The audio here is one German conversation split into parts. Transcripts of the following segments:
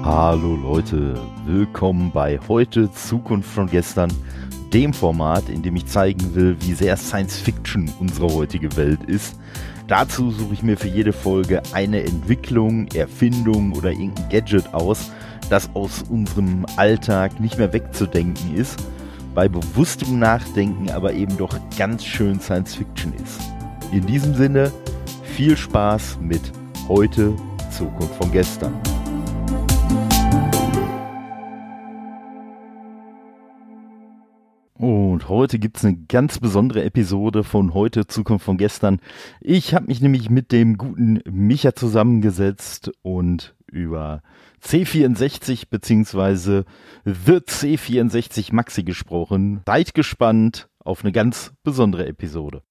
Hallo Leute, willkommen bei Heute Zukunft von gestern, dem Format, in dem ich zeigen will, wie sehr Science Fiction unsere heutige Welt ist. Dazu suche ich mir für jede Folge eine Entwicklung, Erfindung oder irgendein Gadget aus, das aus unserem Alltag nicht mehr wegzudenken ist, bei bewusstem Nachdenken aber eben doch ganz schön Science Fiction ist. In diesem Sinne, viel Spaß mit Heute Zukunft von gestern. Und heute gibt es eine ganz besondere Episode von Heute Zukunft von gestern. Ich habe mich nämlich mit dem guten Micha zusammengesetzt und über C64 bzw. The C64 Maxi gesprochen. Seid gespannt auf eine ganz besondere Episode.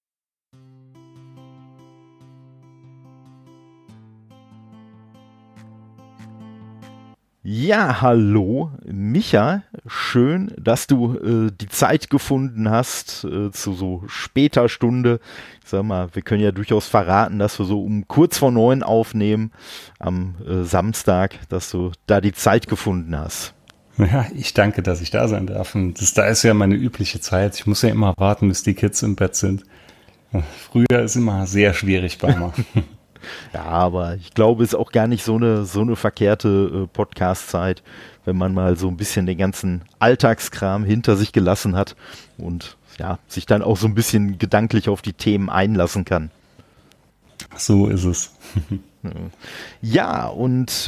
Ja, hallo, Micha, schön, dass du die Zeit gefunden hast zu so später Stunde. Ich sag mal, wir können ja durchaus verraten, dass wir so um kurz vor 9 aufnehmen am Samstag, dass du da die Zeit gefunden hast. Ja, ich danke, dass ich da sein darf. Und da ist ja meine übliche Zeit. Ich muss ja immer warten, bis die Kids im Bett sind. Früher ist immer sehr schwierig bei mir. Ja, aber ich glaube, es ist auch gar nicht so eine verkehrte Podcast-Zeit, wenn man mal so ein bisschen den ganzen Alltagskram hinter sich gelassen hat und ja, sich dann auch so ein bisschen gedanklich auf die Themen einlassen kann. So ist es. Ja, und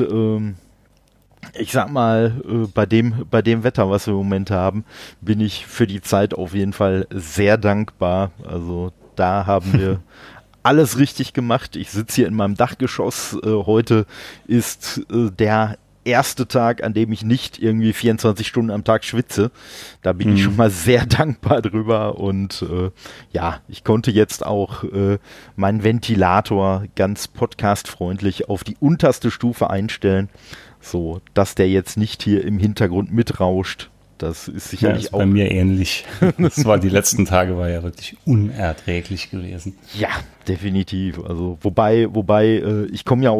ich sag mal, bei dem Wetter, was wir im Moment haben, bin ich für die Zeit auf jeden Fall sehr dankbar. Also da haben wir alles richtig gemacht. Ich sitze hier in meinem Dachgeschoss. Heute ist der erste Tag, an dem ich nicht irgendwie 24 Stunden am Tag schwitze. Da bin ich schon mal sehr dankbar drüber. Und ja, ich konnte jetzt auch meinen Ventilator ganz podcastfreundlich auf die unterste Stufe einstellen, so dass der jetzt nicht hier im Hintergrund mitrauscht. Das ist sicherlich ja, ist auch bei mir ähnlich. Die letzten Tage war ja wirklich unerträglich gewesen. Ja, definitiv. Also wobei ich komme ja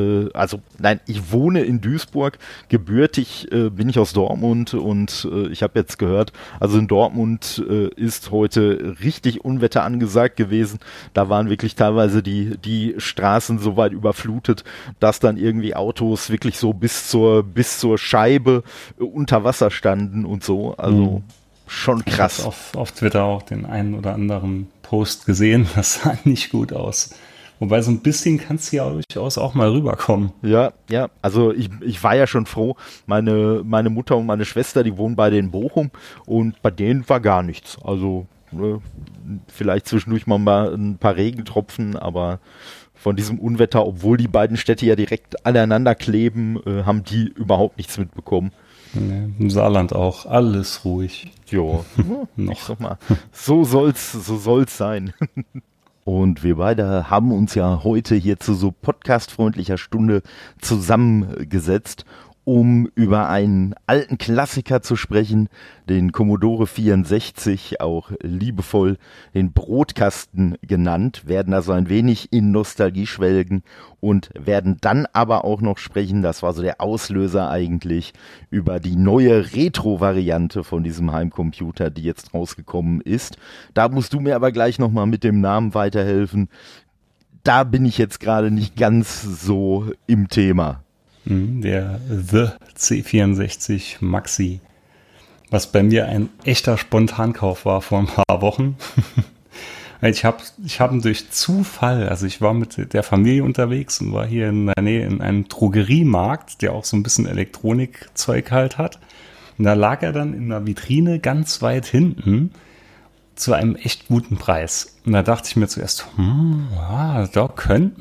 ich wohne in Duisburg. Gebürtig bin ich aus Dortmund und ich habe jetzt gehört, also in Dortmund ist heute richtig Unwetter angesagt gewesen. Da waren wirklich teilweise die Straßen so weit überflutet, dass dann irgendwie Autos wirklich so bis zur Scheibe unter Wasser standen und so, also schon krass. Ich habe auf Twitter auch den einen oder anderen Post gesehen, das sah nicht gut aus. Wobei so ein bisschen kann es ja durchaus auch mal rüberkommen. Ja, also ich war ja schon froh, meine Mutter und meine Schwester, die wohnen beide in Bochum und bei denen war gar nichts. Also vielleicht zwischendurch mal ein paar Regentropfen, aber von diesem Unwetter, obwohl die beiden Städte ja direkt aneinander kleben, haben die überhaupt nichts mitbekommen. Nee, im Saarland auch, alles ruhig. Jo, noch. Sag mal, so soll's sein. Und wir beide haben uns ja heute hier zu so podcastfreundlicher Stunde zusammengesetzt, um über einen alten Klassiker zu sprechen, den Commodore 64, auch liebevoll den Brotkasten genannt, werden also ein wenig in Nostalgie schwelgen und werden dann aber auch noch sprechen, das war so der Auslöser eigentlich, über die neue Retro-Variante von diesem Heimcomputer, die jetzt rausgekommen ist. Da musst du mir aber gleich nochmal mit dem Namen weiterhelfen. Da bin ich jetzt gerade nicht ganz so im Thema. Der The C64 Maxi, was bei mir ein echter Spontankauf war vor ein paar Wochen. Ich hab ihn durch Zufall, also ich war mit der Familie unterwegs und war hier in der Nähe in einem Drogeriemarkt, der auch so ein bisschen Elektronikzeug halt hat. Und da lag er dann in einer Vitrine ganz weit hinten zu einem echt guten Preis. Und da dachte ich mir zuerst, da könnte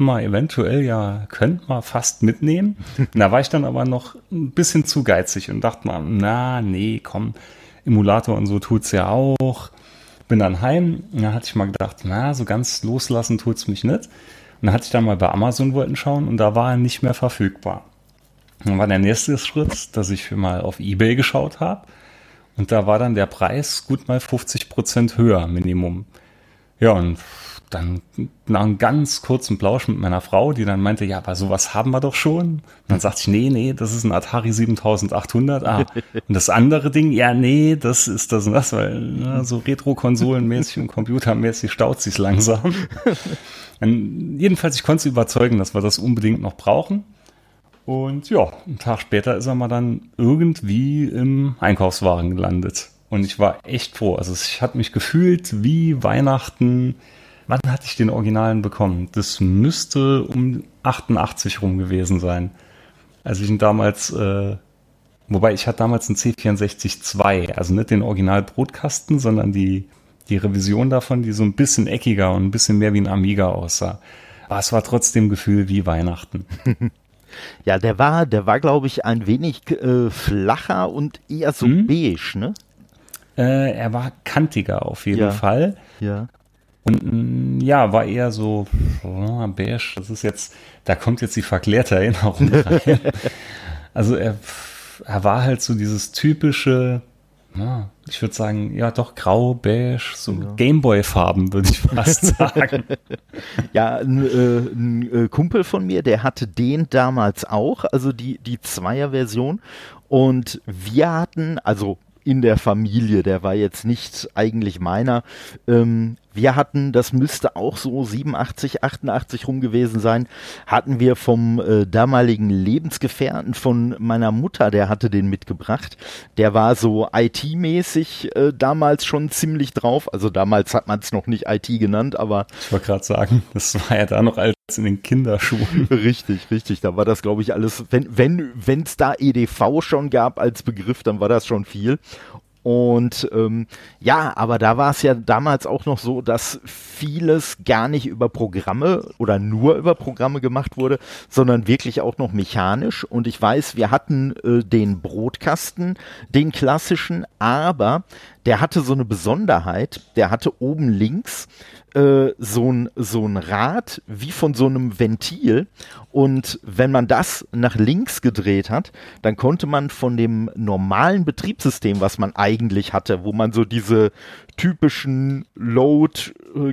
man fast mitnehmen. Und da war ich dann aber noch ein bisschen zu geizig und dachte mal, nee, komm, Emulator und so tut's ja auch. Bin dann heim und da hatte ich mal gedacht, so ganz loslassen tut's mich nicht. Und dann hatte ich dann mal bei Amazon wollten schauen und da war er nicht mehr verfügbar. Und dann war der nächste Schritt, dass ich mal auf eBay geschaut habe. Und da war dann der Preis gut mal 50% höher, Minimum. Ja, und dann nach einem ganz kurzen Plausch mit meiner Frau, die dann meinte, ja, aber sowas haben wir doch schon. Und dann sagte ich, nee, das ist ein Atari 7800. Und das andere Ding, ja, nee, das ist das und das, weil so Retro-Konsolenmäßig und computermäßig staut sich's langsam. Jedenfalls, ich konnte sie überzeugen, dass wir das unbedingt noch brauchen. Und ja, einen Tag später ist er mal dann irgendwie im Einkaufswagen gelandet. Und ich war echt froh. Also ich hatte mich gefühlt wie Weihnachten. Wann hatte ich den Originalen bekommen? Das müsste um 88 rum gewesen sein. Als ich ihn damals, wobei ich hatte damals einen C64-2, also nicht den Original-Brotkasten, sondern die Revision davon, die so ein bisschen eckiger und ein bisschen mehr wie ein Amiga aussah. Aber es war trotzdem Gefühl wie Weihnachten. Ja, der war, glaube ich, ein wenig flacher und eher so beige, ne? Er war kantiger auf jeden Fall. Ja. Und ja, war eher so beige. Das ist jetzt, da kommt jetzt die verklärte Erinnerung rein. Also er war halt so dieses typische, ich würde sagen, ja doch grau, beige, so Gameboy-Farben, würde ich fast sagen. Ja, ein Kumpel von mir, der hatte den damals auch, also die Zweier-Version. Und wir hatten, also in der Familie, der war jetzt nicht eigentlich meiner. Wir hatten, das müsste auch so 87, 88 rum gewesen sein, hatten wir vom damaligen Lebensgefährten von meiner Mutter, der hatte den mitgebracht. Der war so IT-mäßig damals schon ziemlich drauf. Also damals hat man es noch nicht IT genannt, aber... Ich wollte gerade sagen, das war ja da noch als in den Kinderschuhen. Richtig. Da war das, glaube ich, alles, wenn es da EDV schon gab als Begriff, dann war das schon viel. Und aber da war es ja damals auch noch so, dass vieles gar nicht über Programme oder nur über Programme gemacht wurde, sondern wirklich auch noch mechanisch. Und ich weiß, wir hatten den Brotkasten, den klassischen, aber der hatte so eine Besonderheit, der hatte oben links so ein Rad wie von so einem Ventil, und wenn man das nach links gedreht hat, dann konnte man von dem normalen Betriebssystem, was man eigentlich hatte, wo man so diese typischen Load,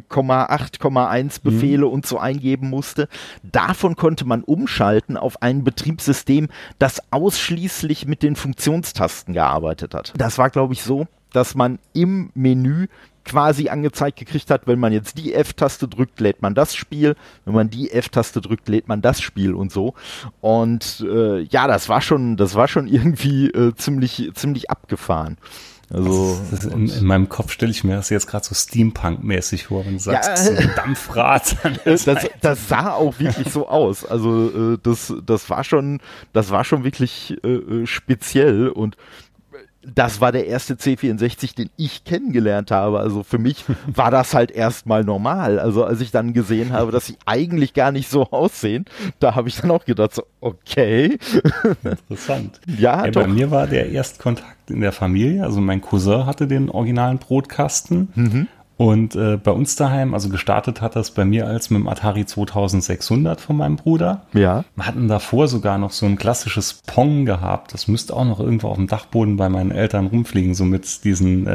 8,1 Befehle und so eingeben musste, davon konnte man umschalten auf ein Betriebssystem, das ausschließlich mit den Funktionstasten gearbeitet hat. Das war, glaube ich, so, dass man im Menü quasi angezeigt gekriegt hat, wenn man jetzt die F-Taste drückt, lädt man das Spiel, wenn man die F-Taste drückt, lädt man das Spiel und so. Und das war schon irgendwie ziemlich abgefahren. Also in meinem Kopf stelle ich mir das jetzt gerade so Steampunk-mäßig vor, wenn du sagst, so ein Dampfrad. Das sah auch wirklich so aus. Also das war schon wirklich speziell, und das war der erste C64, den ich kennengelernt habe. Also für mich war das halt erstmal normal. Also als ich dann gesehen habe, dass sie eigentlich gar nicht so aussehen, da habe ich dann auch gedacht, so, okay. Interessant. Ja, doch. Bei mir war der Erstkontakt in der Familie. Also mein Cousin hatte den originalen Brotkasten. Und bei uns daheim, also gestartet hat das bei mir als mit dem Atari 2600 von meinem Bruder. Ja. Wir hatten davor sogar noch so ein klassisches Pong gehabt. Das müsste auch noch irgendwo auf dem Dachboden bei meinen Eltern rumfliegen, so mit diesen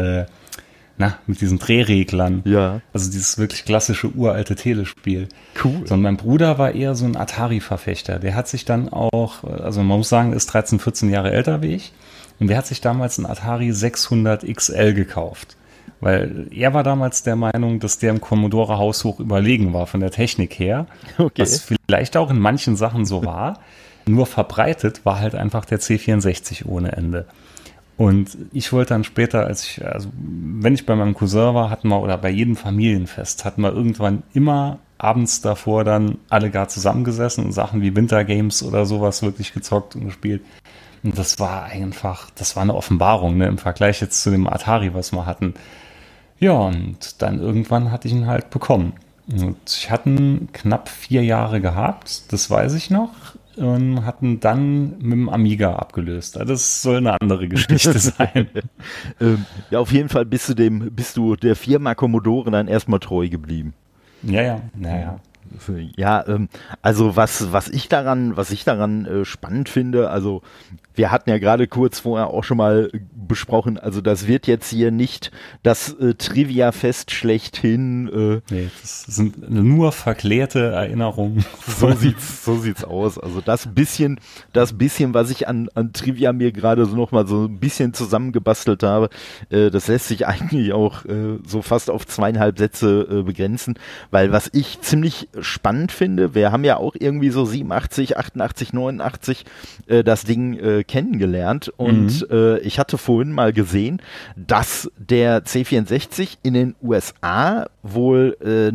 Drehreglern. Ja. Also dieses wirklich klassische uralte Telespiel. Cool. So, und mein Bruder war eher so ein Atari-Verfechter. Der hat sich dann auch, also man muss sagen, ist 13, 14 Jahre älter wie ich. Und der hat sich damals einen Atari 600 XL gekauft. Weil er war damals der Meinung, dass der im Commodore haushoch überlegen war von der Technik her. Okay. Was vielleicht auch in manchen Sachen so war. Nur verbreitet war halt einfach der C64 ohne Ende. Und ich wollte dann später, wenn ich bei meinem Cousin war, oder bei jedem Familienfest, hatten wir irgendwann immer abends davor dann alle gar zusammengesessen und Sachen wie Wintergames oder sowas wirklich gezockt und gespielt. Und das war eine Offenbarung, ne, im Vergleich jetzt zu dem Atari, was wir hatten. Ja, und dann irgendwann hatte ich ihn halt bekommen. Und ich hatte ihn knapp 4 Jahre gehabt, das weiß ich noch, und hatten dann mit dem Amiga abgelöst. Das soll eine andere Geschichte sein. Ja, auf jeden Fall bist du der Firma Commodore dann erstmal treu geblieben. Ja. Ja, also was ich daran spannend finde, also wir hatten ja gerade kurz vorher auch schon mal besprochen, also das wird jetzt hier nicht das Trivia-Fest schlechthin. Nee, das sind nur verklärte Erinnerungen. So sieht's aus. Also das bisschen, was ich an Trivia mir gerade so noch mal so ein bisschen zusammengebastelt habe, das lässt sich eigentlich auch so fast auf 2,5 Sätze begrenzen, weil was ich ziemlich spannend finde, wir haben ja auch irgendwie so 87, 88, 89 das Ding kennengelernt und ich hatte vorhin mal gesehen, dass der C64 in den USA wohl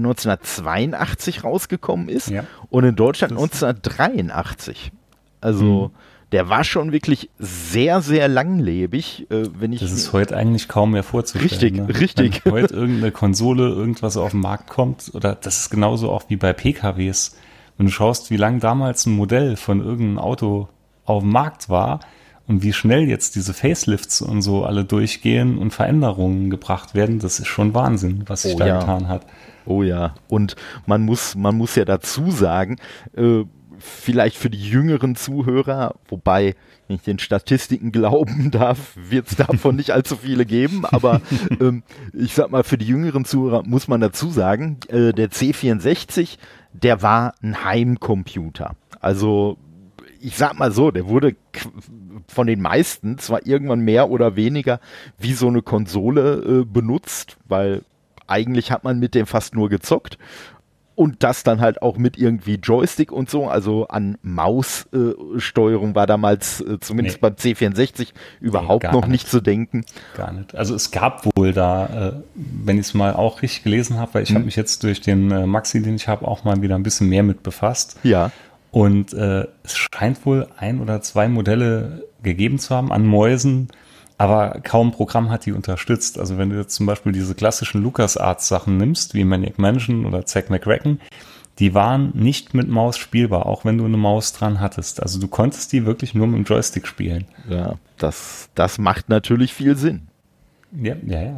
1982 rausgekommen ist und in Deutschland 1983. Also der war schon wirklich sehr, sehr langlebig. Das ist heute eigentlich kaum mehr vorzustellen. Richtig. Wenn heute irgendeine Konsole, irgendwas auf den Markt kommt, oder das ist genauso auch wie bei PKWs. Wenn du schaust, wie lang damals ein Modell von irgendeinem Auto auf dem Markt war und wie schnell jetzt diese Facelifts und so alle durchgehen und Veränderungen gebracht werden, das ist schon Wahnsinn, was sich da getan hat. Oh ja, und man muss ja dazu sagen, vielleicht für die jüngeren Zuhörer, wobei, wenn ich den Statistiken glauben darf, wird es davon nicht allzu viele geben, aber ich sag mal, für die jüngeren Zuhörer muss man dazu sagen, der C64, der war ein Heimcomputer. Also ich sag mal so, der wurde von den meisten zwar irgendwann mehr oder weniger wie so eine Konsole benutzt, weil eigentlich hat man mit dem fast nur gezockt. Und das dann halt auch mit irgendwie Joystick und so, also an Maussteuerung war damals zumindest beim C64 überhaupt noch nicht zu denken. Gar nicht. Also es gab wohl da, wenn ich es mal auch richtig gelesen habe, weil ich habe mich jetzt durch den Maxi, den ich habe, auch mal wieder ein bisschen mehr mit befasst. Ja. Und es scheint wohl 1 oder 2 Modelle gegeben zu haben an Mäusen, aber kaum Programm hat die unterstützt. Also wenn du jetzt zum Beispiel diese klassischen LucasArts-Sachen nimmst, wie Maniac Mansion oder Zack McCracken, die waren nicht mit Maus spielbar, auch wenn du eine Maus dran hattest. Also du konntest die wirklich nur mit dem Joystick spielen. Ja, das macht natürlich viel Sinn. Ja.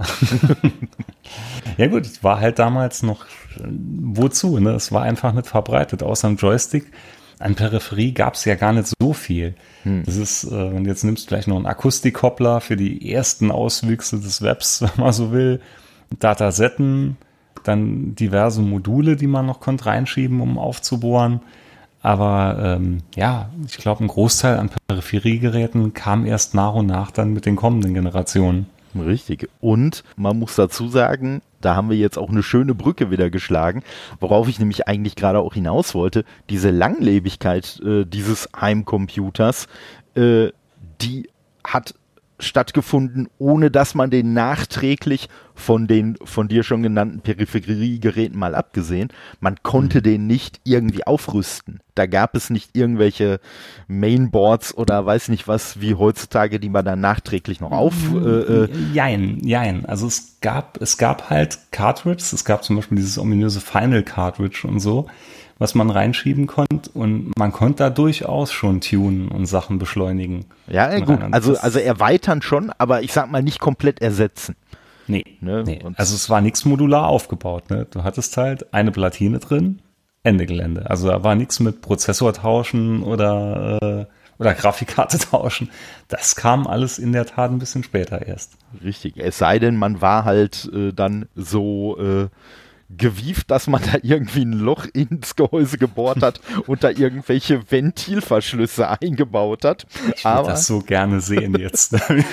Ja gut, es war halt damals noch, wozu, ne? Es war einfach nicht verbreitet, außer dem Joystick. An Peripherie gab es ja gar nicht so viel. Das ist, wenn du jetzt nimmst, vielleicht noch einen Akustikkoppler für die ersten Auswüchse des Webs, wenn man so will, Datasetten, dann diverse Module, die man noch konnte reinschieben, um aufzubohren. Aber ich glaube, ein Großteil an Peripheriegeräten kam erst nach und nach dann mit den kommenden Generationen. Richtig. Und man muss dazu sagen, da haben wir jetzt auch eine schöne Brücke wieder geschlagen, worauf ich nämlich eigentlich gerade auch hinaus wollte. Diese Langlebigkeit dieses Heimcomputers, die hat stattgefunden, ohne dass man den nachträglich von den von dir schon genannten Peripheriegeräten mal abgesehen, man konnte den nicht irgendwie aufrüsten. Da gab es nicht irgendwelche Mainboards oder weiß nicht was, wie heutzutage, die man dann nachträglich noch Jein. Also es gab halt Cartridges, es gab zum Beispiel dieses ominöse Final Cartridge und so, was man reinschieben konnte und man konnte da durchaus schon tunen und Sachen beschleunigen. Ja, gut, also erweitern schon, aber ich sag mal nicht komplett ersetzen. Nee. Also es war nichts modular aufgebaut. Ne? Du hattest halt eine Platine drin, Ende Gelände. Also da war nichts mit Prozessor tauschen oder Grafikkarte tauschen. Das kam alles in der Tat ein bisschen später erst. Richtig, es sei denn, man war halt dann so gewieft, dass man da irgendwie ein Loch ins Gehäuse gebohrt hat und da irgendwelche Ventilverschlüsse eingebaut hat. Ich würde das so gerne sehen jetzt.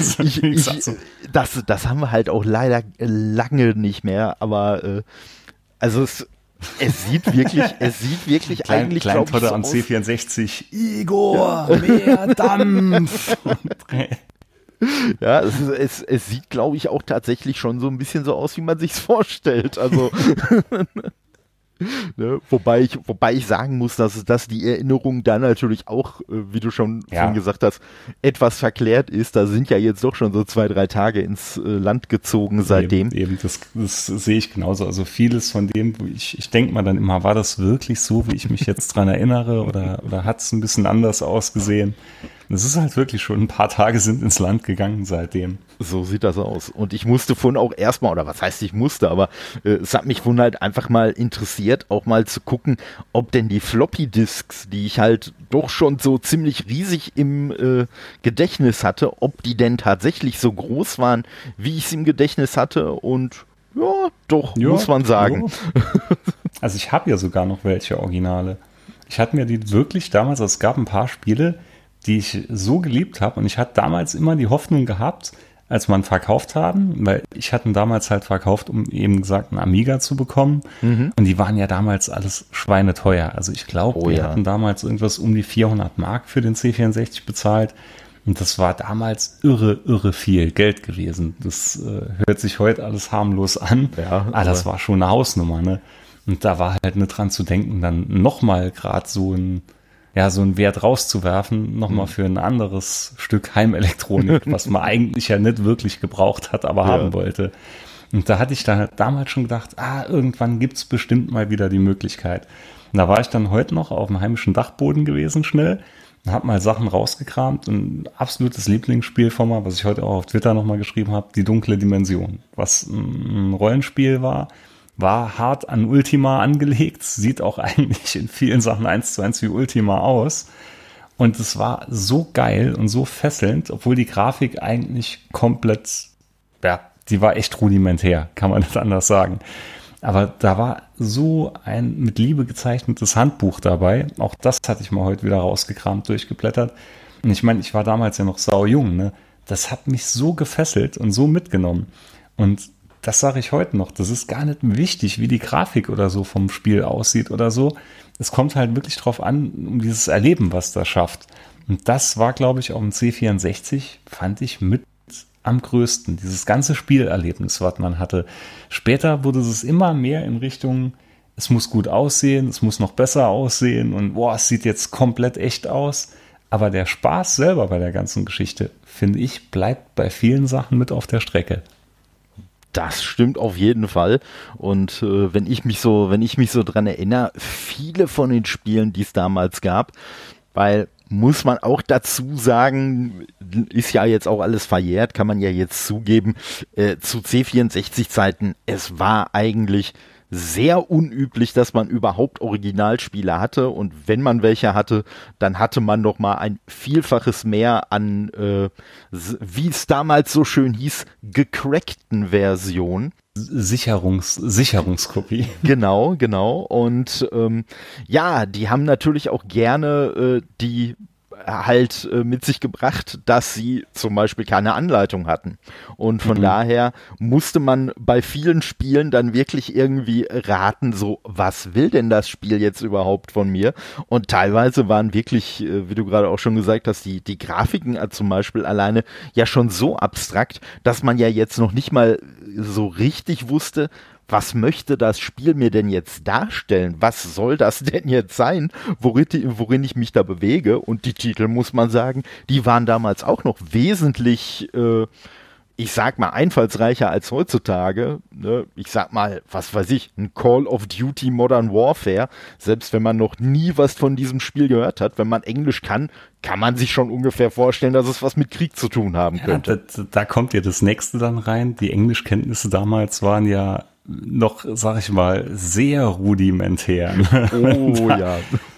Das haben wir halt auch leider lange nicht mehr, aber also es sieht wirklich eigentlich, glaube ich, so am C64. Igor, mehr Dampf. Ja, es sieht, glaube ich, auch tatsächlich schon so ein bisschen so aus, wie man sich's vorstellt. Also, ne? Wobei ich sagen muss, dass die Erinnerung da natürlich auch, wie du schon gesagt hast, etwas verklärt ist. Da sind ja jetzt doch schon so 2-3 Tage ins Land gezogen seitdem. Eben das sehe ich genauso. Also vieles von dem, ich denke mal dann immer, war das wirklich so, wie ich mich jetzt dran erinnere, oder hat es ein bisschen anders ausgesehen? Das ist halt wirklich schon ein paar Tage sind ins Land gegangen seitdem. So sieht das aus. Und ich musste vorhin auch erstmal, oder was heißt ich musste, aber es hat mich vorhin halt einfach mal interessiert, auch mal zu gucken, ob denn die Floppy-Disks, die ich halt doch schon so ziemlich riesig im Gedächtnis hatte, ob die denn tatsächlich so groß waren, wie ich es im Gedächtnis hatte. Und ja, doch, ja, muss man sagen. Ja. Also ich habe ja sogar noch welche Originale. Ich hatte mir die wirklich damals, also es gab ein paar Spiele, die ich so geliebt habe. Und ich hatte damals immer die Hoffnung gehabt, als man verkauft haben, weil ich hatte damals halt verkauft, um eben gesagt einen Amiga zu bekommen. Und die waren ja damals alles schweineteuer. Also ich glaube, wir hatten damals irgendwas um die 400 Mark für den C64 bezahlt. Und das war damals irre viel Geld gewesen. Das hört sich heute alles harmlos an. Ja, aber das war schon eine Hausnummer, ne? Und da war halt nicht dran zu denken, dann nochmal gerade so ein Wert rauszuwerfen, nochmal für ein anderes Stück Heimelektronik, was man eigentlich ja nicht wirklich gebraucht hat, aber haben wollte. Und da hatte ich dann damals schon gedacht, irgendwann gibt's bestimmt mal wieder die Möglichkeit. Und da war ich dann heute noch auf dem heimischen Dachboden gewesen, schnell, und habe mal Sachen rausgekramt. Und ein absolutes Lieblingsspiel von mir, was ich heute auch auf Twitter nochmal geschrieben habe, Die dunkle Dimension, was ein Rollenspiel war hart an Ultima angelegt, sieht auch eigentlich in vielen Sachen 1:1 wie Ultima aus. Und es war so geil und so fesselnd, obwohl die Grafik eigentlich komplett, die war echt rudimentär, kann man nicht anders sagen. Aber da war so ein mit Liebe gezeichnetes Handbuch dabei. Auch das hatte ich mal heute wieder rausgekramt, durchgeblättert. Und ich meine, ich war damals ja noch saujung, ne? Das hat mich so gefesselt und so mitgenommen. Und das sage ich heute noch. Das ist gar nicht wichtig, wie die Grafik oder so vom Spiel aussieht oder so. Es kommt halt wirklich drauf an, um dieses Erleben, was das schafft. Und das war, glaube ich, auf dem C64, fand ich mit am größten. Dieses ganze Spielerlebnis, was man hatte. Später wurde es immer mehr in Richtung, es muss gut aussehen, es muss noch besser aussehen und es sieht jetzt komplett echt aus. Aber der Spaß selber bei der ganzen Geschichte, finde ich, bleibt bei vielen Sachen mit auf der Strecke. Das stimmt auf jeden Fall. Und wenn ich mich so dran erinnere, viele von den Spielen, die es damals gab, weil muss man auch dazu sagen, ist ja jetzt auch alles verjährt, kann man ja jetzt zugeben, zu C64-Zeiten, es war eigentlich sehr unüblich, dass man überhaupt Originalspiele hatte, und wenn man welche hatte, dann hatte man noch mal ein Vielfaches mehr an, wie es damals so schön hieß, gecrackten Versionen. Sicherungskopie. Genau. Und die haben natürlich auch gerne die halt mit sich gebracht, dass sie zum Beispiel keine Anleitung hatten. Und von daher musste man bei vielen Spielen dann wirklich irgendwie raten, so, was will denn das Spiel jetzt überhaupt von mir? Und teilweise waren wirklich, wie du gerade auch schon gesagt hast, die Grafiken zum Beispiel alleine ja schon so abstrakt, dass man ja jetzt noch nicht mal so richtig wusste, was möchte das Spiel mir denn jetzt darstellen? Was soll das denn jetzt sein, worin ich mich da bewege? Und die Titel, muss man sagen, die waren damals auch noch wesentlich, ich sag mal, einfallsreicher als heutzutage. Ne? Ich sag mal, was weiß ich, ein Call of Duty Modern Warfare. Selbst wenn man noch nie was von diesem Spiel gehört hat, wenn man Englisch kann man sich schon ungefähr vorstellen, dass es was mit Krieg zu tun haben könnte. Da kommt ja das Nächste dann rein. Die Englischkenntnisse damals waren ja noch, sag ich mal, sehr rudimentär. Oh ja.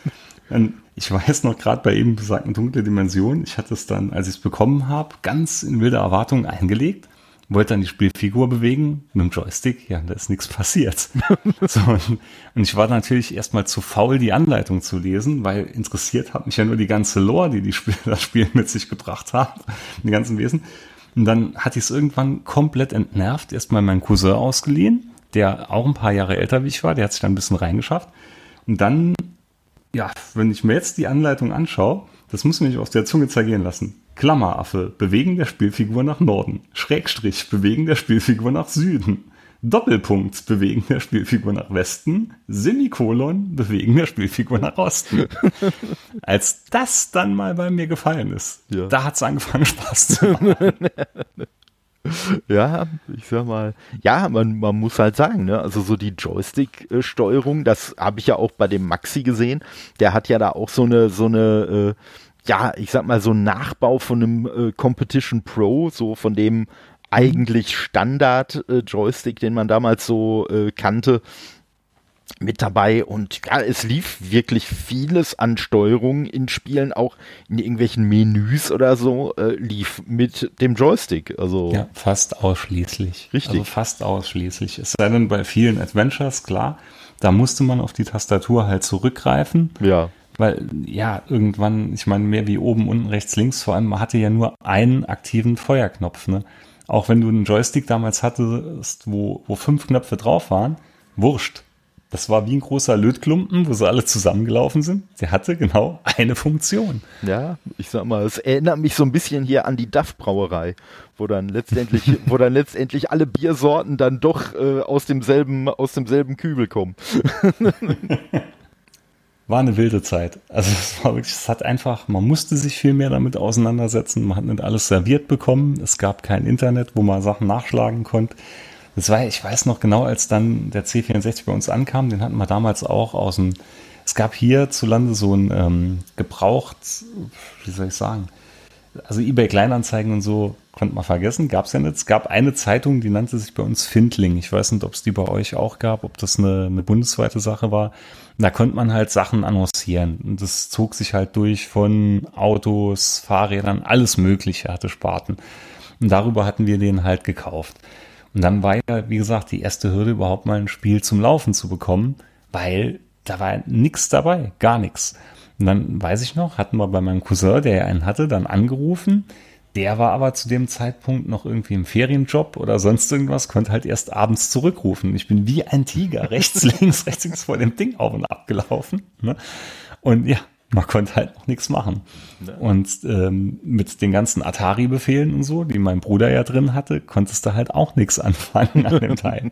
Ich weiß noch, gerade bei eben besagten dunkle Dimension, ich hatte es dann, als ich es bekommen habe, ganz in wilder Erwartung eingelegt, wollte dann die Spielfigur bewegen mit dem Joystick, da ist nichts passiert. So, und ich war natürlich erstmal zu faul, die Anleitung zu lesen, weil interessiert hat mich ja nur die ganze Lore, die das Spiel mit sich gebracht hat, die ganzen Wesen. Und dann hatte ich es irgendwann komplett entnervt, erstmal meinen Cousin ausgeliehen, der auch ein paar Jahre älter wie ich war, der hat sich dann ein bisschen reingeschafft. Und dann, wenn ich mir jetzt die Anleitung anschaue, das muss mich auf der Zunge zergehen lassen. Klammeraffe, Bewegen der Spielfigur nach Norden. Schrägstrich, Bewegen der Spielfigur nach Süden. Doppelpunkt, Bewegen der Spielfigur nach Westen. Semikolon, Bewegen der Spielfigur nach Osten. Als das dann mal bei mir gefallen ist, da hat es angefangen, Spaß zu machen. Ja, ich sag mal, man muss halt sagen, ne, also so die Joystick-Steuerung, das habe ich ja auch bei dem Maxi gesehen, der hat ja da auch so eine ja, ich sag mal, so ein Nachbau von einem Competition Pro, so von dem eigentlich Standard-Joystick, den man damals so kannte, mit dabei. Und ja, es lief wirklich vieles an Steuerung in Spielen, auch in irgendwelchen Menüs oder so, lief mit dem Joystick. Also ja, fast ausschließlich. Richtig. Also fast ausschließlich. Es sei denn, bei vielen Adventures, klar, da musste man auf die Tastatur halt zurückgreifen. Ja. Weil, ja, irgendwann, ich meine, mehr wie oben, unten, rechts, links, vor allem, man hatte ja nur einen aktiven Feuerknopf, ne? Auch wenn du einen Joystick damals hattest, wo 5 Knöpfe drauf waren, wurscht. Das war wie ein großer Lötklumpen, wo sie alle zusammengelaufen sind. Der hatte genau eine Funktion. Ja, ich sag mal, es erinnert mich so ein bisschen hier an die DAF-Brauerei, wo dann letztendlich alle Biersorten dann doch aus demselben Kübel kommen. War eine wilde Zeit. Also es war wirklich, es hat einfach, man musste sich viel mehr damit auseinandersetzen. Man hat nicht alles serviert bekommen. Es gab kein Internet, wo man Sachen nachschlagen konnte. Das war, ich weiß noch genau, als dann der C64 bei uns ankam, den hatten wir damals auch aus dem, es gab hierzulande so ein gebraucht, wie soll ich sagen, also eBay Kleinanzeigen und so konnte man vergessen, gab es ja nicht. Es gab eine Zeitung, die nannte sich bei uns Findling. Ich weiß nicht, ob es die bei euch auch gab, ob das eine bundesweite Sache war. Und da konnte man halt Sachen annoncieren. Und das zog sich halt durch von Autos, Fahrrädern, alles Mögliche hatte Sparten. Und darüber hatten wir den halt gekauft. Und dann war ja, wie gesagt, die erste Hürde, überhaupt mal ein Spiel zum Laufen zu bekommen, weil da war nichts dabei, gar nichts. Und dann, weiß ich noch, hatten wir bei meinem Cousin, der ja einen hatte, dann angerufen. Der war aber zu dem Zeitpunkt noch irgendwie im Ferienjob oder sonst irgendwas, konnte halt erst abends zurückrufen. Ich bin wie ein Tiger, rechts, links vor dem Ding auf und ab gelaufen. Ne? Und ja, man konnte halt noch nichts machen. Und mit den ganzen Atari-Befehlen und so, die mein Bruder ja drin hatte, konntest du halt auch nichts anfangen an dem Teil.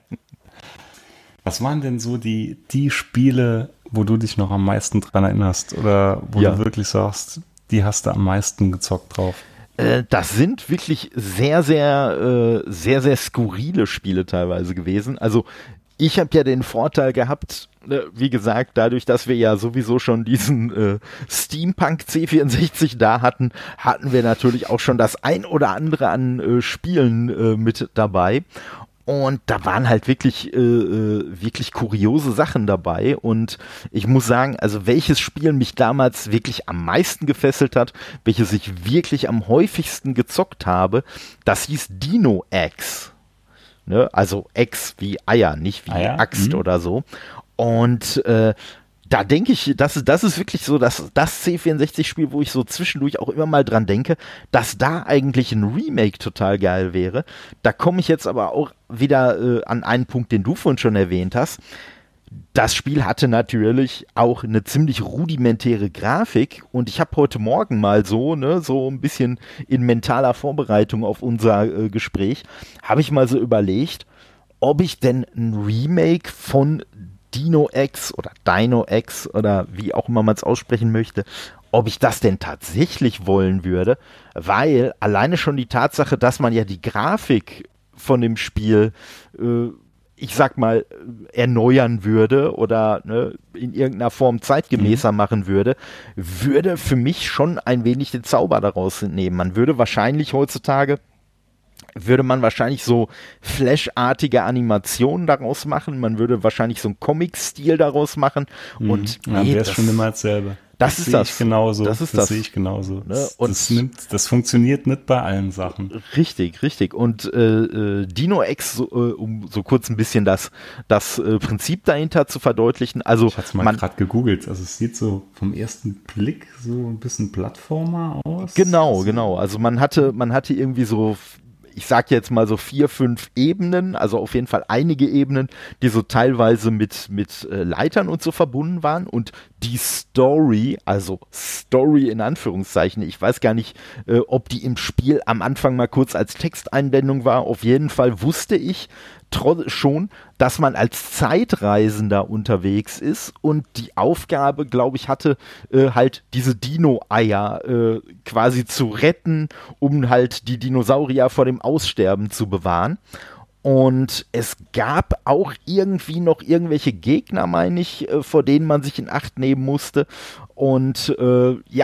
Was waren denn so die Spiele, wo du dich noch am meisten dran erinnerst oder wo du wirklich sagst, die hast du am meisten gezockt drauf? Das sind wirklich sehr, sehr skurrile Spiele teilweise gewesen. Also ich habe ja den Vorteil gehabt, wie gesagt, dadurch, dass wir ja sowieso schon diesen Steampunk C64 da hatten, hatten wir natürlich auch schon das ein oder andere an Spielen mit dabei. Und da waren halt wirklich kuriose Sachen dabei. Und ich muss sagen, also welches Spiel mich damals wirklich am meisten gefesselt hat, welches ich wirklich am häufigsten gezockt habe, das hieß Dino X. Ne? Also X wie Eier, nicht wie Axt oder so. Und da denke ich, das ist wirklich so das C64-Spiel, wo ich so zwischendurch auch immer mal dran denke, dass da eigentlich ein Remake total geil wäre. Da komme ich jetzt aber auch wieder an einen Punkt, den du vorhin schon erwähnt hast. Das Spiel hatte natürlich auch eine ziemlich rudimentäre Grafik und ich habe heute Morgen mal so ein bisschen in mentaler Vorbereitung auf unser Gespräch, habe ich mal so überlegt, ob ich denn ein Remake von Dino X oder Dino X oder wie auch immer man es aussprechen möchte, ob ich das denn tatsächlich wollen würde, weil alleine schon die Tatsache, dass man ja die Grafik von dem Spiel, ich sag mal, erneuern würde oder in irgendeiner Form zeitgemäßer machen würde für mich schon ein wenig den Zauber daraus nehmen. Man würde wahrscheinlich so flashartige Animationen daraus machen, man würde wahrscheinlich so einen Comic-Stil daraus machen und wäre es schon immer dasselbe. Das sehe ich genauso. Das sehe ich genauso. Ne? Das funktioniert nicht bei allen Sachen. Richtig. Und Dino X, um so kurz ein bisschen das Prinzip dahinter zu verdeutlichen. Also ich hatte es mal gerade gegoogelt. Also es sieht so vom ersten Blick so ein bisschen Plattformer aus. Genau. Also man hatte irgendwie so, ich sag jetzt mal so 4, 5 Ebenen, also auf jeden Fall einige Ebenen, die so teilweise mit Leitern und so verbunden waren und die Story, also Story in Anführungszeichen, ich weiß gar nicht, ob die im Spiel am Anfang mal kurz als Texteinblendung war, auf jeden Fall wusste ich schon, dass man als Zeitreisender unterwegs ist und die Aufgabe, glaube ich, hatte, halt diese Dino-Eier quasi zu retten, um halt die Dinosaurier vor dem Aussterben zu bewahren. Und es gab auch irgendwie noch irgendwelche Gegner, meine ich, vor denen man sich in Acht nehmen musste. Und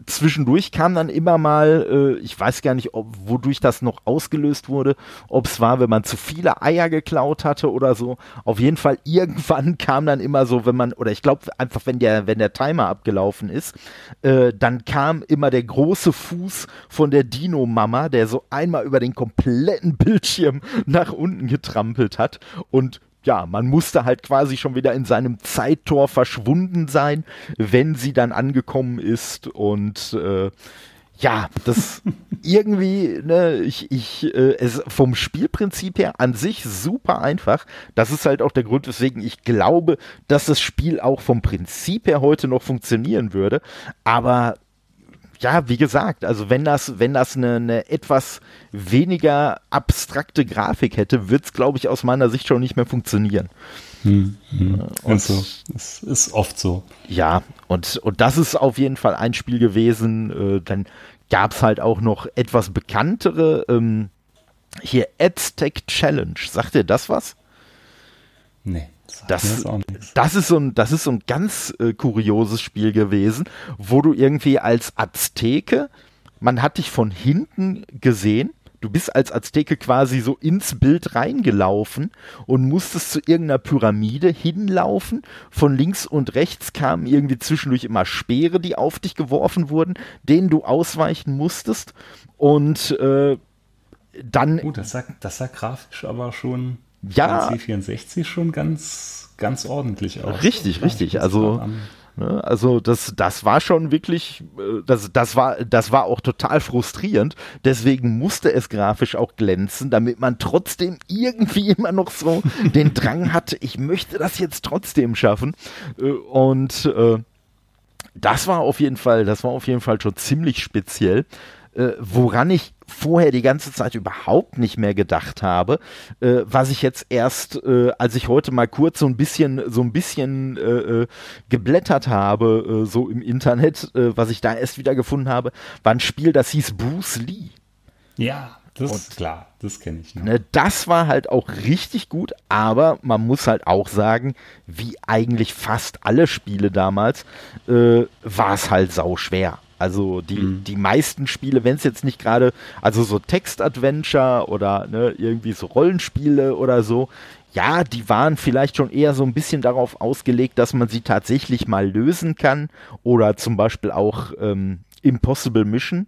zwischendurch kam dann immer mal, ich weiß gar nicht, wodurch das noch ausgelöst wurde, ob es war, wenn man zu viele Eier geklaut hatte oder so. Auf jeden Fall irgendwann kam dann immer so, oder ich glaube einfach, wenn der Timer abgelaufen ist, dann kam immer der große Fuß von der Dino-Mama, der so einmal über den kompletten Bildschirm nach unten getrampelt hat und ja, man musste halt quasi schon wieder in seinem Zeittor verschwunden sein, wenn sie dann angekommen ist und ja, das irgendwie, ne, es vom Spielprinzip her an sich super einfach. Das ist halt auch der Grund, weswegen ich glaube, dass das Spiel auch vom Prinzip her heute noch funktionieren würde. Aber ja, wie gesagt, also wenn das eine etwas weniger abstrakte Grafik hätte, wird es, glaube ich, aus meiner Sicht schon nicht mehr funktionieren. Also, es ist oft so. Ja, und das ist auf jeden Fall ein Spiel gewesen. Dann gab es halt auch noch etwas bekanntere. Hier Aztec Challenge. Sagt ihr das was? Nee. Das ist so ein ganz kurioses Spiel gewesen, wo du irgendwie als Azteke, man hat dich von hinten gesehen, du bist als Azteke quasi so ins Bild reingelaufen und musstest zu irgendeiner Pyramide hinlaufen. Von links und rechts kamen irgendwie zwischendurch immer Speere, die auf dich geworfen wurden, denen du ausweichen musstest. Und dann... das sah grafisch aber schon... Ja, C64 schon ganz ordentlich aus. Richtig. Also das war schon wirklich, das war auch total frustrierend. Deswegen musste es grafisch auch glänzen, damit man trotzdem irgendwie immer noch so den Drang hatte, ich möchte das jetzt trotzdem schaffen. Und das war auf jeden Fall schon ziemlich speziell. Woran ich vorher die ganze Zeit überhaupt nicht mehr gedacht habe, was ich jetzt erst, als ich heute mal kurz so ein bisschen geblättert habe, so im Internet, was ich da erst wieder gefunden habe, war ein Spiel, das hieß Bruce Lee. Ja, das ist klar, das kenne ich noch. Ne, das war halt auch richtig gut, aber man muss halt auch sagen, wie eigentlich fast alle Spiele damals, war es halt sauschwer. Also die meisten Spiele, wenn es jetzt nicht gerade, also so Text-Adventure oder ne, irgendwie so Rollenspiele oder so, ja, die waren vielleicht schon eher so ein bisschen darauf ausgelegt, dass man sie tatsächlich mal lösen kann oder zum Beispiel auch Impossible Mission.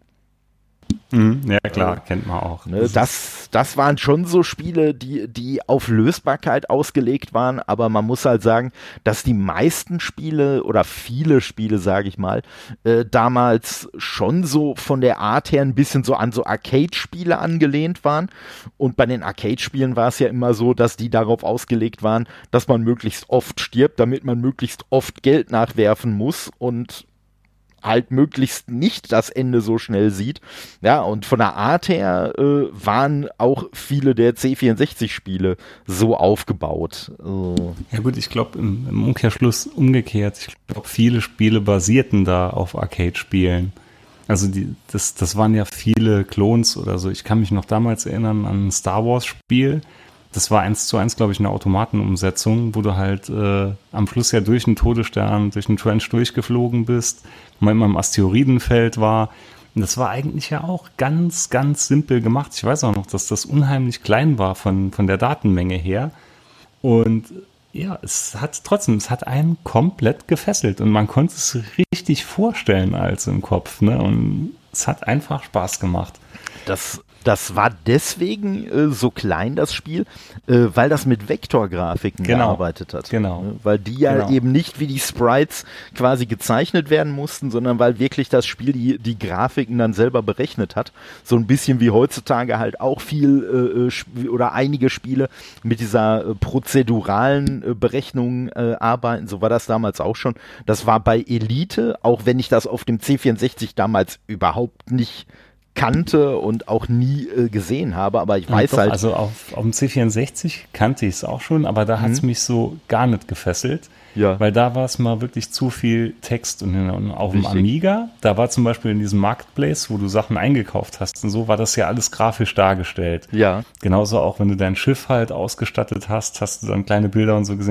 Ja klar, kennt man auch. Ne, das waren schon so Spiele, die auf Lösbarkeit ausgelegt waren, aber man muss halt sagen, dass die meisten Spiele oder viele Spiele, sage ich mal, damals schon so von der Art her ein bisschen so an so Arcade-Spiele angelehnt waren. Und bei den Arcade-Spielen war es ja immer so, dass die darauf ausgelegt waren, dass man möglichst oft stirbt, damit man möglichst oft Geld nachwerfen muss und halt möglichst nicht das Ende so schnell sieht. Ja, und von der Art her waren auch viele der C64-Spiele so aufgebaut. Ja gut, ich glaube im Umkehrschluss umgekehrt. Ich glaube, viele Spiele basierten da auf Arcade-Spielen. Also das waren ja viele Klons oder so. Ich kann mich noch damals erinnern an ein Star Wars-Spiel. Das war 1:1, glaube ich, eine Automatenumsetzung, wo du halt am Schluss ja durch einen Todesstern, durch einen Trench durchgeflogen bist, mal immer im Asteroidenfeld war. Und das war eigentlich ja auch ganz, ganz simpel gemacht. Ich weiß auch noch, dass das unheimlich klein war von der Datenmenge her. Und ja, es hat einen komplett gefesselt und man konnte es richtig vorstellen als im Kopf, ne? Und es hat einfach Spaß gemacht. Das war deswegen so klein, das Spiel, weil das mit Vektorgrafiken gearbeitet hat. Genau. Weil die ja eben nicht wie die Sprites quasi gezeichnet werden mussten, sondern weil wirklich das Spiel die Grafiken dann selber berechnet hat. So ein bisschen wie heutzutage halt auch viel oder einige Spiele mit dieser prozeduralen Berechnung arbeiten. So war das damals auch schon. Das war bei Elite, auch wenn ich das auf dem C64 damals überhaupt nicht kannte und auch nie gesehen habe, aber ich weiß halt... Also auf dem C64 kannte ich es auch schon, aber da hat es mich so gar nicht gefesselt, weil da war es mal wirklich zu viel Text und auf dem Amiga, da war zum Beispiel in diesem Marketplace, wo du Sachen eingekauft hast und so, war das ja alles grafisch dargestellt. Ja. Genauso auch, wenn du dein Schiff halt ausgestattet hast, hast du dann kleine Bilder und so gesehen.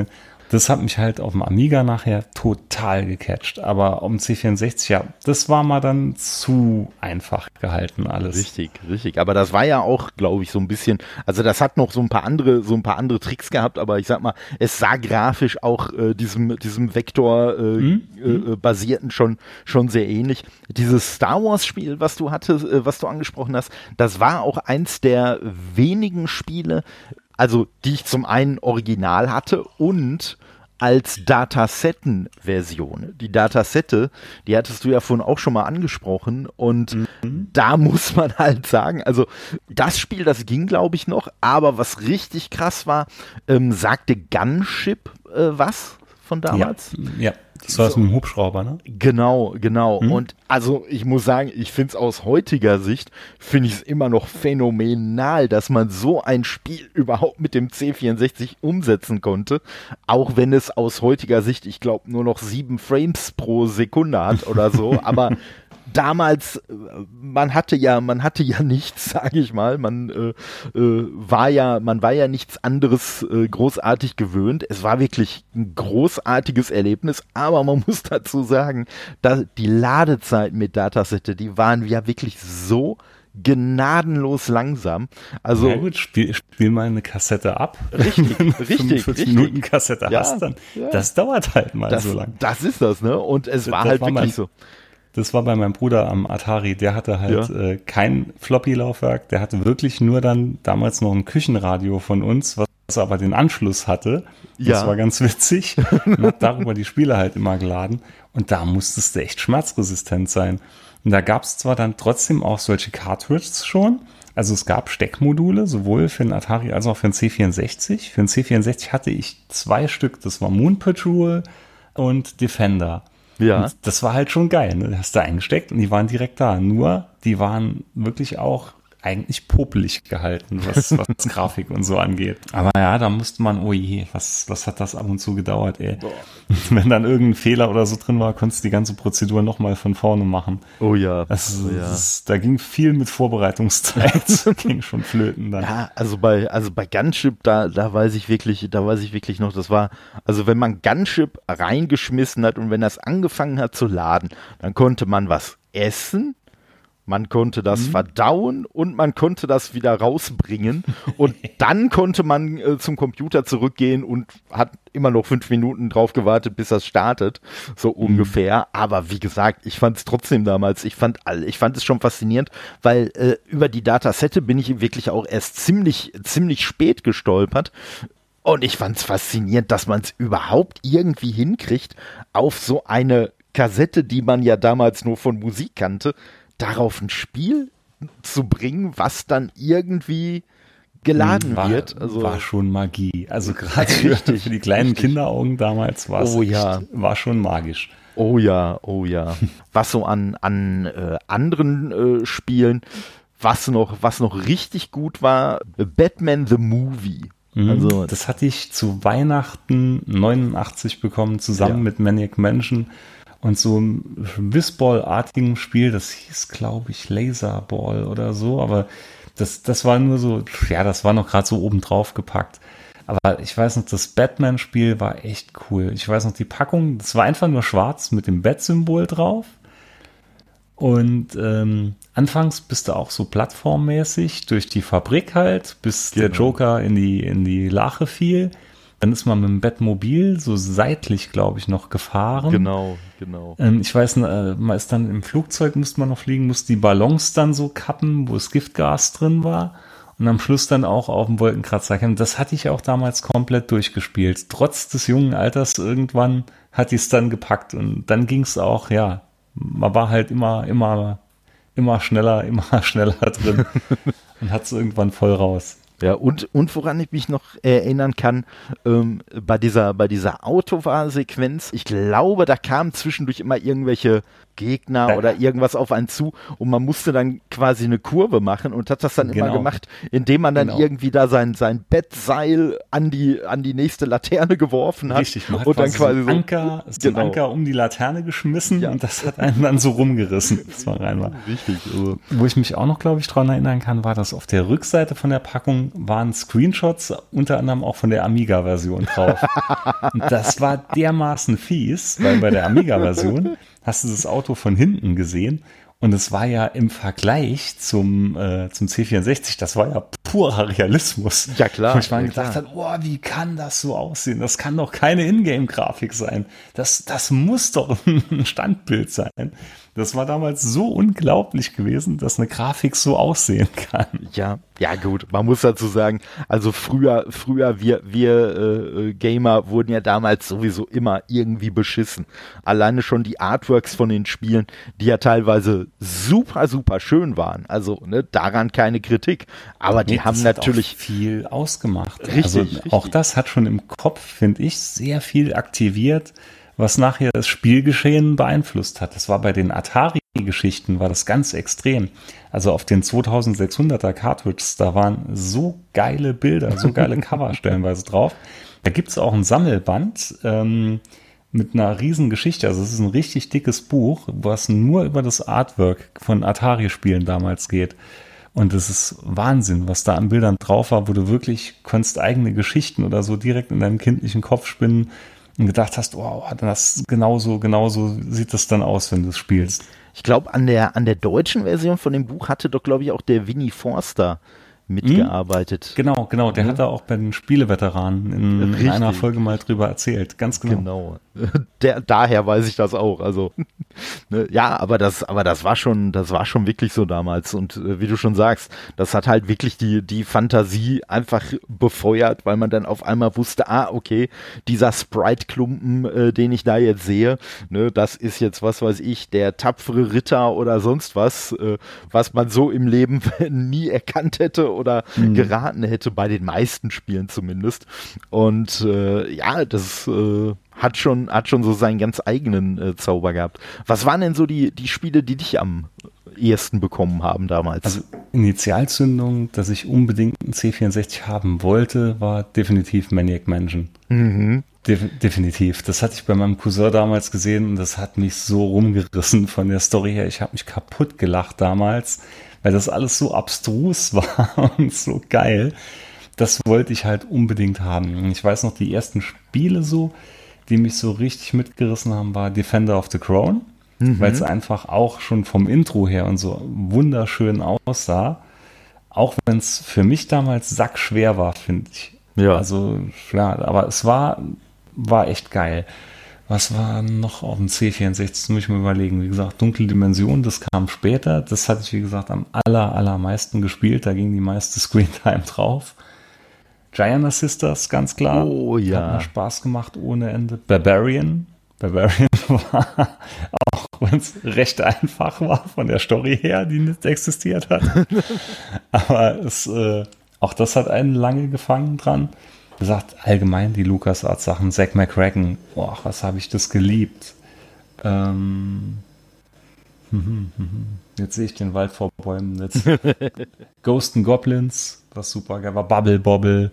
das hat mich halt auf dem Amiga nachher total gecatcht. Aber am C64, ja, das war mal dann zu einfach gehalten alles. Richtig. Aber das war ja auch, glaube ich, so ein bisschen, also das hat noch so ein paar andere Tricks gehabt, aber ich sag mal, es sah grafisch auch diesem Vektor basierten schon sehr ähnlich. Dieses Star Wars Spiel, was du angesprochen hast, das war auch eins der wenigen Spiele, also die ich zum einen original hatte und als Datasetten-Version. Die Datasette, die hattest du ja vorhin auch schon mal angesprochen und da muss man halt sagen, also das Spiel, das ging glaube ich noch, aber was richtig krass war, sagte Gunship was von damals? Ja. Das war so mit dem Hubschrauber, ne? Genau. Und also ich muss sagen, ich finde es aus heutiger Sicht, finde ich es immer noch phänomenal, dass man so ein Spiel überhaupt mit dem C64 umsetzen konnte, auch wenn es aus heutiger Sicht, ich glaube, nur noch 7 Frames pro Sekunde hat oder so, aber damals, man hatte ja nichts, sage ich mal. Man war ja nichts anderes großartig gewöhnt. Es war wirklich ein großartiges Erlebnis, aber man muss dazu sagen, dass die Ladezeiten mit Datasette, die waren ja wirklich so gnadenlos langsam. Also ja gut, spiel mal eine Kassette ab. Richtig. 45 Minuten Kassette hast dann. Ja. Das dauert halt mal so lang. Das ist das, ne? Und es war halt wirklich so. Das war bei meinem Bruder am Atari, der hatte halt kein Floppy-Laufwerk, der hatte wirklich nur dann damals noch ein Küchenradio von uns, was aber den Anschluss hatte. Das war ganz witzig. Und hat darüber die Spiele halt immer geladen. Und da musstest du echt schmerzresistent sein. Und da gab es zwar dann trotzdem auch solche Cartridges schon. Also es gab Steckmodule, sowohl für den Atari als auch für den C64. Für den C64 hatte ich 2 Stück, das war Moon Patrol und Defender. Ja. Und das war halt schon geil, ne? Hast du eingesteckt und die waren direkt da. Nur, die waren wirklich auch eigentlich popelig gehalten, was Grafik und so angeht. Aber ja, da musste man, oh je, was hat das ab und zu gedauert, ey. Boah. Wenn dann irgendein Fehler oder so drin war, konntest du die ganze Prozedur nochmal von vorne machen. Oh ja. Da ging viel mit Vorbereitungszeit, ging schon flöten dann. Ja, also bei Gunship, da weiß ich wirklich noch, das war, also wenn man Gunship reingeschmissen hat und wenn das angefangen hat zu laden, dann konnte man was essen, man konnte das verdauen und man konnte das wieder rausbringen und dann konnte man zum Computer zurückgehen und hat immer noch 5 Minuten drauf gewartet, bis das startet, so ungefähr. Aber wie gesagt, ich fand es trotzdem damals, ich fand es schon faszinierend, weil über die Datasette bin ich wirklich auch erst ziemlich spät gestolpert. Und ich fand es faszinierend, dass man es überhaupt irgendwie hinkriegt, auf so eine Kassette, die man ja damals nur von Musik kannte, darauf ein Spiel zu bringen, was dann irgendwie geladen wird. Also war schon Magie. Also gerade für die kleinen Kinderaugen damals war es war schon magisch. Oh ja. Was so an anderen Spielen, was noch richtig gut war, Batman the Movie. Also das hatte ich zu Weihnachten 89 bekommen, zusammen mit Maniac Mansion. Und so ein Whistball-artigen Spiel, das hieß, glaube ich, Laserball oder so, aber das war nur so, das war noch gerade so oben drauf gepackt. Aber ich weiß noch, das Batman-Spiel war echt cool. Ich weiß noch, die Packung, das war einfach nur schwarz mit dem Bat-Symbol drauf. Und anfangs bist du auch so plattformmäßig durch die Fabrik halt, bis der Joker in die Lache fiel. Dann ist man mit dem Batmobil so seitlich, glaube ich, noch gefahren. Genau. Ich weiß, man ist dann im Flugzeug, musste man noch fliegen, musste die Ballons dann so kappen, wo das Giftgas drin war. Und am Schluss dann auch auf dem Wolkenkratzer kämpfen. Das hatte ich auch damals komplett durchgespielt. Trotz des jungen Alters irgendwann hat die es dann gepackt. Und dann ging es auch, man war halt immer schneller drin und hat es irgendwann voll raus. Ja, und woran ich mich noch erinnern kann, bei dieser Autowahlsequenz, ich glaube, da kamen zwischendurch immer irgendwelche Gegner oder irgendwas auf einen zu und man musste dann quasi eine Kurve machen und hat das dann immer gemacht, indem man dann irgendwie da sein Bettseil an die nächste Laterne geworfen hat. Richtig, man hat und dann quasi so einen Anker um die Laterne geschmissen und das hat einen dann so rumgerissen. Das war rein. Richtig. Also. Wo ich mich auch noch, glaube ich, dran erinnern kann, war, dass auf der Rückseite von der Packung waren Screenshots, unter anderem auch von der Amiga-Version drauf. Und das war dermaßen fies, weil bei der Amiga-Version hast du das Auto von hinten gesehen und es war ja im Vergleich zum C64, das war ja purer Realismus. Ja, klar. Wo ich mal gedacht habe, oh, wie kann das so aussehen? Das kann doch keine Ingame-Grafik sein. Das muss doch ein Standbild sein. Das war damals so unglaublich gewesen, dass eine Grafik so aussehen kann. Ja gut, man muss dazu sagen, also früher wir Gamer wurden ja damals sowieso immer irgendwie beschissen. Alleine schon die Artworks von den Spielen, die ja teilweise super, super schön waren. Also daran keine Kritik. Aber die haben natürlich auch viel ausgemacht. Richtig. Auch das hat schon im Kopf, finde ich, sehr viel aktiviert, was nachher das Spielgeschehen beeinflusst hat. Das war bei den Atari-Geschichten, war das ganz extrem. Also auf den 2600er Cartridges, da waren so geile Bilder, so geile Cover stellenweise drauf. Da gibt's auch ein Sammelband mit einer riesen Geschichte. Also es ist ein richtig dickes Buch, was nur über das Artwork von Atari-Spielen damals geht. Und es ist Wahnsinn, was da an Bildern drauf war, wo du wirklich konntest eigene Geschichten oder so direkt in deinem kindlichen Kopf spinnen und gedacht hast, wow, das genauso sieht das dann aus, wenn du es spielst. Ich glaube, an der deutschen Version von dem Buch hatte doch, glaube ich, auch der Winnie Forster mitgearbeitet. Genau, der hat da auch bei den Spieleveteranen in einer Folge mal drüber erzählt, ganz genau. Daher weiß ich das auch, also ja, aber das war schon wirklich so damals und wie du schon sagst, das hat halt wirklich die Fantasie einfach befeuert, weil man dann auf einmal wusste, okay, dieser Sprite-Klumpen, den ich da jetzt sehe, das ist jetzt, was weiß ich, der tapfere Ritter oder sonst was, was man so im Leben nie erkannt hätte oder geraten hätte, bei den meisten Spielen zumindest. Und das hat schon so seinen ganz eigenen Zauber gehabt. Was waren denn so die Spiele, die dich am ehesten bekommen haben damals? Also Initialzündung, dass ich unbedingt einen C64 haben wollte, war definitiv Maniac Mansion. Definitiv. Das hatte ich bei meinem Cousin damals gesehen und das hat mich so rumgerissen von der Story her. Ich habe mich kaputt gelacht damals, weil das alles so abstrus war und so geil. Das wollte ich halt unbedingt haben. Ich weiß noch, die ersten Spiele so, die mich so richtig mitgerissen haben, war Defender of the Crown, weil es einfach auch schon vom Intro her und so wunderschön aussah. Auch wenn es für mich damals sackschwer war, finde ich. Ja. Also, ja, aber es war echt geil. Was war noch auf dem C64? Das muss ich mir überlegen. Wie gesagt, Dunkle Dimension, das kam später. Das hatte ich, wie gesagt, am allermeisten gespielt. Da ging die meiste Screentime drauf. Giant Sisters, ganz klar. Oh ja. Hat mir Spaß gemacht ohne Ende. Barbarian war, auch wenn es recht einfach war von der Story her, die nicht existiert hat. Aber auch das hat einen lange gefangen dran. Wie gesagt, allgemein die LucasArts-Sachen, Zack McCracken, was habe ich das geliebt. Jetzt sehe ich den Wald vor Bäumen. Jetzt. Ghosts and Goblins, was super geil war. Bubble Bobble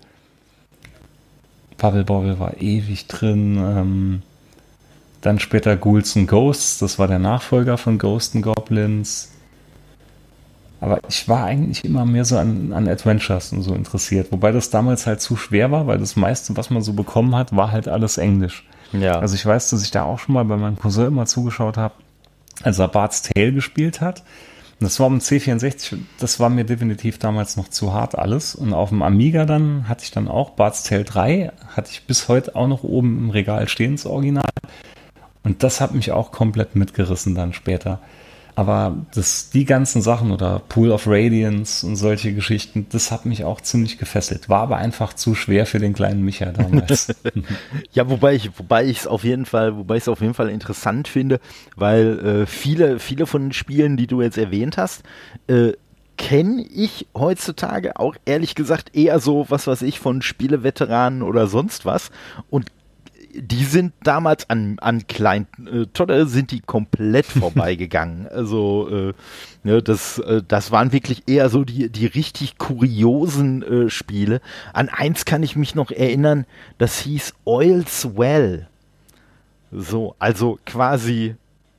war ewig drin. Dann später Ghouls and Ghosts, das war der Nachfolger von Ghosts and Goblins. Aber ich war eigentlich immer mehr so an Adventures und so interessiert. Wobei das damals halt zu schwer war, weil das meiste, was man so bekommen hat, war halt alles Englisch. Ja. Also ich weiß, dass ich da auch schon mal bei meinem Cousin immer zugeschaut habe, als er Bard's Tale gespielt hat. Und das war auf dem C64, das war mir definitiv damals noch zu hart alles. Und auf dem Amiga dann hatte ich dann auch Bard's Tale 3, hatte ich bis heute auch noch oben im Regal stehen, das Original. Und das hat mich auch komplett mitgerissen dann später. Aber die ganzen Sachen oder Pool of Radiance und solche Geschichten, das hat mich auch ziemlich gefesselt. War aber einfach zu schwer für den kleinen Micha damals. Ja, wobei ich es auf jeden Fall interessant finde, weil viele von den Spielen, die du jetzt erwähnt hast, kenne ich heutzutage auch ehrlich gesagt eher so, was weiß ich, von Spieleveteranen oder sonst was. Und die sind damals an Klein Todde sind die komplett vorbeigegangen. Also das waren wirklich eher so die richtig kuriosen Spiele. An eins kann ich mich noch erinnern, das hieß Oil's Well. So, also quasi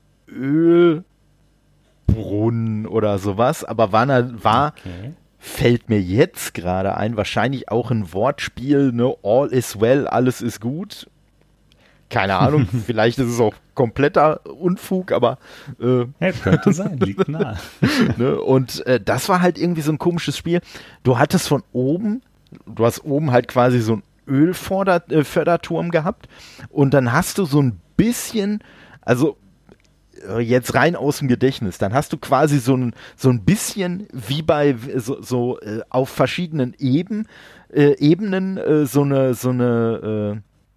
Ölbrunnen oder sowas, aber fällt mir jetzt gerade ein, wahrscheinlich auch ein Wortspiel, ne? All is well, alles ist gut. Keine Ahnung, vielleicht ist es auch kompletter Unfug, aber könnte sein, liegt nahe. Ne? Und das war halt irgendwie so ein komisches Spiel. Du hast oben halt quasi so ein Ölförderturm gehabt und dann hast du so ein bisschen, also jetzt rein aus dem Gedächtnis, dann hast du quasi so ein bisschen wie bei so auf verschiedenen Ebenen so eine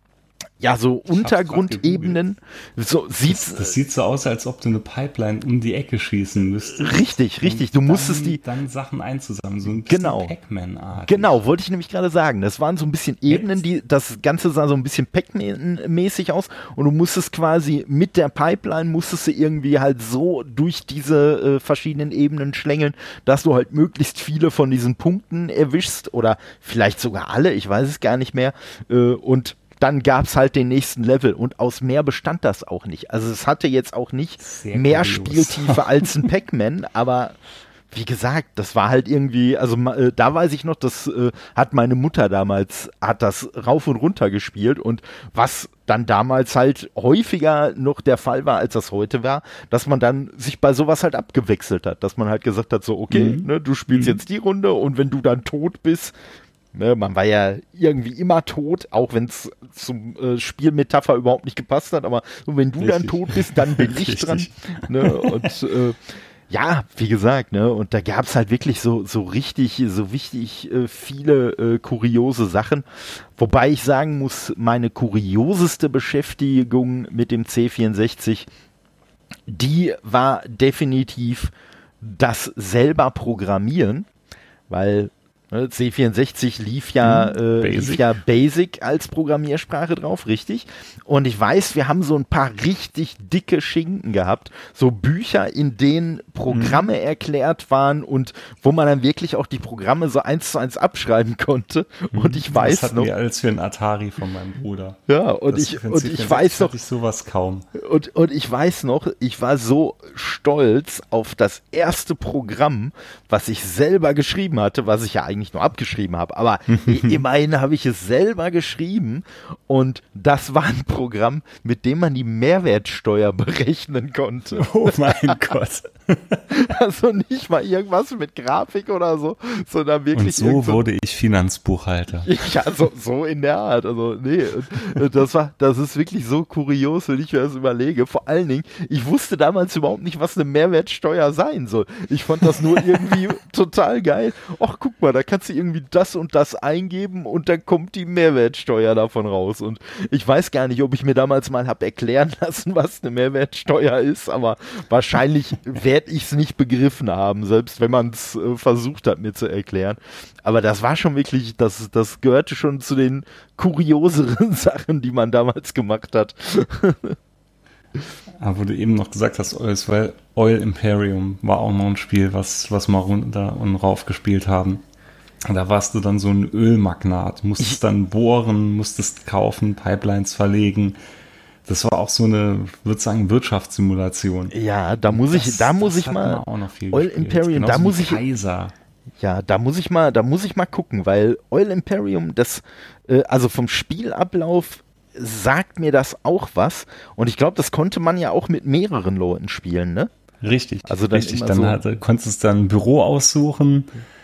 Untergrundebenen. So das sieht so aus, als ob du eine Pipeline um die Ecke schießen müsstest. Richtig. Du musstest dann Sachen einzusammeln, so ein bisschen Pac-Man-Art. Genau, wollte ich nämlich gerade sagen. Das waren so ein bisschen Ebenen, das Ganze sah so ein bisschen Pac-Man-mäßig aus und du musstest quasi mit der Pipeline irgendwie halt so durch diese verschiedenen Ebenen schlängeln, dass du halt möglichst viele von diesen Punkten erwischst oder vielleicht sogar alle, ich weiß es gar nicht mehr, und dann gab es halt den nächsten Level und aus mehr bestand das auch nicht. Also es hatte jetzt auch nicht mehr Spieltiefe als ein Pac-Man, aber wie gesagt, das war halt irgendwie, also da weiß ich noch, das hat meine Mutter damals, hat das rauf und runter gespielt und was dann damals halt häufiger noch der Fall war, als das heute war, dass man dann sich bei sowas halt abgewechselt hat, dass man halt gesagt hat, so okay, ne, du spielst jetzt die Runde und wenn du dann tot bist, ne, man war ja irgendwie immer tot, auch wenn es zum Spielmetapher überhaupt nicht gepasst hat, aber so, wenn du dann tot bist, dann bin ich dran. Ne, und ja, wie gesagt, ne, und da gab es halt wirklich so richtig viele kuriose Sachen, wobei ich sagen muss, meine kurioseste Beschäftigung mit dem C64, die war definitiv das selber Programmieren, weil C64 lief ja Basic als Programmiersprache drauf, richtig? Und ich weiß, wir haben so ein paar richtig dicke Schinken gehabt, so Bücher, in denen Programme erklärt waren und wo man dann wirklich auch die Programme so 1:1 abschreiben konnte. Und ich weiß das hatten wir als für ein Atari von meinem Bruder. Ja, und ich weiß noch, hatte ich sowas kaum. Und ich weiß noch, ich war so stolz auf das erste Programm, was ich selber geschrieben hatte, was ich ja eigentlich nur abgeschrieben habe, aber immerhin habe ich es selber geschrieben und das war ein Programm, mit dem man die Mehrwertsteuer berechnen konnte. Oh mein Gott. Also nicht mal irgendwas mit Grafik oder so, sondern wirklich. Und so wurde ich Finanzbuchhalter. Ja, so in der Art. Also nee, das ist wirklich so kurios, wenn ich mir das überlege. Vor allen Dingen, ich wusste damals überhaupt nicht, was eine Mehrwertsteuer sein soll. Ich fand das nur irgendwie total geil. Ach, guck mal, da kannst du irgendwie das und das eingeben und dann kommt die Mehrwertsteuer davon raus. Und ich weiß gar nicht, ob ich mir damals mal habe erklären lassen, was eine Mehrwertsteuer ist, aber wahrscheinlich werde ich es nicht begriffen haben, selbst wenn man es versucht hat, mir zu erklären. Aber das war schon wirklich, das gehörte schon zu den kurioseren Sachen, die man damals gemacht hat. Aber wo du eben noch gesagt hast, Oil Imperium war auch noch ein Spiel, was wir runter und rauf gespielt haben. Da warst du dann so ein Ölmagnat, musstest dann bohren, musstest kaufen, Pipelines verlegen. Das war auch so eine, würde sagen, Wirtschaftssimulation. Ja, da muss ich mal Oil Imperium, da muss ich Kaiser. Ja, da muss ich mal gucken, weil Oil Imperium, also vom Spielablauf sagt mir das auch was. Und ich glaube, das konnte man ja auch mit mehreren Leuten spielen, ne? Richtig. Also dann konntest du dann ein Büro aussuchen.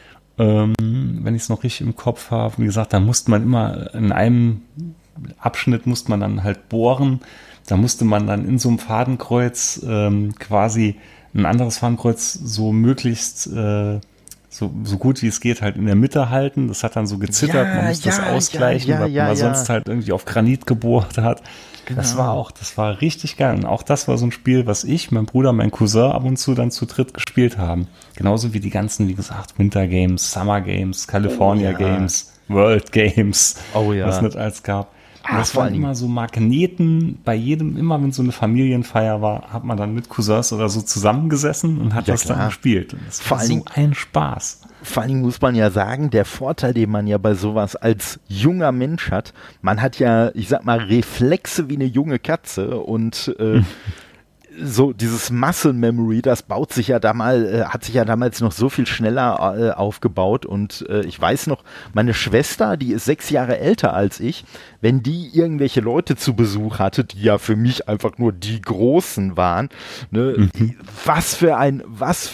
Wenn ich es noch richtig im Kopf habe, wie gesagt, da musste man immer in einem Abschnitt musste man dann halt bohren. Da musste man dann in so einem Fadenkreuz quasi ein anderes Fadenkreuz so möglichst so gut wie es geht halt in der Mitte halten. Das hat dann so gezittert, man musste das ausgleichen, weil man sonst halt irgendwie auf Granit gebohrt hat. Genau. Das war richtig geil. Und auch das war so ein Spiel, was ich, mein Bruder, mein Cousin ab und zu dann zu dritt gespielt haben. Genauso wie die ganzen, wie gesagt, Winter Games, Summer Games, California Games, World Games, was es nicht alles gab. Das waren immer so Magneten bei jedem, immer wenn so eine Familienfeier war, hat man dann mit Cousins oder so zusammengesessen und hat das dann gespielt. Und das war so ein Spaß. Vor allen Dingen muss man ja sagen, der Vorteil, den man ja bei sowas als junger Mensch hat, man hat ja, ich sag mal, Reflexe wie eine junge Katze und so dieses Muscle Memory, das baut sich ja hat sich ja damals noch so viel schneller aufgebaut und ich weiß noch, meine Schwester, die ist 6 Jahre älter als ich, wenn die irgendwelche Leute zu Besuch hatte, die ja für mich einfach nur die Großen waren, ne, was für ein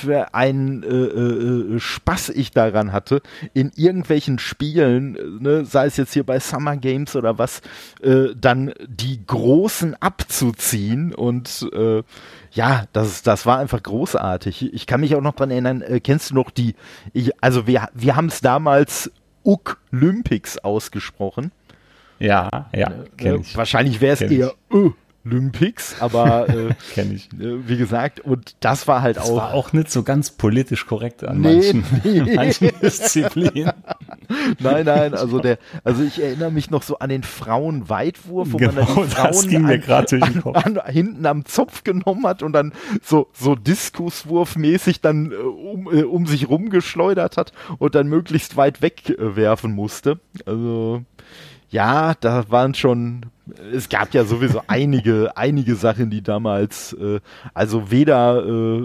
Spaß ich daran hatte, in irgendwelchen Spielen, ne, sei es jetzt hier bei Summer Games oder was, dann die Großen abzuziehen und ja, das war einfach großartig. Ich kann mich auch noch dran erinnern, kennst du noch wir haben es damals Olympics ausgesprochen. Ja, kenn ich. Wahrscheinlich wäre es eher Olympics, aber kenn ich. Wie gesagt, und das war halt das war auch nicht so ganz politisch korrekt an manchen Disziplinen. Nein, also ich erinnere mich noch so an den Frauenweitwurf, wo man dann die Frauen hinten am Zopf genommen hat und dann so Diskuswurfmäßig dann um sich rumgeschleudert hat und dann möglichst weit wegwerfen musste. Also ja, da waren schon, es gab ja sowieso einige Sachen, die damals, also weder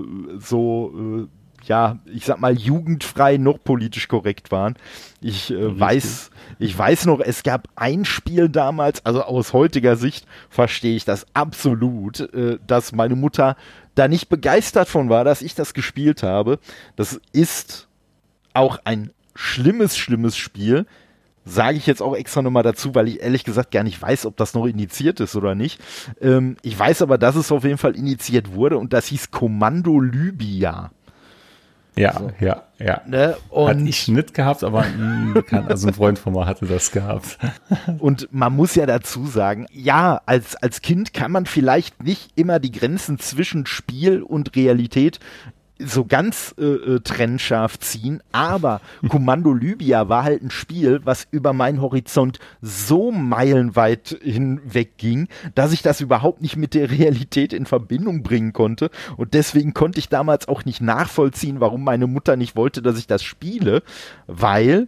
ich sag mal, jugendfrei noch politisch korrekt waren. Ich weiß noch, es gab ein Spiel damals, also aus heutiger Sicht verstehe ich das absolut, dass meine Mutter da nicht begeistert von war, dass ich das gespielt habe. Das ist auch ein schlimmes Spiel. Sage ich jetzt auch extra nochmal dazu, weil ich ehrlich gesagt gar nicht weiß, ob das noch initiiert ist oder nicht. Ich weiß aber, dass es auf jeden Fall initiiert wurde und das hieß Kommando Libya. Ja, so. Ja. Ne? Und hatte ich nicht gehabt, aber ein Freund von mir hatte das gehabt. Und man muss ja dazu sagen, ja, als Kind kann man vielleicht nicht immer die Grenzen zwischen Spiel und Realität so ganz trennscharf ziehen, aber Kommando Libya war halt ein Spiel, was über meinen Horizont so meilenweit hinweg ging, dass ich das überhaupt nicht mit der Realität in Verbindung bringen konnte und deswegen konnte ich damals auch nicht nachvollziehen, warum meine Mutter nicht wollte, dass ich das spiele, weil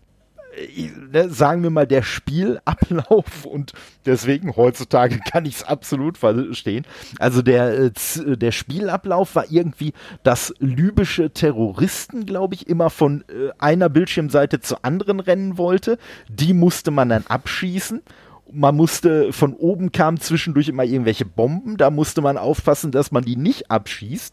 sagen wir mal, der Spielablauf und deswegen heutzutage kann ich es absolut verstehen. Also der Spielablauf war irgendwie, dass libysche Terroristen, glaube ich, immer von einer Bildschirmseite zur anderen rennen wollte. Die musste man dann abschießen. Man musste, von oben kamen zwischendurch immer irgendwelche Bomben. Da musste man aufpassen, dass man die nicht abschießt.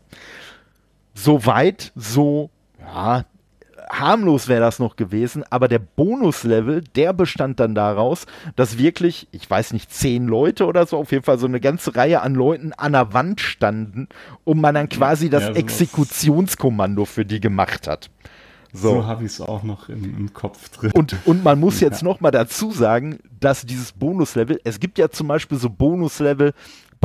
Soweit, ja, harmlos wäre das noch gewesen, aber der Bonuslevel, der bestand dann daraus, dass wirklich, ich weiß nicht, 10 Leute oder so, auf jeden Fall so eine ganze Reihe an Leuten an der Wand standen und man dann quasi das Exekutionskommando für die gemacht hat. So habe ich es auch noch im Kopf drin. Und man muss jetzt noch mal dazu sagen, dass dieses Bonuslevel, es gibt ja zum Beispiel so Bonuslevel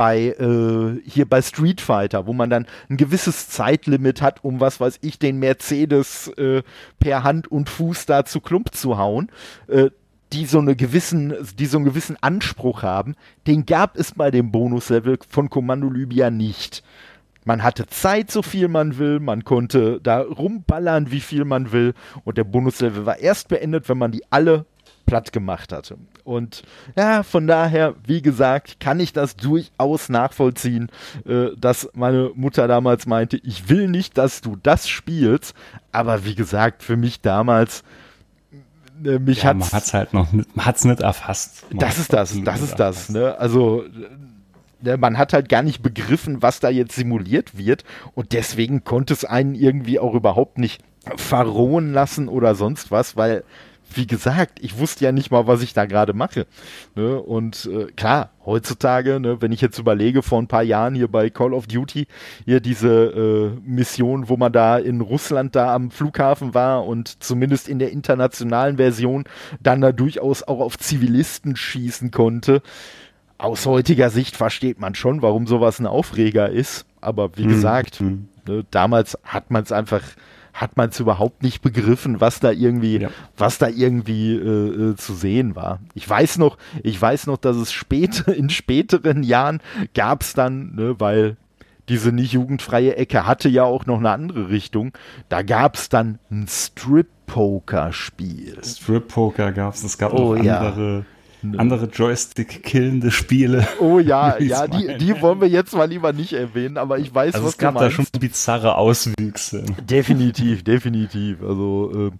hier bei Street Fighter, wo man dann ein gewisses Zeitlimit hat, um was weiß ich, den Mercedes per Hand und Fuß da zu Klump zu hauen, die so einen gewissen Anspruch haben. Den gab es bei dem Bonuslevel von Kommando Libya nicht. Man hatte Zeit, so viel man will, man konnte da rumballern, wie viel man will und der Bonuslevel war erst beendet, wenn man die alle platt gemacht hatte. Und ja, von daher, wie gesagt, kann ich das durchaus nachvollziehen, dass meine Mutter damals meinte, ich will nicht, dass du das spielst, aber wie gesagt, für mich damals, man hat's halt noch nicht, man hat's nicht erfasst. Das ist das, ne? Also, man hat halt gar nicht begriffen, was da jetzt simuliert wird und deswegen konnte es einen irgendwie auch überhaupt nicht verrohen lassen oder sonst was, weil wie gesagt, ich wusste ja nicht mal, was ich da gerade mache. Ne? Und klar, heutzutage, ne, wenn ich jetzt überlege, vor ein paar Jahren hier bei Call of Duty, hier diese Mission, wo man da in Russland da am Flughafen war und zumindest in der internationalen Version dann da durchaus auch auf Zivilisten schießen konnte. Aus heutiger Sicht versteht man schon, warum sowas ein Aufreger ist. Aber wie gesagt, ne, damals hat man es einfach hat man es überhaupt nicht begriffen, was da irgendwie zu sehen war. Ich weiß noch, dass es in späteren Jahren gab es dann, ne, weil diese nicht jugendfreie Ecke hatte ja auch noch eine andere Richtung. Da gab es dann ein Strip-Poker-Spiel. Strip-Poker gab es. Es gab noch andere Joystick-killende Spiele. Oh ja, die wollen wir jetzt mal lieber nicht erwähnen, aber ich weiß, also was es gab du meinst. Da schon bizarre Auswüchse. Definitiv. Also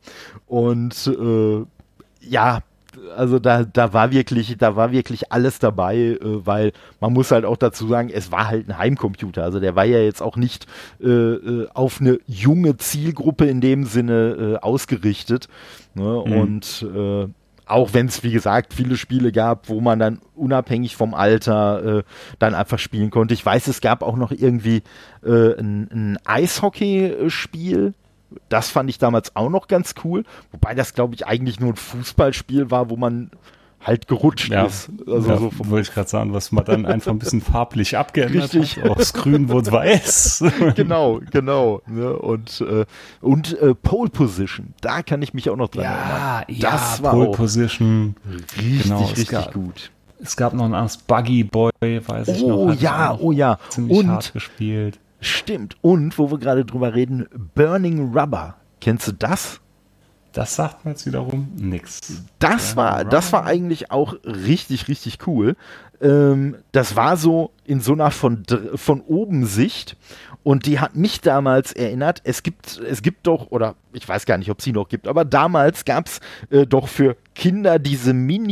ja, also da war wirklich alles dabei, weil man muss halt auch dazu sagen, es war halt ein Heimcomputer, also der war ja jetzt auch nicht auf eine junge Zielgruppe in dem Sinne ausgerichtet, ne? Und auch wenn es, wie gesagt, viele Spiele gab, wo man dann unabhängig vom Alter dann einfach spielen konnte. Ich weiß, es gab auch noch irgendwie ein Eishockey-Spiel. Das fand ich damals auch noch ganz cool. Wobei das, glaube ich, eigentlich nur ein Fußballspiel war, wo man halt gerutscht ist. Also ja, so wollte ich gerade sagen, was man dann einfach ein bisschen farblich abgeändert hat. Aus grün wurde weiß. Genau. Ne? Und Pole Position, da kann ich mich auch noch dran erinnern. Das war Pole Position. Richtig gut. Es gab noch ein anderes Buggy Boy, weiß ich noch. Oh ja. Ziemlich hart gespielt. Stimmt. Und, wo wir gerade drüber reden, Burning Rubber. Kennst du das? Das sagt mir jetzt wiederum nix. Das war eigentlich auch richtig, richtig cool. Das war so in so einer von oben Sicht und die hat mich damals erinnert, es gibt doch, oder ich weiß gar nicht, ob es sie noch gibt, aber damals gab es doch für Kinder diese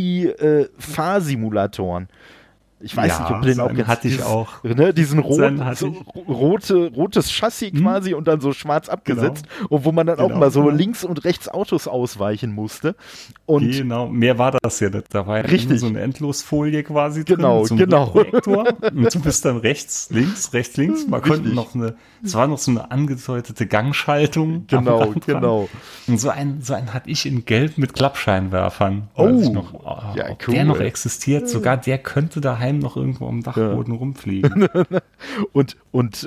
Mini-Fahrsimulatoren. Ich weiß nicht, ob du den auch kennst. Hatte ich auch. Ne, diesen rotes Chassis quasi und dann so schwarz abgesetzt. Genau. Und wo man dann auch mal so links und rechts Autos ausweichen musste. Und genau, mehr war das ja nicht. Da war ja immer so eine Endlosfolie quasi drin. Genau. Projektor. Und du bist dann rechts, links. Man konnte es war noch so eine angedeutete Gangschaltung. Genau. Und so einen hatte ich in Gelb mit Klappscheinwerfern. Cool. Der noch existiert. Sogar der könnte daheim noch irgendwo am Dachboden rumfliegen. und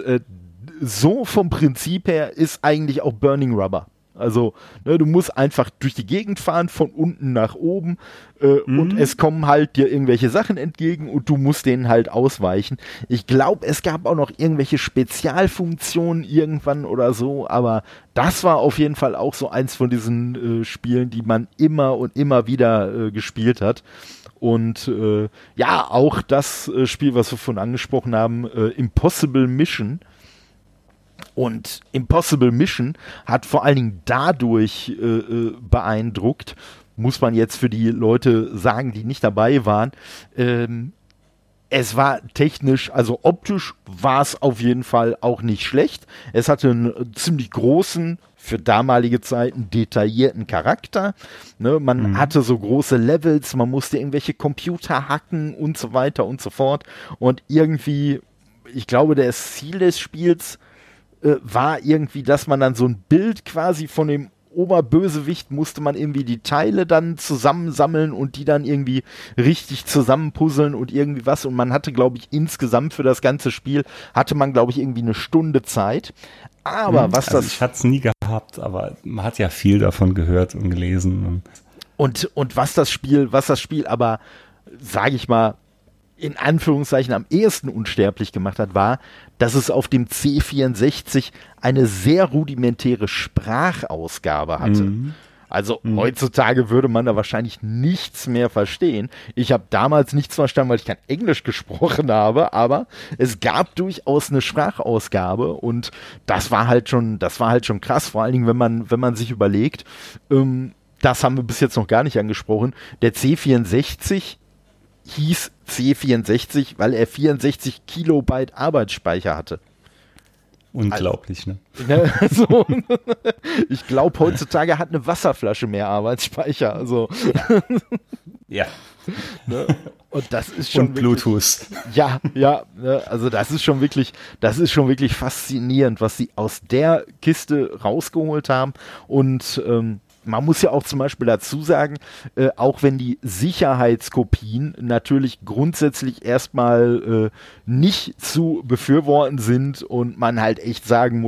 so vom Prinzip her ist eigentlich auch Burning Rubber. Also, ne, du musst einfach durch die Gegend fahren, von unten nach oben und es kommen halt dir irgendwelche Sachen entgegen und du musst denen halt ausweichen. Ich glaube, es gab auch noch irgendwelche Spezialfunktionen irgendwann oder so, aber das war auf jeden Fall auch so eins von diesen Spielen, die man immer und immer wieder gespielt hat. Und auch das Spiel, was wir vorhin angesprochen haben, Impossible Mission. Und Impossible Mission hat vor allen Dingen dadurch beeindruckt, muss man jetzt für die Leute sagen, die nicht dabei waren. Es war technisch, also optisch war es auf jeden Fall auch nicht schlecht. Es hatte einen ziemlich großen, für damalige Zeiten detaillierten Charakter. Ne, man hatte so große Levels, man musste irgendwelche Computer hacken und so weiter und so fort. Und irgendwie, ich glaube, das Ziel des Spiels war irgendwie, dass man dann so ein Bild quasi von dem Oberbösewicht musste man irgendwie die Teile dann zusammensammeln und die dann irgendwie richtig zusammenpuzzeln und irgendwie was. Und man hatte, glaube ich, insgesamt für das ganze Spiel hatte man, glaube ich, irgendwie eine Stunde Zeit. Aber ich hatte es nie gehabt, aber man hat ja viel davon gehört und gelesen. Und was das Spiel aber, sage ich mal, in Anführungszeichen am ehesten unsterblich gemacht hat, war, dass es auf dem C64 eine sehr rudimentäre Sprachausgabe hatte. Also heutzutage würde man da wahrscheinlich nichts mehr verstehen. Ich habe damals nichts verstanden, weil ich kein Englisch gesprochen habe, aber es gab durchaus eine Sprachausgabe und das war halt schon krass, vor allen Dingen, wenn man sich überlegt, das haben wir bis jetzt noch gar nicht angesprochen, der C64 hieß C64, weil er 64 Kilobyte Arbeitsspeicher hatte. Unglaublich, ne? Also, ich glaube, heutzutage hat eine Wasserflasche mehr Arbeitsspeicher. Also. Ja. Ne? Und das ist schon. Und Bluetooth. Ja, ne? Also das ist schon wirklich faszinierend, was sie aus der Kiste rausgeholt haben. Und man muss ja auch zum Beispiel dazu sagen, auch wenn die Sicherheitskopien natürlich grundsätzlich erstmal nicht zu befürworten sind und man halt echt sagen muss,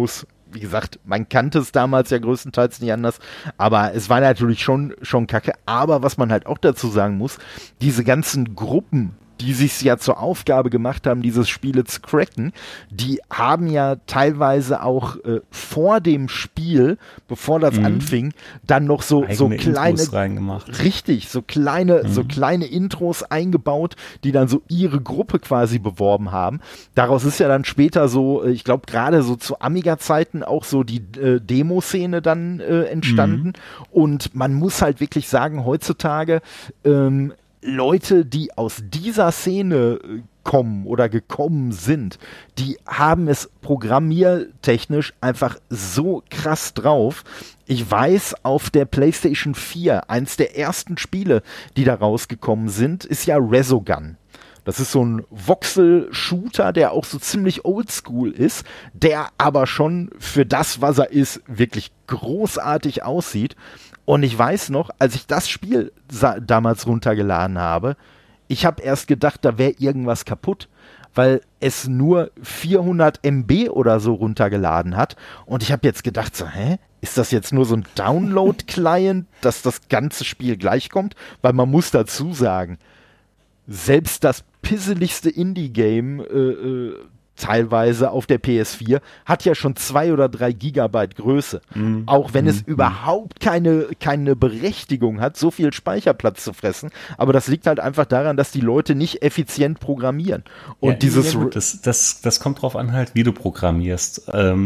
wie gesagt, man kannte es damals ja größtenteils nicht anders, aber es war natürlich schon kacke. Aber was man halt auch dazu sagen muss, diese ganzen Gruppen, die sich ja zur Aufgabe gemacht haben, dieses Spiele zu cracken, die haben ja teilweise auch vor dem Spiel, bevor das anfing, dann noch so kleine Intros reingemacht. Richtig, so kleine Intros eingebaut, die dann so ihre Gruppe quasi beworben haben. Daraus ist ja dann später so, ich glaube gerade so zu Amiga-Zeiten auch so die Demo-Szene dann entstanden. Und man muss halt wirklich sagen, heutzutage Leute, die aus dieser Szene kommen oder gekommen sind, die haben es programmiertechnisch einfach so krass drauf. Ich weiß, auf der PlayStation 4, eins der ersten Spiele, die da rausgekommen sind, ist ja Resogun. Das ist so ein Voxel-Shooter, der auch so ziemlich oldschool ist, der aber schon für das, was er ist, wirklich großartig aussieht. Und ich weiß noch, als ich das Spiel damals runtergeladen habe, ich habe erst gedacht, da wäre irgendwas kaputt, weil es nur 400 MB oder so runtergeladen hat. Und ich habe jetzt gedacht so, ist das jetzt nur so ein Download-Client, dass das ganze Spiel gleich kommt? Weil man muss dazu sagen, selbst das pisseligste Indie-Game teilweise auf der PS4 hat ja schon 2 oder 3 Gigabyte Größe. Auch wenn es überhaupt keine Berechtigung hat, so viel Speicherplatz zu fressen. Aber das liegt halt einfach daran, dass die Leute nicht effizient programmieren. Und das kommt drauf an halt, wie du programmierst.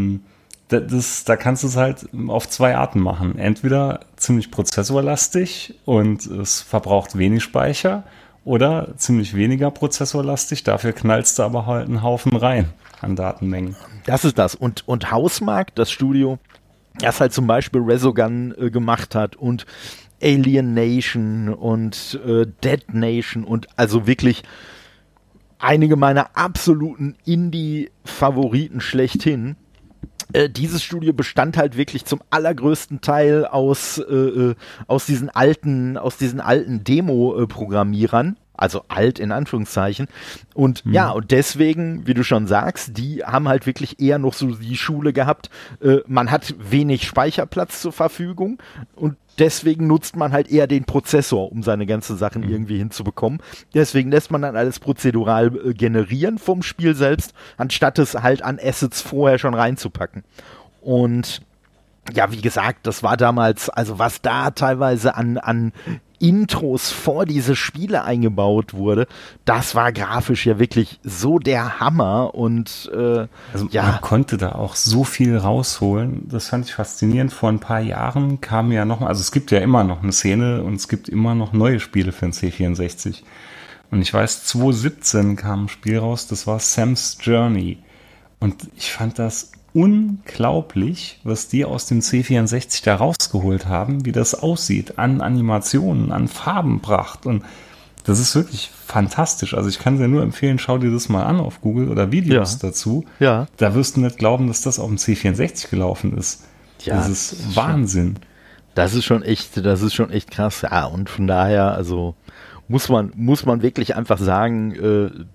Da kannst du es halt auf 2 Arten machen. Entweder ziemlich prozessorlastig und es verbraucht wenig Speicher, oder ziemlich weniger prozessorlastig, dafür knallst du aber halt einen Haufen rein an Datenmengen. Das ist das. Und Hausmark, das Studio, das halt zum Beispiel Resogun gemacht hat und Alien Nation und Dead Nation und also wirklich einige meiner absoluten Indie-Favoriten schlechthin. Dieses Studio bestand halt wirklich zum allergrößten Teil aus diesen alten Demo-Programmierern, also alt in Anführungszeichen. Und und deswegen, wie du schon sagst, die haben halt wirklich eher noch so die Schule gehabt, man hat wenig Speicherplatz zur Verfügung und deswegen nutzt man halt eher den Prozessor, um seine ganzen Sachen irgendwie hinzubekommen. Deswegen lässt man dann alles prozedural generieren vom Spiel selbst, anstatt es halt an Assets vorher schon reinzupacken. Und ja, wie gesagt, das war damals, also was da teilweise an Intros vor diese Spiele eingebaut wurde, das war grafisch ja wirklich so der Hammer und man konnte da auch so viel rausholen, das fand ich faszinierend. Vor ein paar Jahren kam ja noch, also es gibt ja immer noch eine Szene und es gibt immer noch neue Spiele für den C64 und ich weiß, 2017 kam ein Spiel raus, das war Sam's Journey und ich fand das unglaublich, was die aus dem C64 da rausgeholt haben, wie das aussieht, an Animationen, an Farbenpracht und das ist wirklich fantastisch. Also ich kann dir nur empfehlen, schau dir das mal an auf Google oder Videos dazu. Ja. Da wirst du nicht glauben, dass das auf dem C64 gelaufen ist. Ja, das ist Wahnsinn. Das ist schon echt krass. Ja, und von daher, also muss man wirklich einfach sagen,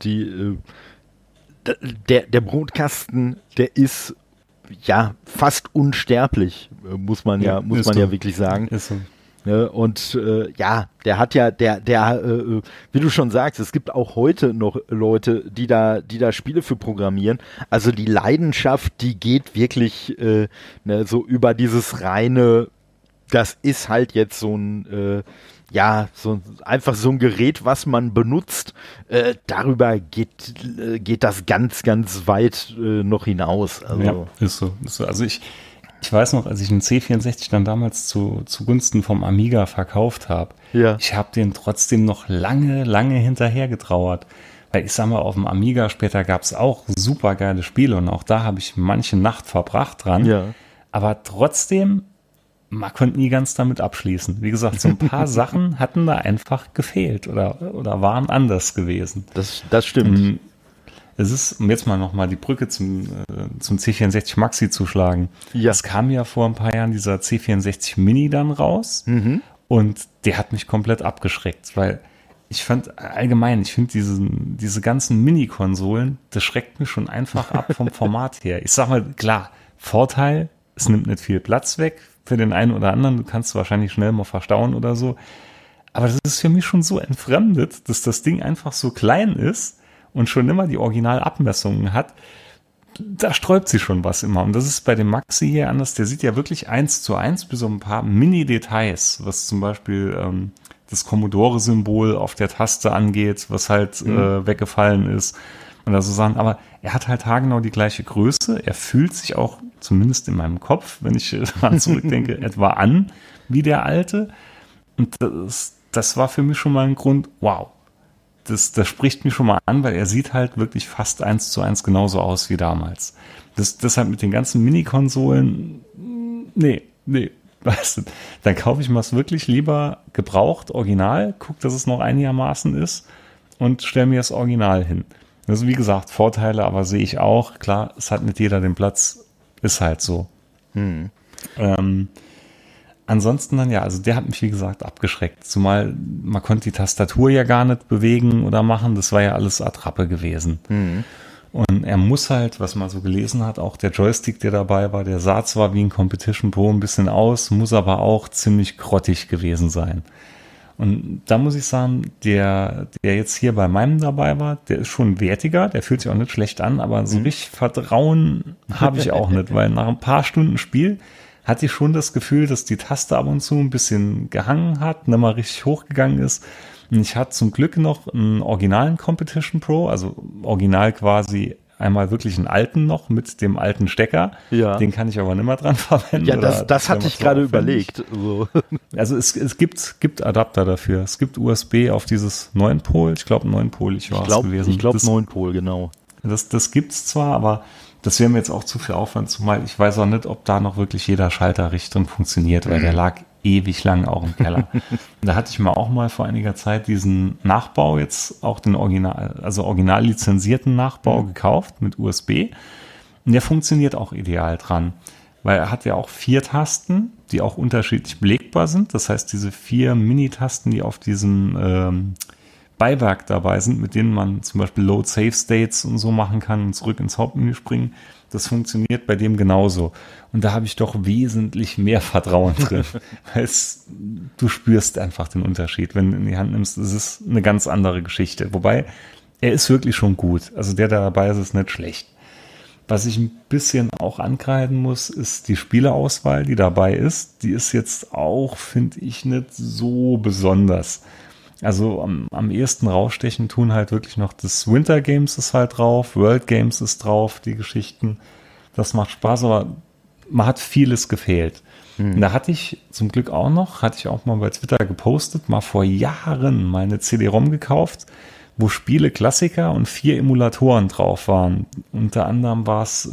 der Brotkasten, der ist ja fast unsterblich, muss man ja wirklich sagen. Ist so. Und der hat ja, wie du schon sagst, es gibt auch heute noch Leute, die da Spiele für programmieren. Also die Leidenschaft, die geht wirklich so über dieses reine, das ist halt jetzt so ein einfach so ein Gerät, was man benutzt, darüber geht das ganz, ganz weit noch hinaus. Also. Ja, ist so. Also ich weiß noch, als ich den C64 dann damals zugunsten vom Amiga verkauft habe, ich habe den trotzdem noch lange, lange hinterher getrauert. Weil ich sag mal, auf dem Amiga später gab es auch super geile Spiele und auch da habe ich manche Nacht verbracht dran. Ja. Aber trotzdem, man konnte nie ganz damit abschließen. Wie gesagt, so ein paar Sachen hatten da einfach gefehlt oder waren anders gewesen. Das stimmt. Es ist, um jetzt mal nochmal die Brücke zum C64 Maxi zu schlagen. Ja. Es kam ja vor ein paar Jahren dieser C64 Mini dann raus und der hat mich komplett abgeschreckt, weil ich finde diese ganzen Mini-Konsolen, das schreckt mich schon einfach ab vom Format her. Ich sag mal, klar, Vorteil, es nimmt nicht viel Platz weg für den einen oder anderen. Du kannst wahrscheinlich schnell mal verstauen oder so. Aber das ist für mich schon so entfremdet, dass das Ding einfach so klein ist und schon immer die Originalabmessungen hat. Da sträubt sich schon was immer. Und das ist bei dem Maxi hier anders. Der sieht ja wirklich 1:1 bis so ein paar Mini-Details, was zum Beispiel das Commodore-Symbol auf der Taste angeht, was halt weggefallen ist. Oder so Sachen. Aber er hat halt haargenau die gleiche Größe. Er fühlt sich auch, zumindest in meinem Kopf, wenn ich daran zurückdenke, etwa an wie der alte. Und das war für mich schon mal ein Grund, wow. Das spricht mich schon mal an, weil er sieht halt wirklich fast 1:1 genauso aus wie damals. Deshalb mit den ganzen Mini-Konsolen, nee, weißt du, dann kaufe ich mir es wirklich lieber gebraucht, original, guck, dass es noch einigermaßen ist und stelle mir das Original hin. Also wie gesagt, Vorteile, aber sehe ich auch. Klar, es hat nicht jeder den Platz, ist halt so. Ansonsten dann ja, also der hat mich wie gesagt abgeschreckt, zumal man konnte die Tastatur ja gar nicht bewegen oder machen, das war ja alles Attrappe gewesen. Und er muss halt, was man so gelesen hat, auch der Joystick, der dabei war, der sah zwar wie ein Competition Pro ein bisschen aus, muss aber auch ziemlich grottig gewesen sein. Und da muss ich sagen, der jetzt hier bei meinem dabei war, der ist schon wertiger, der fühlt sich auch nicht schlecht an, aber so richtig Vertrauen habe ich auch nicht, weil nach ein paar Stunden Spiel hatte ich schon das Gefühl, dass die Taste ab und zu ein bisschen gehangen hat, nicht mal richtig hochgegangen ist. Und ich hatte zum Glück noch einen originalen Competition Pro, also original quasi einmal wirklich einen alten noch mit dem alten Stecker. Ja. Den kann ich aber nicht mehr dran verwenden. Ja, das hatte ich gerade überlegt. So. Also es gibt Adapter dafür. Es gibt USB auf dieses 9-Pol. Ich glaube 9-polig war es gewesen. Ich glaube 9-Pol, genau. Das gibt's zwar, aber das wäre mir jetzt auch zu viel Aufwand, zumal ich weiß auch nicht, ob da noch wirklich jeder Schalter richtig funktioniert, weil der lag ewig lang auch im Keller. Da hatte ich mir auch mal vor einiger Zeit diesen Nachbau, jetzt auch den original lizenzierten Nachbau gekauft mit USB. Und der funktioniert auch ideal dran, weil er hat ja auch 4 Tasten, die auch unterschiedlich belegbar sind. Das heißt, diese 4 Mini-Tasten, die auf diesem Beiwerk dabei sind, mit denen man zum Beispiel Load Save States und so machen kann und zurück ins Hauptmenü springen. Das funktioniert bei dem genauso. Und da habe ich doch wesentlich mehr Vertrauen drin, weil du spürst einfach den Unterschied. Wenn du in die Hand nimmst, ist es eine ganz andere Geschichte. Wobei, er ist wirklich schon gut. Also der da dabei ist, ist nicht schlecht. Was ich ein bisschen auch ankreiden muss, ist die Spieleauswahl, die dabei ist. Die ist jetzt auch, finde ich, nicht so besonders. Also am ehesten rausstechen tun halt wirklich noch das Winter Games ist halt drauf, World Games ist drauf, die Geschichten. Das macht Spaß, aber man hat vieles gefehlt. Und da hatte ich zum Glück auch mal bei Twitter gepostet, mal vor Jahren mal eine CD-ROM gekauft, wo Spiele, Klassiker und 4 Emulatoren drauf waren. Unter anderem war es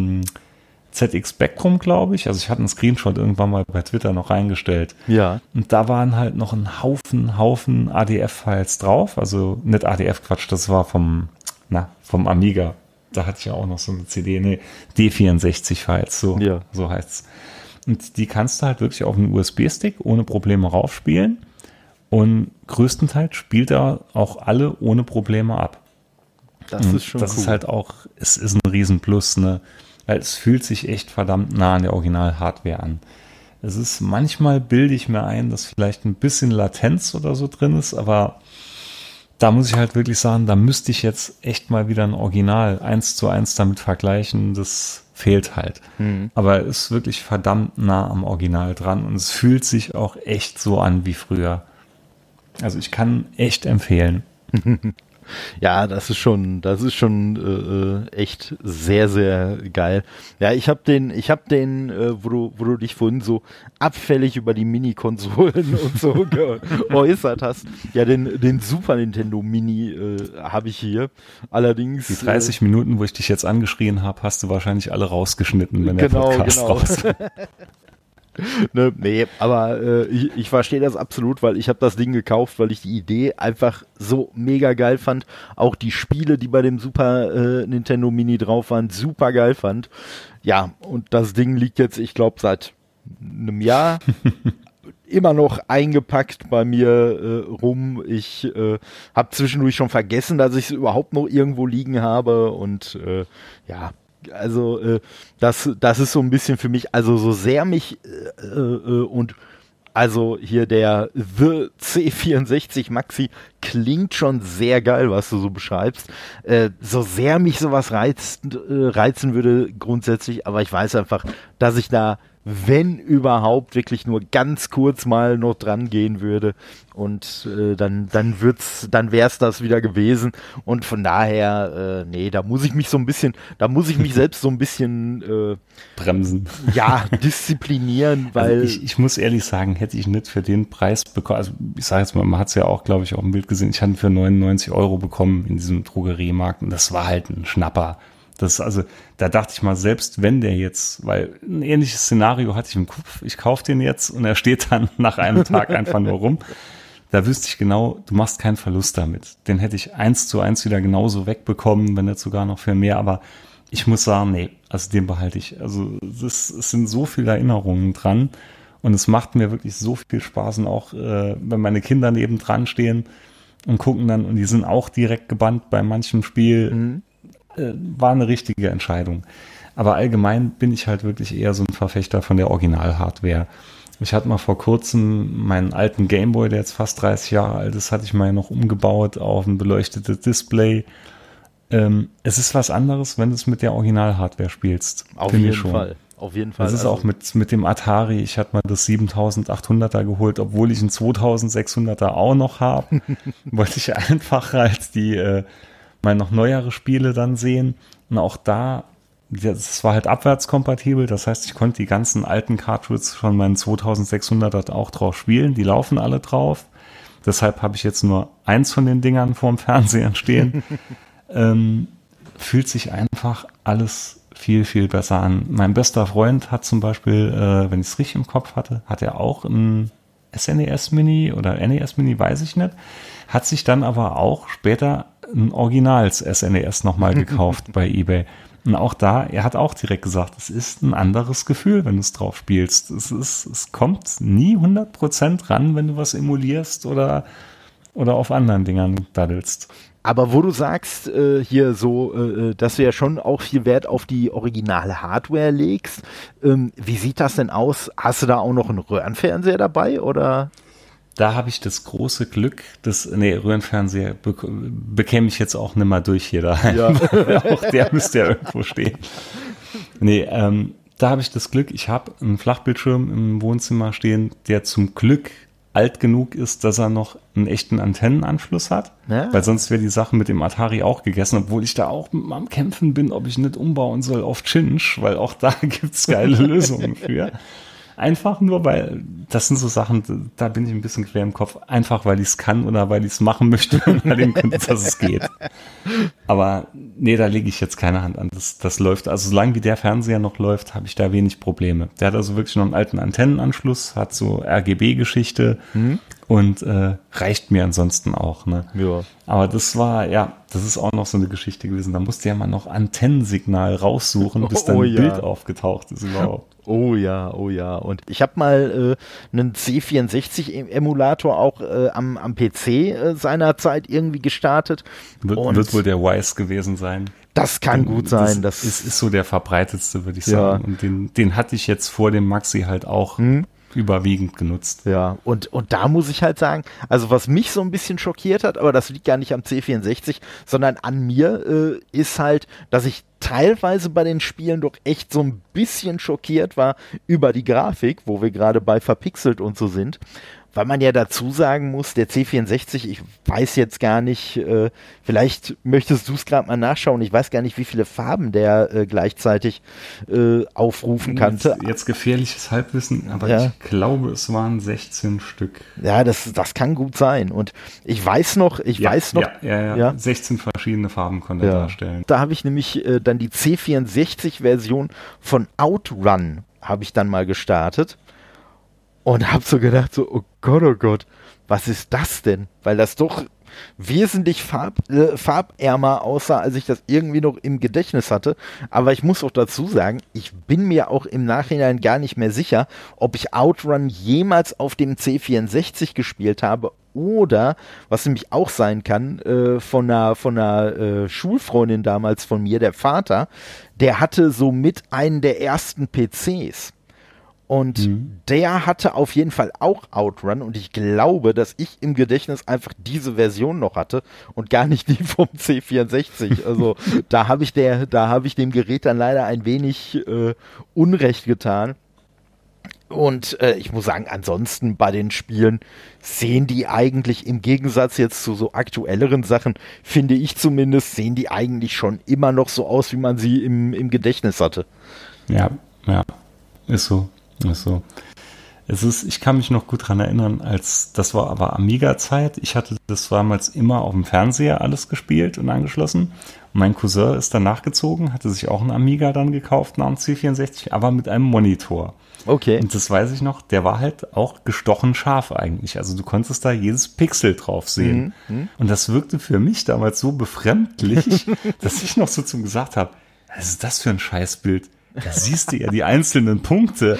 ZX Spectrum, glaube ich. Also ich hatte einen Screenshot irgendwann mal bei Twitter noch reingestellt. Ja. Und da waren halt noch ein Haufen ADF-Files drauf. Also nicht ADF-Quatsch, das war vom Amiga. Da hatte ich ja auch noch so eine CD, D64-Files, so heißt's. Und die kannst du halt wirklich auf einen USB-Stick ohne Probleme raufspielen. Und größtenteils spielt er auch alle ohne Probleme ab. Das ist schon das cool. Ist halt auch, es ist ein Riesenplus, ne? Weil es fühlt sich echt verdammt nah an der Original-Hardware an. Es ist, manchmal bilde ich mir ein, dass vielleicht ein bisschen Latenz oder so drin ist, aber da muss ich halt wirklich sagen, da müsste ich jetzt echt mal wieder ein Original 1:1 damit vergleichen, das fehlt halt. Aber es ist wirklich verdammt nah am Original dran und es fühlt sich auch echt so an wie früher. Also ich kann echt empfehlen. Ja, das ist schon echt sehr, sehr geil. Ja, ich habe den, wo du dich vorhin so abfällig über die Mini-Konsolen und so geäußert hast. Ja, den Super Nintendo Mini habe ich hier. Allerdings die 30 Minuten, wo ich dich jetzt angeschrien habe, hast du wahrscheinlich alle rausgeschnitten, wenn der Podcast raus. Ne, nee, aber ich verstehe das absolut, weil ich habe das Ding gekauft, weil ich die Idee einfach so mega geil fand. Auch die Spiele, die bei dem Super Nintendo Mini drauf waren, super geil fand. Ja, und das Ding liegt jetzt, ich glaube, seit einem Jahr immer noch eingepackt bei mir rum. Ich habe zwischendurch schon vergessen, dass ich es überhaupt noch irgendwo liegen habe und ja, Also das ist so ein bisschen für mich, also so sehr mich und also hier der The C64 Maxi klingt schon sehr geil, was du so beschreibst. So sehr mich sowas reizen würde grundsätzlich, aber ich weiß einfach, dass ich da, wenn überhaupt, wirklich nur ganz kurz mal noch dran gehen würde und dann wäre es das wieder gewesen und von daher, nee, da muss ich mich selbst so ein bisschen bremsen. Ja, disziplinieren, weil also ich muss ehrlich sagen, hätte ich nicht für den Preis bekommen, also ich sage jetzt mal, man hat es ja auch, glaube ich, auch im Bild gesehen, ich hatte ihn für 99 € bekommen in diesem Drogeriemarkt und das war halt ein Schnapper. Also, da dachte ich mal, selbst wenn der jetzt, weil ein ähnliches Szenario hatte ich im Kopf, ich kaufe den jetzt und er steht dann nach einem Tag einfach nur rum, da wüsste ich genau, du machst keinen Verlust damit. Den hätte ich 1:1 wieder genauso wegbekommen, wenn nicht sogar noch für mehr, aber ich muss sagen, nee, also den behalte ich. Also es sind so viele Erinnerungen dran und es macht mir wirklich so viel Spaß und auch, wenn meine Kinder neben dran stehen und gucken dann und die sind auch direkt gebannt bei manchem Spiel, war eine richtige Entscheidung. Aber allgemein bin ich halt wirklich eher so ein Verfechter von der Original-Hardware. Ich hatte mal vor kurzem meinen alten Gameboy, der jetzt fast 30 Jahre alt ist, hatte ich mal noch umgebaut auf ein beleuchtetes Display. Es ist was anderes, wenn du es mit der Original-Hardware spielst. Auf jeden Fall. Das ist auch mit dem Atari. Ich hatte mal das 7800er geholt, obwohl ich einen 2600er auch noch habe. Wollte ich einfach halt mal noch neuere Spiele dann sehen. Und auch da, das war halt abwärtskompatibel. Das heißt, ich konnte die ganzen alten Cartridges von meinen 2600er auch drauf spielen. Die laufen alle drauf. Deshalb habe ich jetzt nur eins von den Dingern vorm Fernseher stehen. Fühlt sich einfach alles viel, viel besser an. Mein bester Freund hat zum Beispiel, wenn ich es richtig im Kopf hatte, hat er auch ein SNES Mini oder NES Mini, weiß ich nicht. Hat sich dann aber auch später ein Originals SNES nochmal gekauft bei eBay. Und auch da, er hat auch direkt gesagt, es ist ein anderes Gefühl, wenn du es drauf spielst. Es kommt nie 100% ran, wenn du was emulierst oder auf anderen Dingern daddelst. Aber wo du sagst, hier so, dass du ja schon auch viel Wert auf die originale Hardware legst, wie sieht das denn aus? Hast du da auch noch einen Röhrenfernseher dabei, oder? Da habe ich das große Glück, Röhrenfernseher bekäme ich jetzt auch nicht mehr durch hier daheim. Ja. Auch der müsste ja irgendwo stehen. Da habe ich das Glück, ich habe einen Flachbildschirm im Wohnzimmer stehen, der zum Glück alt genug ist, dass er noch einen echten Antennenanschluss hat, ja. Weil sonst wäre die Sache mit dem Atari auch gegessen, obwohl ich da auch am Kämpfen bin, ob ich nicht umbauen soll auf Cinch, weil auch da gibt's geile Lösungen für. Einfach nur, weil das sind so Sachen, da bin ich ein bisschen quer im Kopf, einfach weil ich es kann oder weil ich es machen möchte, dass es geht. Aber nee, da lege ich jetzt keine Hand an. Das läuft, also solange wie der Fernseher noch läuft, habe ich da wenig Probleme. Der hat also wirklich noch einen alten Antennenanschluss, hat so RGB-Geschichte und reicht mir ansonsten auch. Ne? Ja. Aber das ist auch noch so eine Geschichte gewesen. Da musste ja mal noch Antennensignal raussuchen, bis dann ein Bild aufgetaucht ist überhaupt. Oh ja. Und ich habe mal einen C64-Emulator auch am PC seinerzeit irgendwie gestartet. Wird wohl der Wise gewesen sein. Das kann gut sein. Das ist so der verbreitetste, würde ich sagen. Und den hatte ich jetzt vor dem Maxi halt auch überwiegend genutzt. Ja, und da muss ich halt sagen, also was mich so ein bisschen schockiert hat, aber das liegt gar nicht am C64, sondern an mir, ist halt, dass ich teilweise bei den Spielen doch echt so ein bisschen schockiert war über die Grafik, wo wir gerade bei verpixelt und so sind. Weil man ja dazu sagen muss, der C64, ich weiß jetzt gar nicht, vielleicht möchtest du es gerade mal nachschauen, ich weiß gar nicht, wie viele Farben der gleichzeitig aufrufen kannte. Jetzt gefährliches Halbwissen, aber ich glaube, es waren 16 Stück. Ja, das kann gut sein. Und ich weiß noch. 16 verschiedene Farben konnte er darstellen. Da habe ich nämlich dann die C64-Version von Outrun habe ich dann mal gestartet. Und hab so gedacht, oh Gott, was ist das denn? Weil das doch wesentlich farbärmer aussah, als ich das irgendwie noch im Gedächtnis hatte. Aber ich muss auch dazu sagen, ich bin mir auch im Nachhinein gar nicht mehr sicher, ob ich Outrun jemals auf dem C64 gespielt habe Oder, was nämlich auch sein kann, von einer Schulfreundin damals von mir, der Vater, der hatte so mit einen der ersten PCs. Und der hatte auf jeden Fall auch Outrun und ich glaube, dass ich im Gedächtnis einfach diese Version noch hatte und gar nicht die vom C64. Also da habe ich dem Gerät dann leider ein wenig Unrecht getan. Und ich muss sagen, ansonsten bei den Spielen sehen die eigentlich im Gegensatz jetzt zu so aktuelleren Sachen, finde ich zumindest, sehen die eigentlich schon immer noch so aus, wie man sie im Gedächtnis hatte. Ja, ist so. Ich kann mich noch gut dran erinnern, das war aber Amiga-Zeit. Ich hatte das damals immer auf dem Fernseher alles gespielt und angeschlossen. Und mein Cousin ist dann nachgezogen, hatte sich auch einen Amiga dann gekauft nach dem C64, aber mit einem Monitor. Okay. Und das weiß ich noch, der war halt auch gestochen scharf eigentlich. Also du konntest da jedes Pixel drauf sehen. Und das wirkte für mich damals so befremdlich, dass ich noch so zum gesagt habe, was ist das für ein Scheißbild? Da siehst du ja die einzelnen Punkte.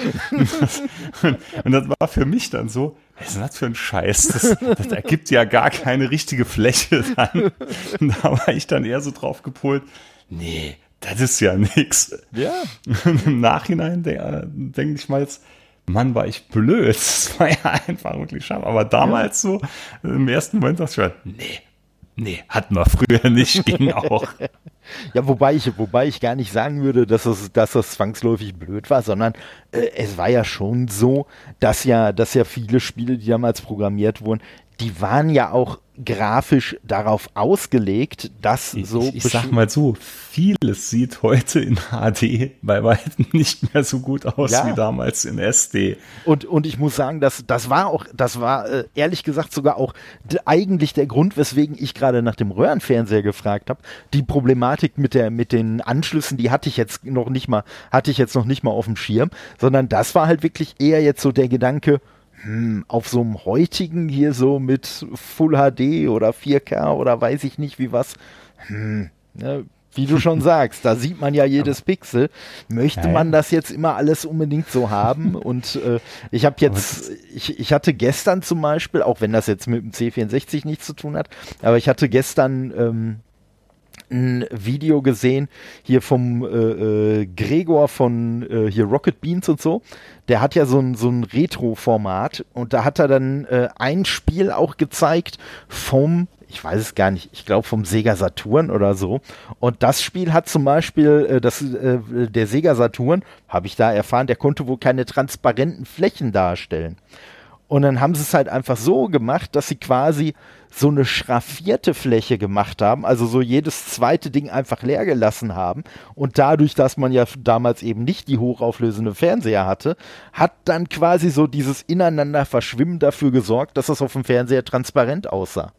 Und das war für mich dann so, was ist das für ein Scheiß? Das ergibt ja gar keine richtige Fläche dann. Und da war ich dann eher so drauf gepolt, nee, das ist ja nix. Ja. Und im Nachhinein denke ich mal jetzt, Mann, war ich blöd. Das war ja einfach wirklich scharf. Aber damals so, im ersten Moment dachte ich mir, nee, hatten wir früher nicht, ging auch. Ja, wobei ich gar nicht sagen würde, dass das zwangsläufig blöd war, sondern es war ja schon so, dass ja viele Spiele, die damals programmiert wurden, die waren ja auch grafisch darauf ausgelegt, dass so... Ich sag mal so, vieles sieht heute in HD bei weitem nicht mehr so gut aus wie damals in SD. Und ich muss sagen, das war ehrlich gesagt sogar auch eigentlich der Grund, weswegen ich gerade nach dem Röhrenfernseher gefragt habe. Die Problematik mit den Anschlüssen, die hatte ich jetzt noch nicht mal auf dem Schirm, sondern das war halt wirklich eher jetzt so der Gedanke, auf so einem heutigen hier so mit Full HD oder 4K oder weiß ich nicht wie was, ne, wie du schon sagst, da sieht man ja jedes Pixel. Möchte man das jetzt immer alles unbedingt so haben? Und ich hatte gestern zum Beispiel, auch wenn das jetzt mit dem C64 nichts zu tun hat, aber ich hatte gestern ein Video gesehen, hier vom Gregor von hier Rocket Beans und so. Der hat ja so ein Retro-Format und da hat er dann ein Spiel auch gezeigt ich weiß es gar nicht, ich glaube vom Sega Saturn oder so. Und das Spiel hat zum Beispiel, der Sega Saturn, habe ich da erfahren, der konnte wohl keine transparenten Flächen darstellen. Und dann haben sie es halt einfach so gemacht, dass sie quasi so eine schraffierte Fläche gemacht haben, also so jedes zweite Ding einfach leer gelassen haben. Und dadurch, dass man ja damals eben nicht die hochauflösende Fernseher hatte, hat dann quasi so dieses ineinander Verschwimmen dafür gesorgt, dass das auf dem Fernseher transparent aussah.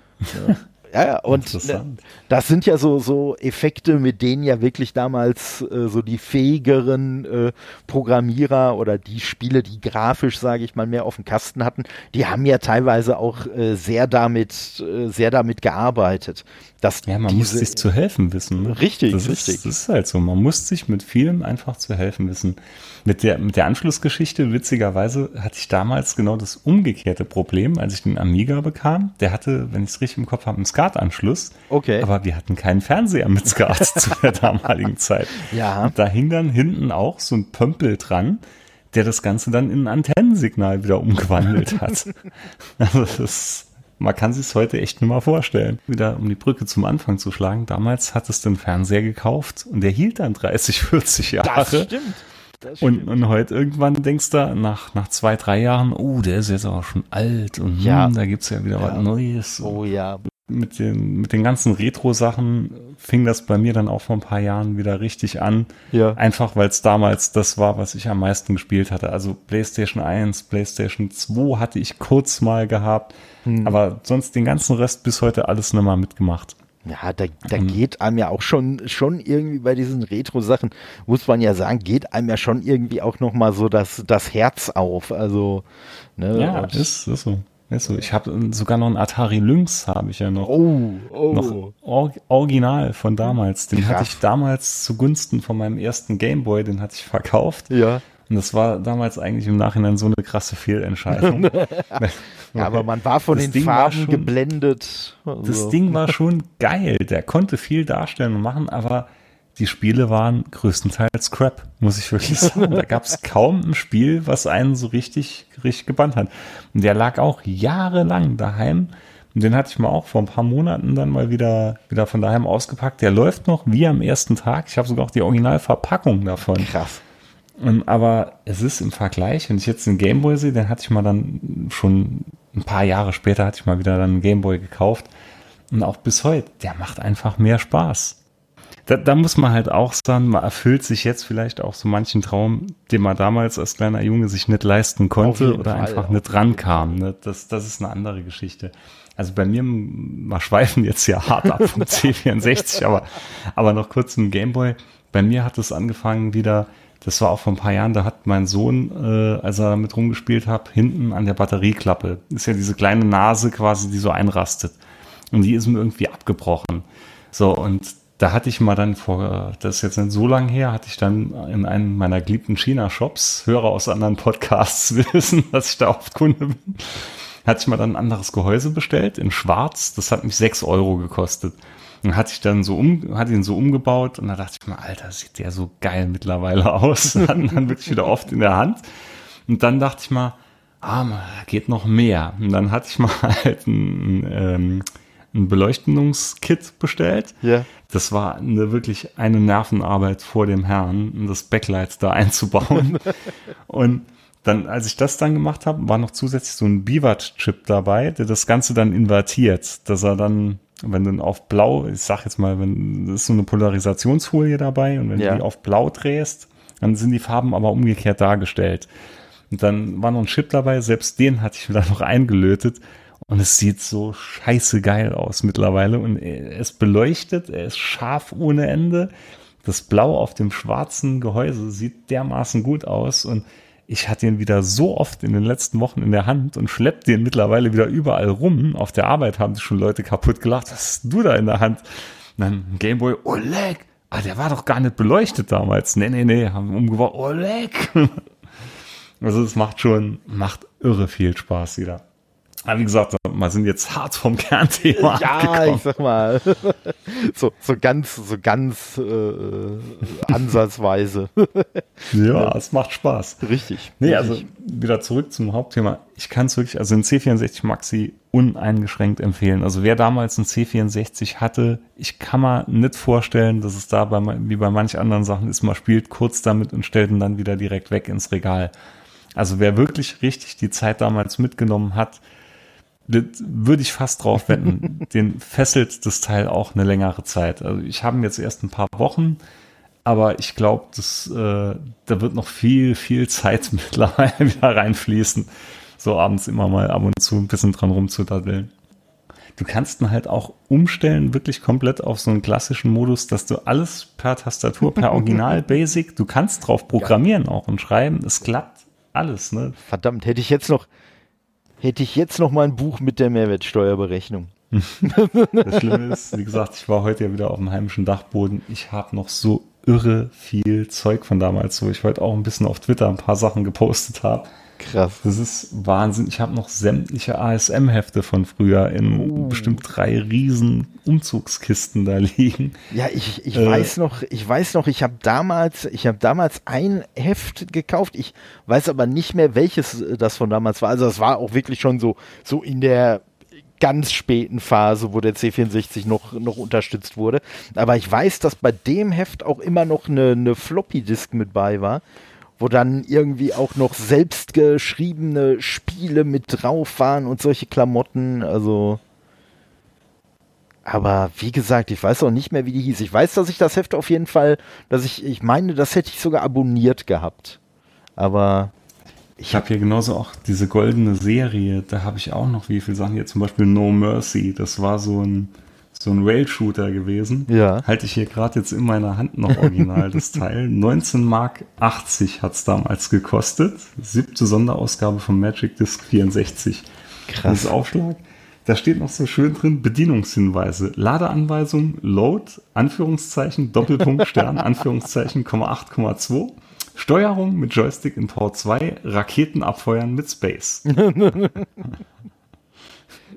Ja, und das sind ja so Effekte, mit denen ja wirklich damals so die fähigeren Programmierer oder die Spiele, die grafisch, sage ich mal, mehr auf dem Kasten hatten, die haben ja teilweise auch sehr damit gearbeitet. Man muss sich zu helfen wissen. Ne? Richtig. Das ist halt so. Man muss sich mit vielem einfach zu helfen wissen. Mit der Anschlussgeschichte, witzigerweise, hatte ich damals genau das umgekehrte Problem, als ich den Amiga bekam. Der hatte, wenn ich es richtig im Kopf habe, einen SCART-Anschluss. Okay. Aber wir hatten keinen Fernseher mit SCART zu der damaligen Zeit. Ja. Und da hing dann hinten auch so ein Pömpel dran, der das Ganze dann in ein Antennensignal wieder umgewandelt hat. Also man kann sich es heute echt nur mal vorstellen. Wieder um die Brücke zum Anfang zu schlagen. Damals hattest du einen Fernseher gekauft und der hielt dann 30, 40 Jahre. Das stimmt. Und heute irgendwann denkst du nach 2, 3 Jahren, der ist jetzt aber schon alt und da gibt's ja wieder was Neues. Oh ja. Mit den ganzen Retro-Sachen fing das bei mir dann auch vor ein paar Jahren wieder richtig an. Ja. Einfach, weil es damals das war, was ich am meisten gespielt hatte. Also PlayStation 1, PlayStation 2 hatte ich kurz mal gehabt, aber sonst den ganzen Rest bis heute alles nicht mal mitgemacht. Ja, da geht einem ja auch schon irgendwie bei diesen Retro-Sachen, muss man ja sagen, geht einem ja schon irgendwie auch nochmal so das Herz auf. Also, ne? Ja, ist so. Ich habe sogar noch einen Atari Lynx, habe ich ja noch. Noch original von damals. Den hatte ich damals zugunsten von meinem ersten Gameboy, den hatte ich verkauft. Ja. Und das war damals eigentlich im Nachhinein so eine krasse Fehlentscheidung. Ja, aber man war von den Farben geblendet. Also. Das Ding war schon geil. Der konnte viel darstellen und machen, aber die Spiele waren größtenteils Crap, muss ich wirklich sagen. Da gab es kaum ein Spiel, was einen so richtig gebannt hat. Und der lag auch jahrelang daheim. Und den hatte ich mal auch vor ein paar Monaten dann mal wieder von daheim ausgepackt. Der läuft noch wie am ersten Tag. Ich habe sogar auch die Originalverpackung davon. Krass. Aber es ist im Vergleich, wenn ich jetzt einen Gameboy sehe, den hatte ich mal dann schon ein paar Jahre später, hatte ich mal wieder dann einen Gameboy gekauft. Und auch bis heute, der macht einfach mehr Spaß. Da muss man halt auch sagen, man erfüllt sich jetzt vielleicht auch so manchen Traum, den man damals als kleiner Junge sich nicht leisten konnte oder Fall, einfach nicht rankam. Ne? Das ist eine andere Geschichte. Also bei mir, wir schweifen jetzt ja hart ab vom C64, aber noch kurz zum Gameboy. Bei mir hat es angefangen wieder, das war auch vor ein paar Jahren, da hat mein Sohn, als er damit rumgespielt hat, hinten an der Batterieklappe, ist ja diese kleine Nase quasi, die so einrastet. Und die ist mir irgendwie abgebrochen. So, und da hatte ich mal dann das ist jetzt nicht so lang her, hatte ich dann in einem meiner geliebten China-Shops, Hörer aus anderen Podcasts wissen, dass ich da oft Kunde bin, hatte ich mal dann ein anderes Gehäuse bestellt, in schwarz, das hat mich 6 € gekostet. Und hatte ich dann hatte ihn so umgebaut und da dachte ich mir, Alter, sieht der so geil mittlerweile aus. Hatten dann wirklich wieder oft in der Hand. Und dann dachte ich mal, geht noch mehr. Und dann hatte ich mal halt ein Beleuchtungskit bestellt. Ja. Das war wirklich eine Nervenarbeit vor dem Herrn, das Backlight da einzubauen. Und dann, als ich das dann gemacht habe, war noch zusätzlich so ein Biwatt-Chip dabei, der das Ganze dann invertiert, dass er dann, wenn du auf Blau, ich sag jetzt mal, das ist so eine Polarisationsfolie dabei und wenn du die auf Blau drehst, dann sind die Farben aber umgekehrt dargestellt. Und dann war noch ein Chip dabei, selbst den hatte ich wieder noch eingelötet. Und es sieht so scheiße geil aus mittlerweile. Und es beleuchtet, er ist scharf ohne Ende. Das Blau auf dem schwarzen Gehäuse sieht dermaßen gut aus. Und ich hatte ihn wieder so oft in den letzten Wochen in der Hand und schleppt den mittlerweile wieder überall rum. Auf der Arbeit haben sich schon Leute kaputt gelacht. Was hast du da in der Hand? Und dann Gameboy, oh leck. Der war doch gar nicht beleuchtet damals. Nee, haben wir umgebaut. Oh leck. Also es macht irre viel Spaß wieder. Aber wie gesagt, wir sind jetzt hart vom Kernthema abgekommen. Ich sag mal, so ganz ansatzweise. Ja, es macht Spaß. Richtig. Nee, also wieder zurück zum Hauptthema. Ich kann es wirklich, also den C64 Maxi uneingeschränkt empfehlen. Also wer damals einen C64 hatte, ich kann mir nicht vorstellen, dass es da wie bei manch anderen Sachen ist, man spielt kurz damit und stellt ihn dann wieder direkt weg ins Regal. Also wer wirklich richtig die Zeit damals mitgenommen hat, würde ich fast drauf wetten, den fesselt das Teil auch eine längere Zeit. Also ich habe ihn jetzt erst ein paar Wochen, aber ich glaube, da wird noch viel, viel Zeit mittlerweile wieder reinfließen. So abends immer mal ab und zu ein bisschen dran rumzudaddeln. Du kannst ihn halt auch umstellen, wirklich komplett auf so einen klassischen Modus, dass du alles per Tastatur, per Original Basic, du kannst drauf programmieren auch und schreiben, es klappt alles. Ne? Verdammt, hätte ich jetzt noch mal ein Buch mit der Mehrwertsteuerberechnung. Das Schlimme ist, wie gesagt, ich war heute ja wieder auf dem heimischen Dachboden. Ich habe noch so irre viel Zeug von damals, wo ich heute auch ein bisschen auf Twitter ein paar Sachen gepostet habe. Krass. Das ist Wahnsinn. Ich habe noch sämtliche ASM-Hefte von früher in bestimmt 3 riesen Umzugskisten da liegen. Ja, ich weiß noch, ich habe damals ein Heft gekauft. Ich weiß aber nicht mehr, welches das von damals war. Also das war auch wirklich schon so in der ganz späten Phase, wo der C64 noch unterstützt wurde. Aber ich weiß, dass bei dem Heft auch immer noch eine Floppy-Disk mit bei war, wo dann irgendwie auch noch selbstgeschriebene Spiele mit drauf waren und solche Klamotten, also. Aber wie gesagt, ich weiß auch nicht mehr, wie die hieß. Ich weiß, dass ich das Heft auf jeden Fall, ich meine, das hätte ich sogar abonniert gehabt. Aber ich habe hier genauso auch diese goldene Serie, da habe ich auch noch wie viele Sachen hier, zum Beispiel No Mercy, das war so ein Rail-Shooter gewesen. Ja. Halte ich hier gerade jetzt in meiner Hand noch original das Teil. 19,80 Mark hat es damals gekostet. 7. Sonderausgabe von Magic Disc 64. Krass. Das Aufschlag. Da steht noch so schön drin, Bedienungshinweise. Ladeanweisung, Load, Anführungszeichen, Doppelpunkt, Stern, Anführungszeichen, 8,2. Steuerung mit Joystick in Port 2, Raketen abfeuern mit Space.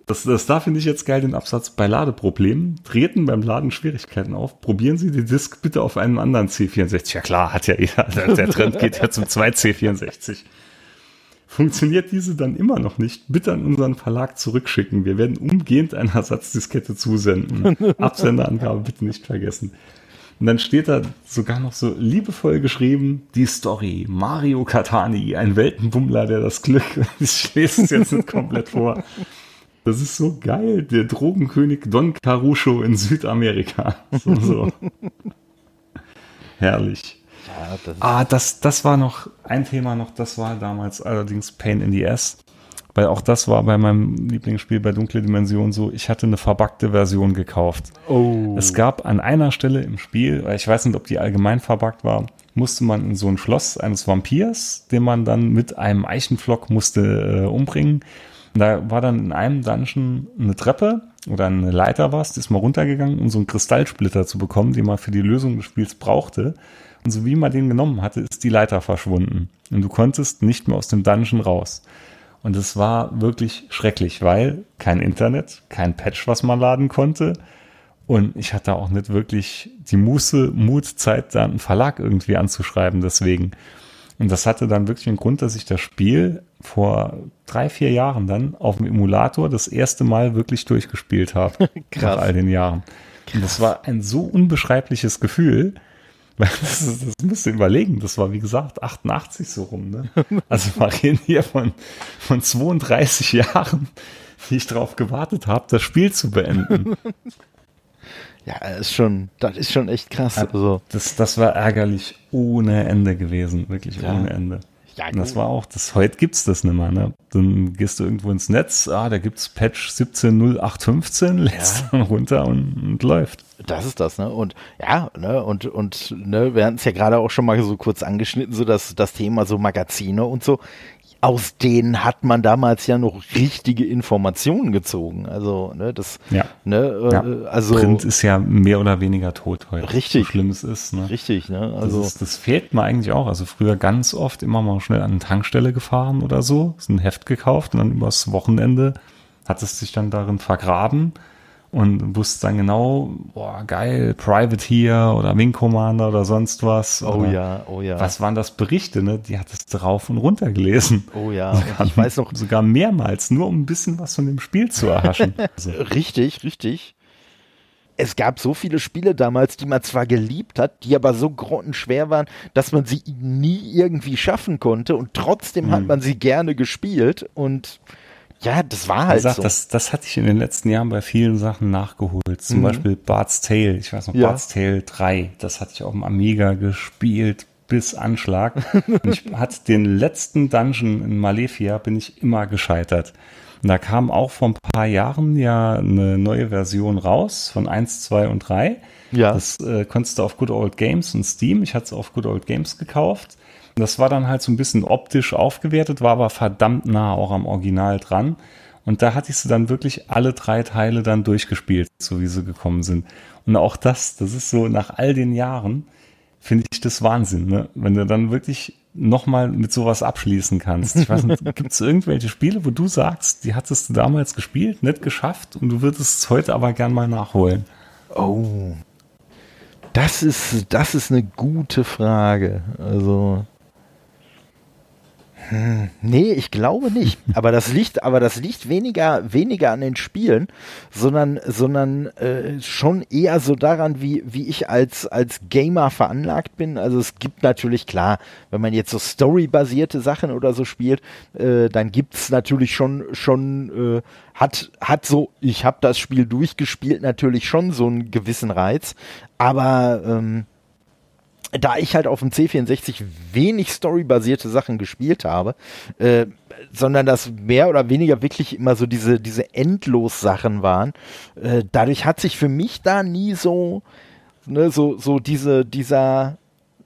da finde ich jetzt geil, den Absatz: bei Ladeproblemen treten beim Laden Schwierigkeiten auf. Probieren Sie die Disk bitte auf einem anderen C64. Ja klar, hat ja jeder. Der Trend geht ja zum 2C64. Funktioniert diese dann immer noch nicht? Bitte an unseren Verlag zurückschicken. Wir werden umgehend eine Ersatzdiskette zusenden. Absenderangabe bitte nicht vergessen. Und dann steht da sogar noch so liebevoll geschrieben: die Story, Mario Katani, ein Weltenbummler, der das Glück... Ich lese es jetzt nicht komplett vor. Das ist so geil. Der Drogenkönig Don Caruso in Südamerika. So. Herrlich. Ja, das war noch ein Thema noch. Das war damals allerdings Pain in the Ass. Weil auch das war bei meinem Lieblingsspiel bei Dunkle Dimension so: ich hatte eine verbuggte Version gekauft. Oh. Es gab an einer Stelle im Spiel, ich weiß nicht, ob die allgemein verbuggt war, musste man in so ein Schloss eines Vampirs, den man dann mit einem Eichenpflock musste umbringen. Und da war dann in einem Dungeon eine Treppe oder eine Leiter die ist mal runtergegangen, um so einen Kristallsplitter zu bekommen, den man für die Lösung des Spiels brauchte. Und so wie man den genommen hatte, ist die Leiter verschwunden. Und du konntest nicht mehr aus dem Dungeon raus. Und es war wirklich schrecklich, weil kein Internet, kein Patch, was man laden konnte. Und ich hatte auch nicht wirklich die Mut, Zeit, da einen Verlag irgendwie anzuschreiben deswegen. Und das hatte dann wirklich einen Grund, dass ich das Spiel vor 3-4 Jahren dann auf dem Emulator das erste Mal wirklich durchgespielt habe. Nach all den Jahren. Krass. Und das war ein so unbeschreibliches Gefühl. Das musst du überlegen, das war wie gesagt 88 so rum, ne? Also wir reden hier von 32 Jahren, die ich darauf gewartet habe, das Spiel zu beenden. Ja, das ist schon echt krass. Also. Das war ärgerlich ohne Ende gewesen, wirklich ohne Ende. Ja, und das war auch, heute gibt's das nicht mehr, ne? Dann gehst du irgendwo ins Netz, da gibt's Patch 17.08.15, lädst dann runter und läuft. Das ist das, ne? Und ja, ne, und ne, wir hatten es ja gerade auch schon mal so kurz angeschnitten, so das Thema so Magazine und so. Aus denen hat man damals ja noch richtige Informationen gezogen. Also, ne, also. Print ist ja mehr oder weniger tot heute. Richtig. So schlimm es ist, ne? Richtig, ne? Also. Das fehlt mir eigentlich auch. Also früher ganz oft immer mal schnell an eine Tankstelle gefahren oder so, ein Heft gekauft und dann übers Wochenende hat es sich dann darin vergraben. Und wusste dann genau, geil, Privateer oder Wing Commander oder sonst was. Oh ja. Was waren das Berichte, ne? Die hattest du rauf und runter gelesen. Oh ja, ich weiß noch. Sogar mehrmals, nur um ein bisschen was von dem Spiel zu erhaschen. Also. Richtig. Es gab so viele Spiele damals, die man zwar geliebt hat, die aber so grottenschwer waren, dass man sie nie irgendwie schaffen konnte und trotzdem hat man sie gerne gespielt und ja, das war halt so. Das hatte ich in den letzten Jahren bei vielen Sachen nachgeholt. Zum Beispiel Bart's Tale. Ich weiß noch, Bart's Tale 3. Das hatte ich auf dem Amiga gespielt bis Anschlag. Und ich hatte den letzten Dungeon in Malefia, bin ich immer gescheitert. Und da kam auch vor ein paar Jahren ja eine neue Version raus von 1, 2 und 3. Ja. Das konntest du auf Good Old Games und Steam. Ich hatte es auf Good Old Games gekauft. Das war dann halt so ein bisschen optisch aufgewertet, war aber verdammt nah auch am Original dran. Und da hatte ich sie dann wirklich alle 3 Teile dann durchgespielt, so wie sie gekommen sind. Und auch das ist so nach all den Jahren, finde ich das Wahnsinn, ne? Wenn du dann wirklich nochmal mit sowas abschließen kannst. Ich weiß nicht, gibt es irgendwelche Spiele, wo du sagst, die hattest du damals gespielt, nicht geschafft und du würdest es heute aber gern mal nachholen? Oh, das ist eine gute Frage. Also nee, ich glaube nicht. Aber das liegt weniger an den Spielen, sondern schon eher so daran, wie ich als Gamer veranlagt bin. Also es gibt natürlich, klar, wenn man jetzt so storybasierte Sachen oder so spielt, dann gibt's natürlich schon hat so, ich habe das Spiel durchgespielt, natürlich schon so einen gewissen Reiz. Aber da ich halt auf dem C64 wenig storybasierte Sachen gespielt habe, sondern das mehr oder weniger wirklich immer so diese Endlos-Sachen waren, dadurch hat sich für mich da nie so, ne, dieser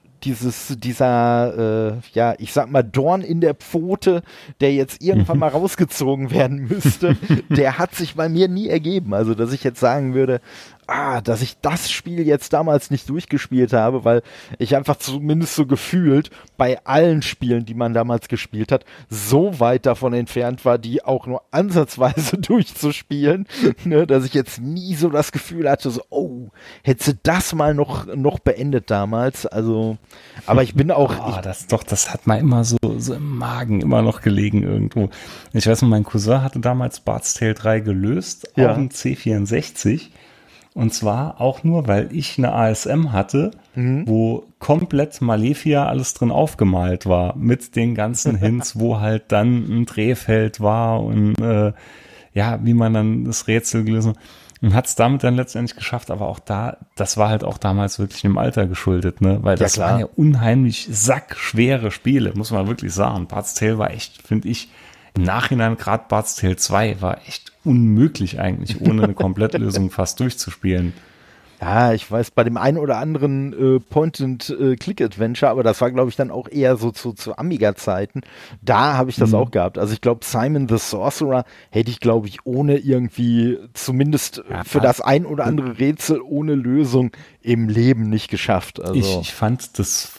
ich sag mal, Dorn in der Pfote, der jetzt irgendwann mal rausgezogen werden müsste, der hat sich bei mir nie ergeben. Also, dass ich jetzt sagen würde, dass ich das Spiel jetzt damals nicht durchgespielt habe, weil ich einfach zumindest so gefühlt bei allen Spielen, die man damals gespielt hat, so weit davon entfernt war, die auch nur ansatzweise durchzuspielen, ne, dass ich jetzt nie so das Gefühl hatte, so, oh, hättest du das mal noch beendet damals, also, aber ich bin auch... das hat mir immer so im Magen immer noch gelegen irgendwo. Ich weiß noch, mein Cousin hatte damals Bard's Tale 3 gelöst, auf dem C64. Und zwar auch nur, weil ich eine ASM hatte, wo komplett Malefia alles drin aufgemalt war, mit den ganzen Hints, wo halt dann ein Drehfeld war und wie man dann das Rätsel gelöst hat. Und hat es damit dann letztendlich geschafft, aber auch das war halt auch damals wirklich dem Alter geschuldet, ne? Weil das waren ja unheimlich sackschwere Spiele, muss man wirklich sagen. Bard's Tale war echt, finde ich, im Nachhinein, gerade Bard's Tale 2 war echt unmöglich eigentlich, ohne eine Komplettlösung fast durchzuspielen. Ja, ich weiß, bei dem einen oder anderen Point-and-Click-Adventure, aber das war, glaube ich, dann auch eher so zu Amiga-Zeiten. Da habe ich das auch gehabt. Also ich glaube, Simon the Sorcerer hätte ich, glaube ich, ohne irgendwie, zumindest für das ein oder andere Rätsel ohne Lösung im Leben nicht geschafft. Also ich fand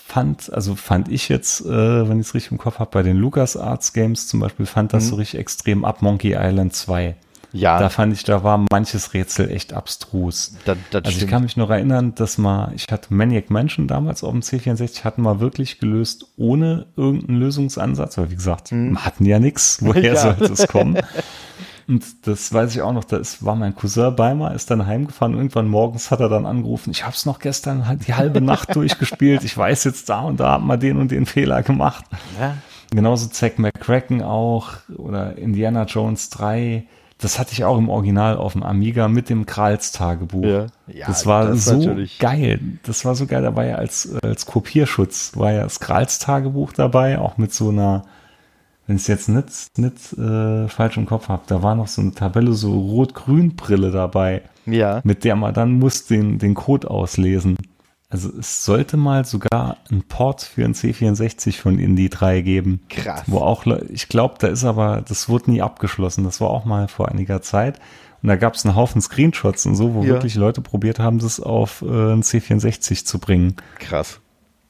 ich jetzt, wenn ich es richtig im Kopf habe, bei den LucasArts Games zum Beispiel, fand das so richtig extrem ab Monkey Island 2. Ja. Da fand ich, da war manches Rätsel echt abstrus. Das also ich kann mich noch erinnern, ich hatte Maniac Mansion damals auf dem C64, hatten wir wirklich gelöst ohne irgendeinen Lösungsansatz, weil wie gesagt, wir hatten ja nichts, woher sollte es kommen? Und das weiß ich auch noch, war mein Cousin bei mir, ist dann heimgefahren, irgendwann morgens hat er dann angerufen, ich hab's noch gestern halt die halbe Nacht durchgespielt, ich weiß jetzt da und da hat man den und den Fehler gemacht. Ja. Genauso Zack McCracken auch oder Indiana Jones 3. Das hatte ich auch im Original auf dem Amiga mit dem Kralls-Tagebuch. Ja, das war so geil. Das war so geil. Da war ja als Kopierschutz war ja das Kralls-Tagebuch dabei, auch mit so einer, wenn ich es jetzt nicht falsch im Kopf habe, da war noch so eine Tabelle, so Rot-Grün-Brille dabei, mit der man dann den Code auslesen. Also es sollte mal sogar einen Port für ein C64 von Indy 3 geben. Krass. Wo auch, ich glaube, das wurde nie abgeschlossen. Das war auch mal vor einiger Zeit. Und da gab es einen Haufen Screenshots und so, wo wirklich Leute probiert haben, das auf ein C64 zu bringen. Krass.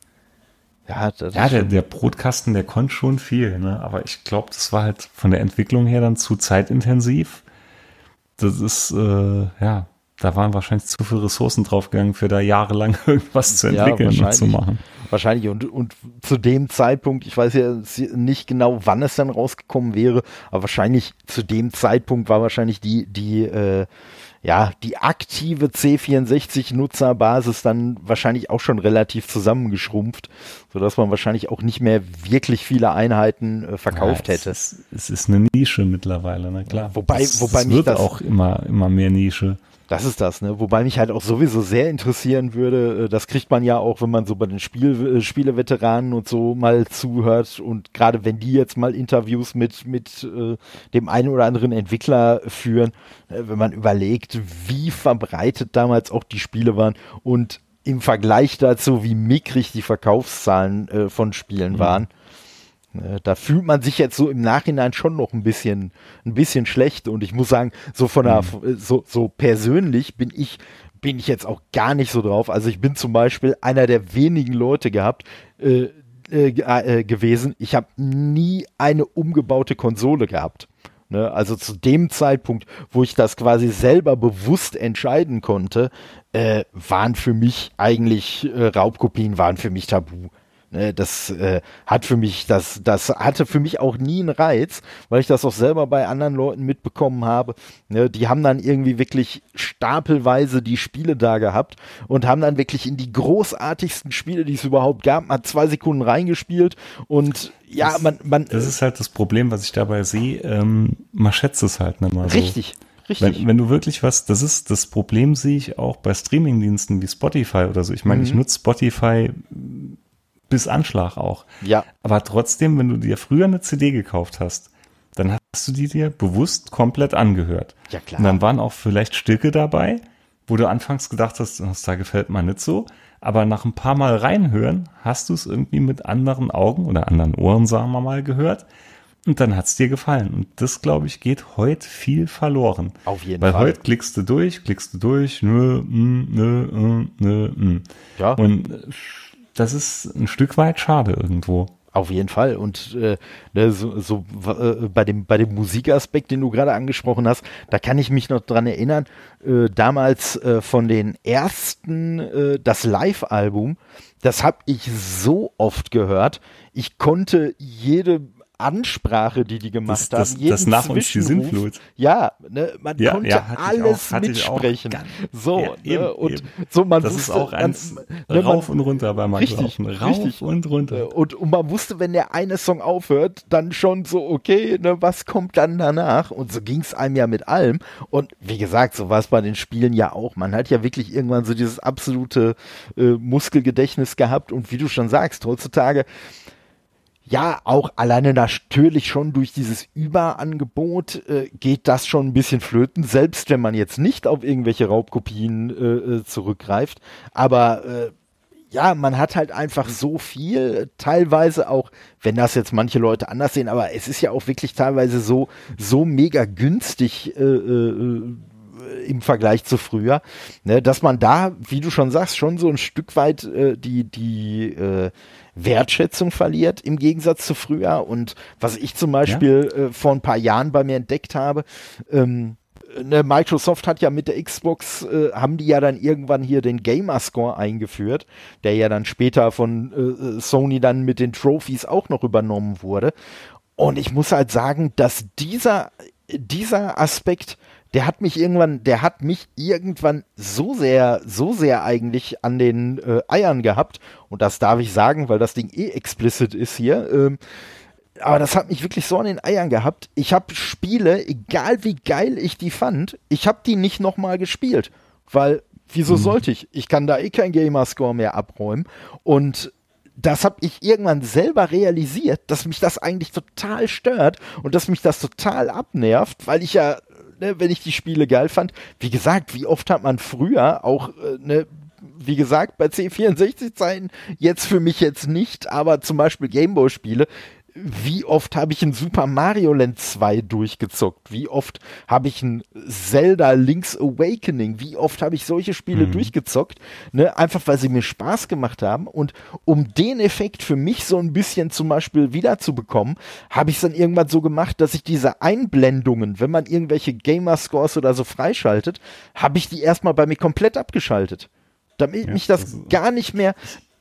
Der Brotkasten, der konnte schon viel, ne? Aber ich glaube, das war halt von der Entwicklung her dann zu zeitintensiv. Das ist, da waren wahrscheinlich zu viele Ressourcen draufgegangen, für da jahrelang irgendwas zu entwickeln und zu machen. Wahrscheinlich. Und zu dem Zeitpunkt, ich weiß ja nicht genau, wann es dann rausgekommen wäre, aber wahrscheinlich zu dem Zeitpunkt war wahrscheinlich die aktive C64-Nutzerbasis dann wahrscheinlich auch schon relativ zusammengeschrumpft, sodass man wahrscheinlich auch nicht mehr wirklich viele Einheiten verkauft hätte. Es ist eine Nische mittlerweile, na klar. Wobei es mich wird auch immer mehr Nische. Das ist das, ne? Wobei mich halt auch sowieso sehr interessieren würde, das kriegt man ja auch, wenn man so bei den Spieleveteranen und so mal zuhört und gerade wenn die jetzt mal Interviews mit dem einen oder anderen Entwickler führen, wenn man überlegt, wie verbreitet damals auch die Spiele waren und im Vergleich dazu, wie mickrig die Verkaufszahlen von Spielen waren. Da fühlt man sich jetzt so im Nachhinein schon noch ein bisschen schlecht und ich muss sagen, so von der, so persönlich bin ich jetzt auch gar nicht so drauf. Also ich bin zum Beispiel einer der wenigen Leute gewesen. Ich habe nie eine umgebaute Konsole gehabt. Ne? Also zu dem Zeitpunkt, wo ich das quasi selber bewusst entscheiden konnte, waren für mich eigentlich Raubkopien waren für mich tabu. Das hatte für mich auch nie einen Reiz, weil ich das auch selber bei anderen Leuten mitbekommen habe. Die haben dann irgendwie wirklich stapelweise die Spiele da gehabt und haben dann wirklich in die großartigsten Spiele, die es überhaupt gab, mal 2 Sekunden reingespielt und das ist halt das Problem, was ich dabei sehe, man schätzt es halt nicht mal so. Richtig. Wenn du wirklich das Problem sehe ich auch bei Streamingdiensten wie Spotify oder so. Ich meine, ich nutze Spotify bis Anschlag auch. Ja. Aber trotzdem, wenn du dir früher eine CD gekauft hast, dann hast du die dir bewusst komplett angehört. Ja, klar. Und dann waren auch vielleicht Stücke dabei, wo du anfangs gedacht hast, da gefällt mir nicht so. Aber nach ein paar Mal reinhören, hast du es irgendwie mit anderen Augen oder anderen Ohren, sagen wir mal, gehört. und dann hat es dir gefallen. Und das, glaube ich, geht heute viel verloren. Auf jeden Fall. Weil heute klickst du durch, Ja. Und das ist ein Stück weit schade irgendwo. Auf jeden Fall. Und bei dem Musikaspekt, den du gerade angesprochen hast, da kann ich mich noch dran erinnern, damals von den ersten, das Live-Album, das habe ich so oft gehört. Ich konnte jede Ansprache, die gemacht haben, jeden das nach uns die Sintflut. Ja, ne, man konnte alles mitsprechen. So, ne, und so man das wusste, ist auch eins rauf und runter bei Minecraft. Rauf und runter. Und man wusste, wenn der eine Song aufhört, dann schon so, okay, ne, was kommt dann danach? Und so ging es einem ja mit allem. Und wie gesagt, so war es bei den Spielen ja auch. Man hat ja wirklich irgendwann so dieses absolute Muskelgedächtnis gehabt. Und wie du schon sagst, heutzutage ja, auch alleine natürlich schon durch dieses Überangebot geht das schon ein bisschen flöten, selbst wenn man jetzt nicht auf irgendwelche Raubkopien zurückgreift. Aber ja, man hat halt einfach so viel, teilweise auch, wenn das jetzt manche Leute anders sehen, aber es ist ja auch wirklich teilweise so mega günstig im Vergleich zu früher, ne, dass man da, wie du schon sagst, schon so ein Stück weit die Wertschätzung verliert im Gegensatz zu früher. Und was ich zum Beispiel vor ein paar Jahren bei mir entdeckt habe, Microsoft hat ja mit der Xbox, haben die ja dann irgendwann hier den Gamerscore eingeführt, der ja dann später von Sony dann mit den Trophies auch noch übernommen wurde. Und ich muss halt sagen, dass dieser Aspekt, der hat mich irgendwann so sehr eigentlich an den Eiern gehabt. Und das darf ich sagen, weil das Ding explicit ist hier. Aber das hat mich wirklich so an den Eiern gehabt. Ich habe Spiele, egal wie geil ich die fand, ich habe die nicht nochmal gespielt. Weil, wieso sollte ich? Ich kann da keinen Gamerscore mehr abräumen. Und das habe ich irgendwann selber realisiert, dass mich das eigentlich total stört und dass mich das total abnervt, weil ich ja, wenn ich die Spiele geil fand, wie gesagt, wie oft hat man früher auch, wie gesagt, bei C64-Zeiten, jetzt für mich jetzt nicht, aber zum Beispiel Gameboy-Spiele, wie oft habe ich ein Super Mario Land 2 durchgezockt? Wie oft habe ich ein Zelda Link's Awakening? Wie oft habe ich solche Spiele durchgezockt? Ne? Einfach, weil sie mir Spaß gemacht haben. Und um den Effekt für mich so ein bisschen zum Beispiel wiederzubekommen, habe ich es dann irgendwann so gemacht, dass ich diese Einblendungen, wenn man irgendwelche Gamerscores oder so freischaltet, habe ich die erstmal bei mir komplett abgeschaltet. Damit mich das gar nicht mehr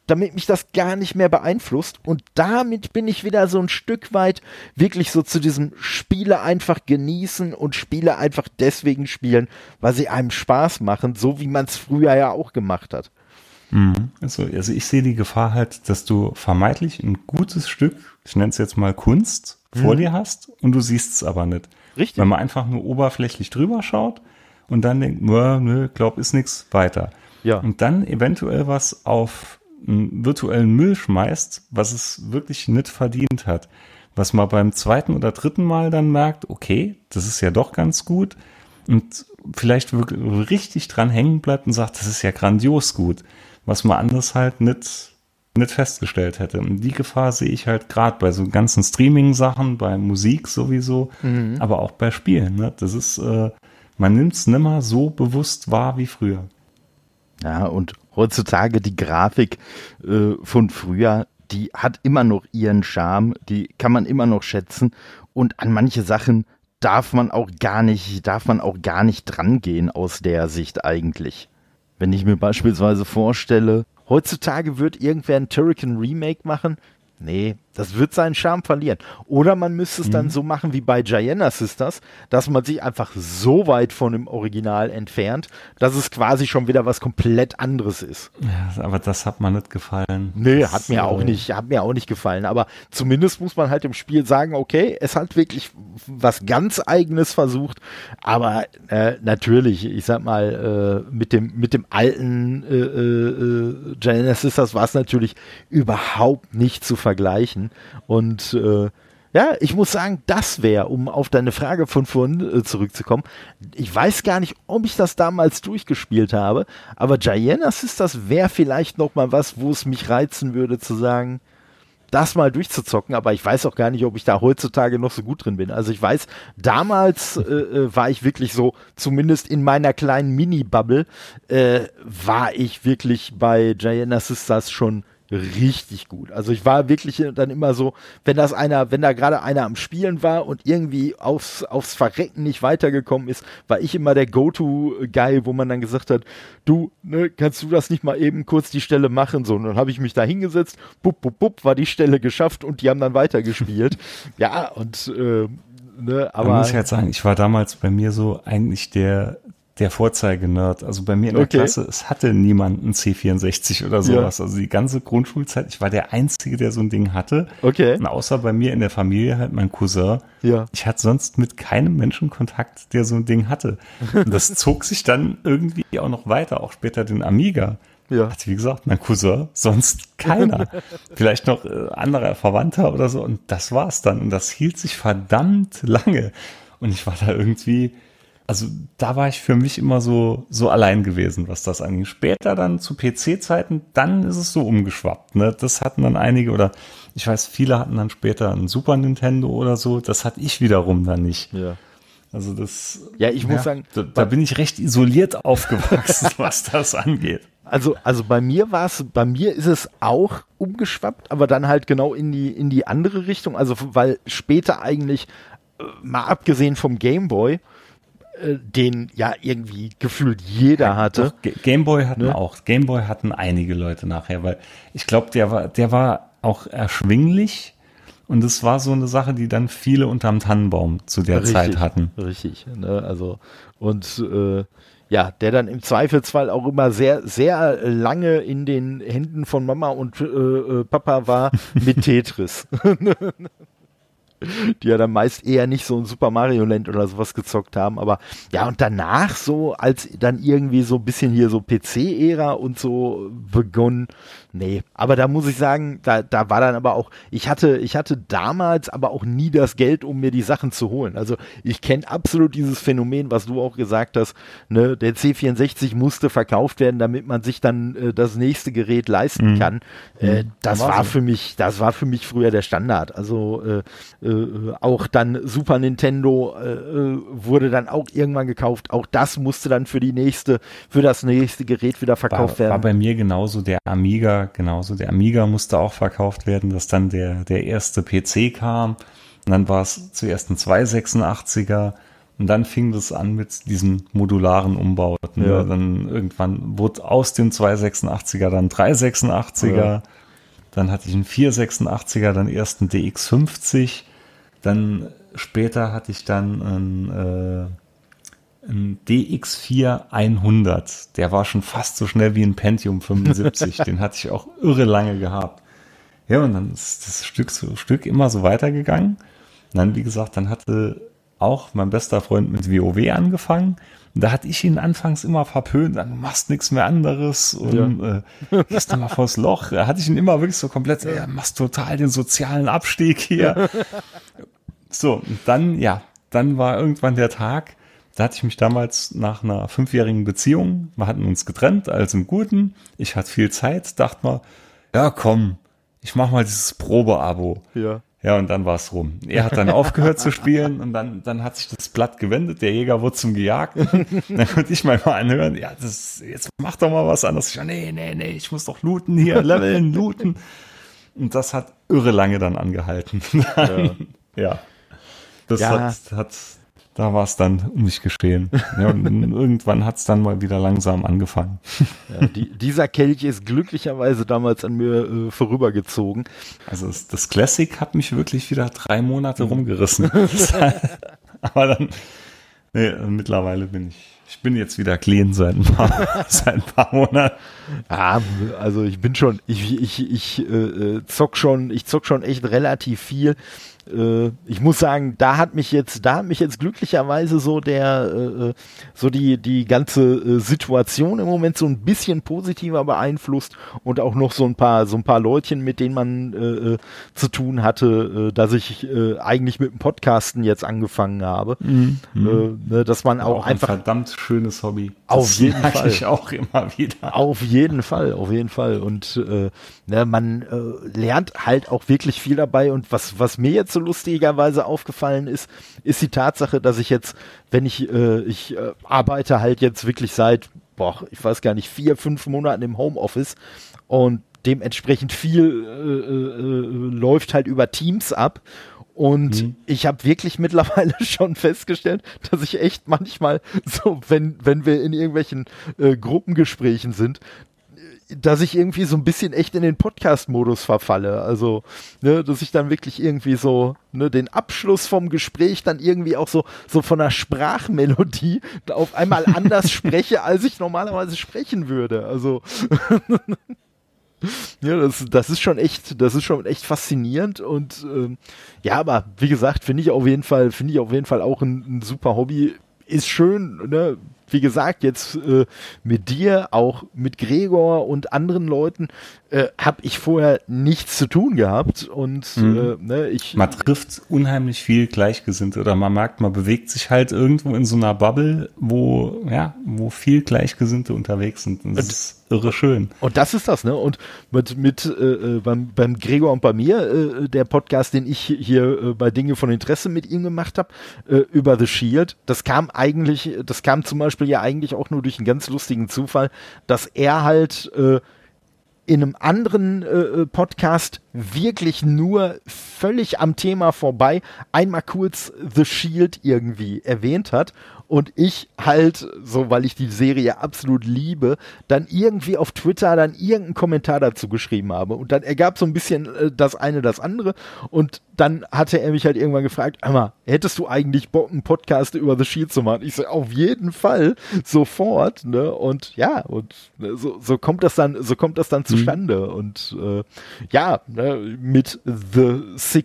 beeinflusst, und damit bin ich wieder so ein Stück weit wirklich so zu diesem Spiele einfach genießen und Spiele einfach deswegen spielen, weil sie einem Spaß machen, so wie man es früher ja auch gemacht hat. Also ich sehe die Gefahr halt, dass du vermeintlich ein gutes Stück, ich nenne es jetzt mal Kunst, vor dir hast und du siehst es aber nicht. Richtig. Wenn man einfach nur oberflächlich drüber schaut und dann denkt, nö, glaub, ist nichts weiter. Ja. Und dann eventuell was auf einen virtuellen Müll schmeißt, was es wirklich nicht verdient hat. Was man beim zweiten oder dritten Mal dann merkt, okay, das ist ja doch ganz gut, und vielleicht wirklich richtig dran hängen bleibt und sagt, das ist ja grandios gut, was man anders halt nicht festgestellt hätte. Und die Gefahr sehe ich halt gerade bei so ganzen Streaming-Sachen, bei Musik sowieso, aber auch bei Spielen. Ne? Das ist, man nimmt es nimmer so bewusst wahr wie früher. Ja, und heutzutage die Grafik von früher, die hat immer noch ihren Charme, die kann man immer noch schätzen, und an manche Sachen darf man auch gar nicht drangehen aus der Sicht eigentlich. Wenn ich mir beispielsweise vorstelle, heutzutage wird irgendwer ein Turrican Remake machen, nee, das wird seinen Charme verlieren. Oder man müsste es dann so machen wie bei Giana Sisters, dass man sich einfach so weit von dem Original entfernt, dass es quasi schon wieder was komplett anderes ist. Ja, aber das hat mir nicht gefallen. Nee, hat mir auch nicht gefallen. Aber zumindest muss man halt im Spiel sagen, okay, es hat wirklich was ganz Eigenes versucht. Aber natürlich, ich sag mal, mit dem alten Giana Sisters war es natürlich überhaupt nicht zu vergleichen. Und ja, ich muss sagen, das wäre, um auf deine Frage von vorhin zurückzukommen, ich weiß gar nicht, ob ich das damals durchgespielt habe, aber Giana Sisters wäre vielleicht noch mal was, wo es mich reizen würde zu sagen, das mal durchzuzocken, aber ich weiß auch gar nicht, ob ich da heutzutage noch so gut drin bin. Also ich weiß, damals war ich wirklich so, zumindest in meiner kleinen Mini-Bubble, war ich wirklich bei Giant Sisters schon richtig gut. Also ich war wirklich dann immer so, wenn da gerade einer am Spielen war und irgendwie aufs Verrecken nicht weitergekommen ist, war ich immer der Go-To-Guy, wo man dann gesagt hat, du, ne, kannst du das nicht mal eben kurz die Stelle machen? So, und dann habe ich mich da hingesetzt, war die Stelle geschafft und die haben dann weitergespielt. Ja, und ne, aber. Da muss ich halt sagen, ich war damals bei mir so eigentlich der Vorzeige-Nerd. Also bei mir in der Klasse, es hatte niemand einen C64 oder sowas. Ja. Also die ganze Grundschulzeit, ich war der Einzige, der so ein Ding hatte. Okay. Und außer bei mir in der Familie halt mein Cousin. Ja. Ich hatte sonst mit keinem Menschen Kontakt, der so ein Ding hatte. Und das zog sich dann irgendwie auch noch weiter, auch später den Amiga. Ja. Hatte, wie gesagt, mein Cousin, sonst keiner. Vielleicht noch anderer Verwandter oder so. Und das war's dann. Und das hielt sich verdammt lange. Und ich war da irgendwie... Also da war ich für mich immer so allein gewesen, was das angeht. Später dann zu PC-Zeiten, dann ist es so umgeschwappt. Ne? Das hatten dann einige oder ich weiß, viele hatten dann später ein Super Nintendo oder so. Das hatte ich wiederum dann nicht. Ja. Also das. Ja, ich muss sagen, da bin ich recht isoliert aufgewachsen, was das angeht. Also bei mir ist es auch umgeschwappt, aber dann halt genau in die andere Richtung. Also weil später eigentlich, mal abgesehen vom Gameboy, den ja irgendwie gefühlt jeder hatte. Gameboy hatten auch. Gameboy hatten einige Leute nachher, weil ich glaube, der war auch erschwinglich und es war so eine Sache, die dann viele unterm Tannenbaum zu der Zeit hatten. Richtig, ne? Also und ja, der dann im Zweifelsfall auch immer sehr, sehr lange in den Händen von Mama und Papa war mit Tetris. Die ja dann meist eher nicht so ein Super Mario Land oder sowas gezockt haben, aber ja, und danach so, als dann irgendwie so ein bisschen hier so PC-Ära und so begonnen, nee, aber da muss ich sagen, da war dann aber auch, ich hatte damals aber auch nie das Geld, um mir die Sachen zu holen, also ich kenne absolut dieses Phänomen, was du auch gesagt hast, ne, der C64 musste verkauft werden, damit man sich dann das nächste Gerät leisten kann, das war für mich früher der Standard, also auch dann Super Nintendo wurde dann auch irgendwann gekauft. Auch das musste dann für das nächste Gerät wieder verkauft werden. War bei mir genauso der Amiga. Der Amiga musste auch verkauft werden, dass dann der erste PC kam. Und dann war es zuerst ein 286er. Und dann fing das an mit diesen modularen Umbauten. Ja. Dann irgendwann wurde aus dem 286er dann 386er. Ja. Dann hatte ich einen 486er, dann erst einen DX50. Dann später hatte ich dann einen DX4 100. Der war schon fast so schnell wie ein Pentium 75. Den hatte ich auch irre lange gehabt. Ja, und dann ist das Stück für Stück immer so weitergegangen. Und dann, wie gesagt, dann hatte auch mein bester Freund mit WoW angefangen. Und da hatte ich ihn anfangs immer verpönt, dann du machst nichts mehr anderes und gehst mal vors Loch. Da hatte ich ihn immer wirklich so komplett, machst total den sozialen Abstieg hier. So, und dann war irgendwann der Tag, da hatte ich mich damals nach einer 5-jährigen Beziehung, wir hatten uns getrennt, alles im Guten, ich hatte viel Zeit, dachte mal, ja komm, ich mach mal dieses Probeabo. Ja. Ja, und dann war es rum. Er hat dann aufgehört zu spielen und dann hat sich das Blatt gewendet, der Jäger wurde zum Gejagten. Dann konnte ich mal anhören, ja, jetzt mach doch mal was anderes. Ich, nee, ich muss doch looten hier, leveln, looten. Und das hat irre lange dann angehalten. Ja. Da war es dann um mich geschehen. Ja, und irgendwann hat es dann mal wieder langsam angefangen. Ja, dieser Kelch ist glücklicherweise damals an mir vorübergezogen. Also das Classic hat mich wirklich wieder 3 Monate rumgerissen. Aber dann, mittlerweile bin ich bin jetzt wieder clean seit ein paar Monaten. Ja, also ich bin schon, ich zock schon echt relativ viel. ich muss sagen, da hat mich jetzt glücklicherweise so die ganze Situation im Moment so ein bisschen positiver beeinflusst und auch noch so ein paar Leutchen, mit denen man zu tun hatte, dass ich eigentlich mit dem Podcasten jetzt angefangen habe, dass man auch einfach ein verdammt schönes Hobby. Auf jeden Fall. Ich auch immer wieder. Auf jeden Fall. Und man lernt halt auch wirklich viel dabei. Und was mir jetzt so lustigerweise aufgefallen ist die Tatsache, dass ich jetzt, wenn ich arbeite halt jetzt wirklich seit, ich weiß gar nicht, 4-5 Monaten im Homeoffice und dementsprechend viel läuft halt über Teams ab. Und ich habe wirklich mittlerweile schon festgestellt, dass ich echt manchmal so, wenn wir in irgendwelchen Gruppengesprächen sind, dass ich irgendwie so ein bisschen echt in den Podcast-Modus verfalle. Also, dass ich dann wirklich irgendwie so den Abschluss vom Gespräch dann irgendwie auch so von der Sprachmelodie auf einmal anders spreche, als ich normalerweise sprechen würde. Also ja, das ist schon echt faszinierend und aber wie gesagt, finde ich auf jeden Fall auch ein super Hobby. Ist schön, ne? Wie gesagt, jetzt mit dir, auch mit Gregor und anderen Leuten habe ich vorher nichts zu tun gehabt und man trifft unheimlich viel Gleichgesinnte oder man merkt, man bewegt sich halt irgendwo in so einer Bubble, wo viel Gleichgesinnte unterwegs sind. Und das ist irre schön. Und das ist das, ne? Und beim Gregor und bei mir, der Podcast, den ich hier bei Dinge von Interesse mit ihm gemacht habe, über The Shield, das kam zum Beispiel ja eigentlich auch nur durch einen ganz lustigen Zufall, dass er halt in einem anderen Podcast wirklich nur völlig am Thema vorbei einmal kurz The Shield irgendwie erwähnt hat und ich halt, so weil ich die Serie absolut liebe, dann irgendwie auf Twitter dann irgendeinen Kommentar dazu geschrieben habe und dann ergab so ein bisschen das eine, das andere und dann hatte er mich halt irgendwann gefragt, Emma, hättest du eigentlich Bock, einen Podcast über The Shield zu machen? Ich so, auf jeden Fall, sofort, ne? Und ja, und so kommt das dann zustande und mit The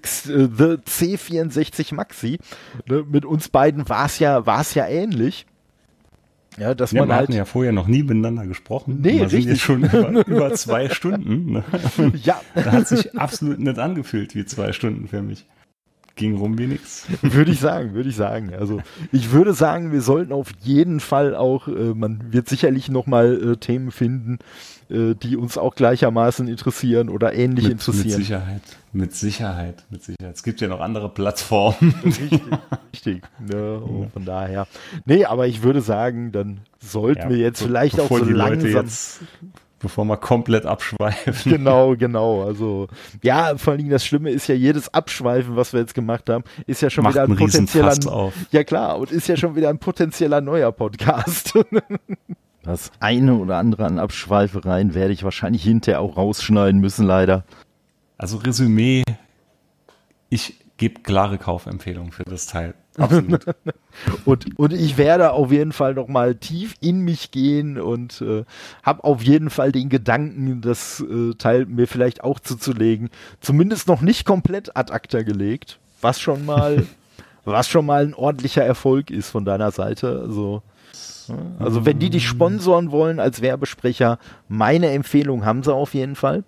C64 Maxi, ne? Mit uns beiden war es ja ähnlich. Ja, dass man wir halt hatten ja vorher noch nie miteinander gesprochen. Nee, wir richtig. sind jetzt schon über 2 Stunden. Ne? Ja. Da hat sich absolut nicht angefühlt wie 2 Stunden für mich. Ging rum wie nix. Würde ich sagen. Also ich würde sagen, wir sollten auf jeden Fall auch, man wird sicherlich nochmal Themen finden, die uns auch gleichermaßen interessieren oder ähnlich interessieren. Mit Sicherheit. Es gibt ja noch andere Plattformen. Richtig. Ne? Oh, von daher. Nee, aber ich würde sagen, dann sollten wir jetzt vielleicht auch so langsam... Bevor wir komplett abschweifen. Genau. Also, ja, vor allen Dingen das Schlimme ist ja, jedes Abschweifen, was wir jetzt gemacht haben, ist ja schon wieder ein potenzieller... Ja klar, und ist ja schon wieder ein potenzieller neuer Podcast. Das eine oder andere an Abschweifereien werde ich wahrscheinlich hinterher auch rausschneiden müssen, leider. Also Resümee, ich gebe klare Kaufempfehlung für das Teil. Absolut. und ich werde auf jeden Fall noch mal tief in mich gehen und habe auf jeden Fall den Gedanken, das Teil mir vielleicht auch zuzulegen. Zumindest noch nicht komplett ad acta gelegt, was schon mal ein ordentlicher Erfolg ist von deiner Seite. Also wenn die dich sponsoren wollen als Werbesprecher, meine Empfehlung haben sie auf jeden Fall.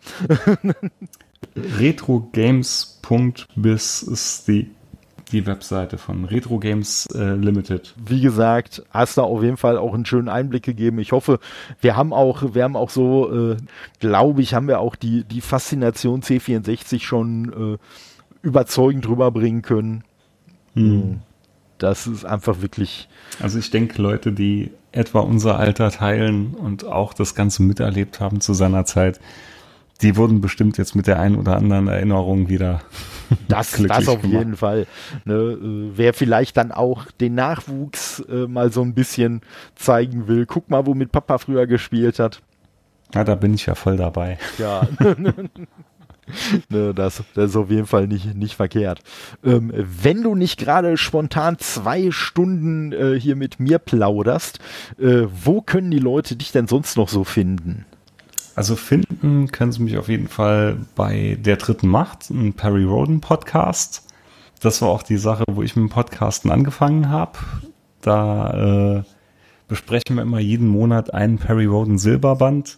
retrogames.biz ist die Webseite von Retro Games Limited. Wie gesagt, hast du auf jeden Fall auch einen schönen Einblick gegeben. Ich hoffe, wir haben auch so, glaube ich, haben wir auch die Faszination C64 schon überzeugend rüberbringen können. Das ist einfach wirklich... Also ich denke, Leute, die etwa unser Alter teilen und auch das Ganze miterlebt haben zu seiner Zeit, die wurden bestimmt jetzt mit der einen oder anderen Erinnerung wieder das auf jeden Fall. Ne, wer vielleicht dann auch den Nachwuchs mal so ein bisschen zeigen will. Guck mal, womit Papa früher gespielt hat. Ja, da bin ich ja voll dabei. Ja. Ne, das ist auf jeden Fall nicht verkehrt. Wenn du nicht gerade spontan 2 Stunden hier mit mir plauderst, wo können die Leute dich denn sonst noch so finden? Also finden können Sie mich auf jeden Fall bei Der Dritten Macht, ein Perry Roden Podcast. das war auch die Sache, wo ich mit dem Podcasten angefangen habe. Da besprechen wir immer jeden Monat einen Perry Rhodan Silberband.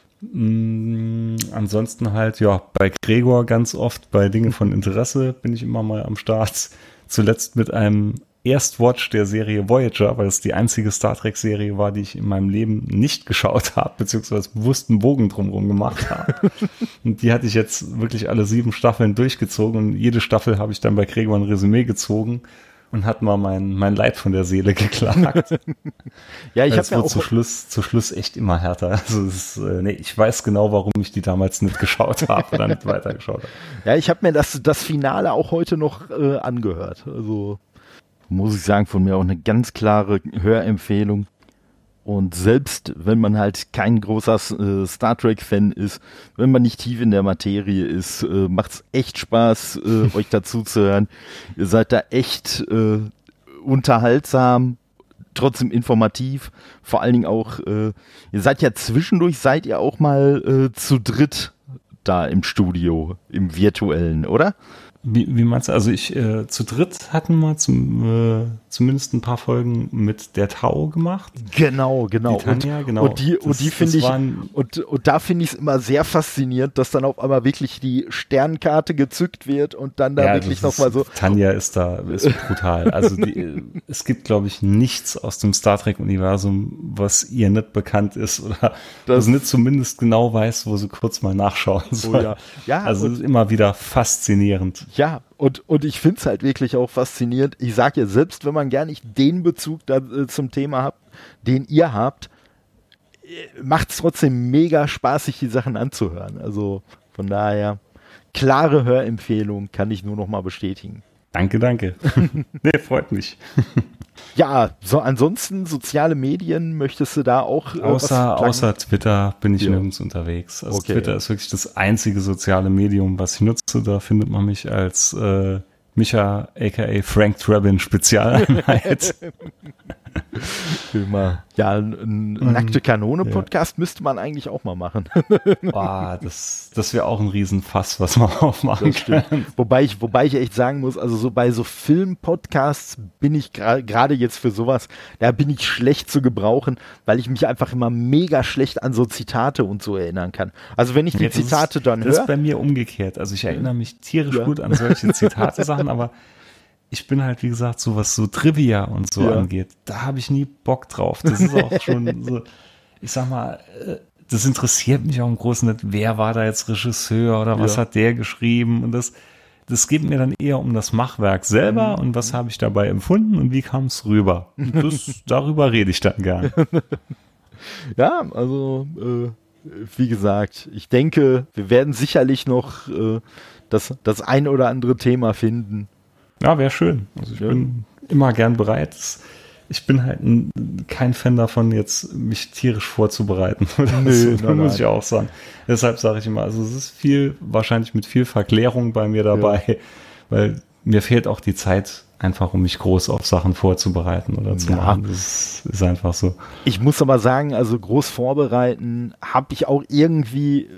Ansonsten halt, ja, bei Gregor ganz oft, bei Dinge von Interesse bin ich immer mal am Start. Zuletzt mit einem Erstwatch der Serie Voyager, weil es die einzige Star Trek-Serie war, die ich in meinem Leben nicht geschaut habe, beziehungsweise bewusst einen Bogen drumherum gemacht habe. Und die hatte ich jetzt wirklich alle 7 Staffeln durchgezogen und jede Staffel habe ich dann bei Gregor ein Resümee gezogen und hat mal mein Leid von der Seele geklagt. Ja, ich habe ja auch zu Schluss echt immer härter. Also ich weiß genau, warum ich die damals nicht geschaut habe oder nicht weitergeschaut habe. Ja, ich habe mir das Finale auch heute noch angehört. Also muss ich sagen, von mir auch eine ganz klare Hörempfehlung. Und selbst wenn man halt kein großer Star Trek-Fan ist, wenn man nicht tief in der Materie ist, macht's echt Spaß, euch dazu zu hören. Ihr seid da echt unterhaltsam, trotzdem informativ. Vor allen Dingen auch, ihr seid ja zwischendurch, seid ihr auch mal zu dritt da im Studio, im virtuellen, oder? Wie meinst du? Also zu dritt hatten wir zumindest ein paar Folgen mit der Tau gemacht. Genau. Die Tanja, genau. Und die finde ich, und da finde ich es immer sehr faszinierend, dass dann auf einmal wirklich die Sternkarte gezückt wird und dann da wirklich nochmal so. Tanja ist brutal. Also es gibt, glaube ich, nichts aus dem Star Trek-Universum, was ihr nicht bekannt ist oder das nicht zumindest genau weiß, wo sie kurz mal nachschauen soll. Oh ja, also immer wieder faszinierend. Ja, und ich finde es halt wirklich auch faszinierend. Ich sage ja, selbst wenn man gar nicht den Bezug da, zum Thema hat, den ihr habt, macht es trotzdem mega Spaß, sich die Sachen anzuhören. Also von daher, klare Hörempfehlung, kann ich nur noch mal bestätigen. Danke. Nee, freut mich. Ja, so ansonsten soziale Medien, möchtest du da auch außer Twitter bin ich nirgends unterwegs. Also okay, Twitter ist wirklich das einzige soziale Medium, was ich nutze. Da findet man mich als Micha aka Frank Drabin Spezialeinheit. Ja, ein Nackte Kanone Podcast müsste man eigentlich auch mal machen. Boah, das wäre auch ein Riesenfass, was man aufmachen kann. Wobei ich echt sagen muss, also so bei so Film-Podcasts bin ich gerade jetzt für sowas, da bin ich schlecht zu gebrauchen, weil ich mich einfach immer mega schlecht an so Zitate und so erinnern kann. Also wenn ich die Zitate dann höre. Das ist bei mir umgekehrt. Also ich erinnere mich tierisch gut an solche Zitate-Sachen, aber ich bin halt, wie gesagt, so was so Trivia und so angeht, da habe ich nie Bock drauf. Das ist auch schon so, ich sag mal, das interessiert mich auch im Großen nicht, wer war da jetzt Regisseur oder was hat der geschrieben und das geht mir dann eher um das Machwerk selber und was habe ich dabei empfunden und wie kam es rüber. Und darüber rede ich dann gern. Ja, also wie gesagt, ich denke, wir werden sicherlich noch das ein oder andere Thema finden. Ja, wäre schön. Also ich bin immer gern bereit. Ich bin halt kein Fan davon, jetzt mich tierisch vorzubereiten. Muss ich auch sagen. Deshalb sage ich immer, also es ist wahrscheinlich mit viel Verklärung bei mir dabei, weil mir fehlt auch die Zeit einfach, um mich groß auf Sachen vorzubereiten oder zu machen. Das ist einfach so. Ich muss aber sagen, also groß vorbereiten habe ich auch irgendwie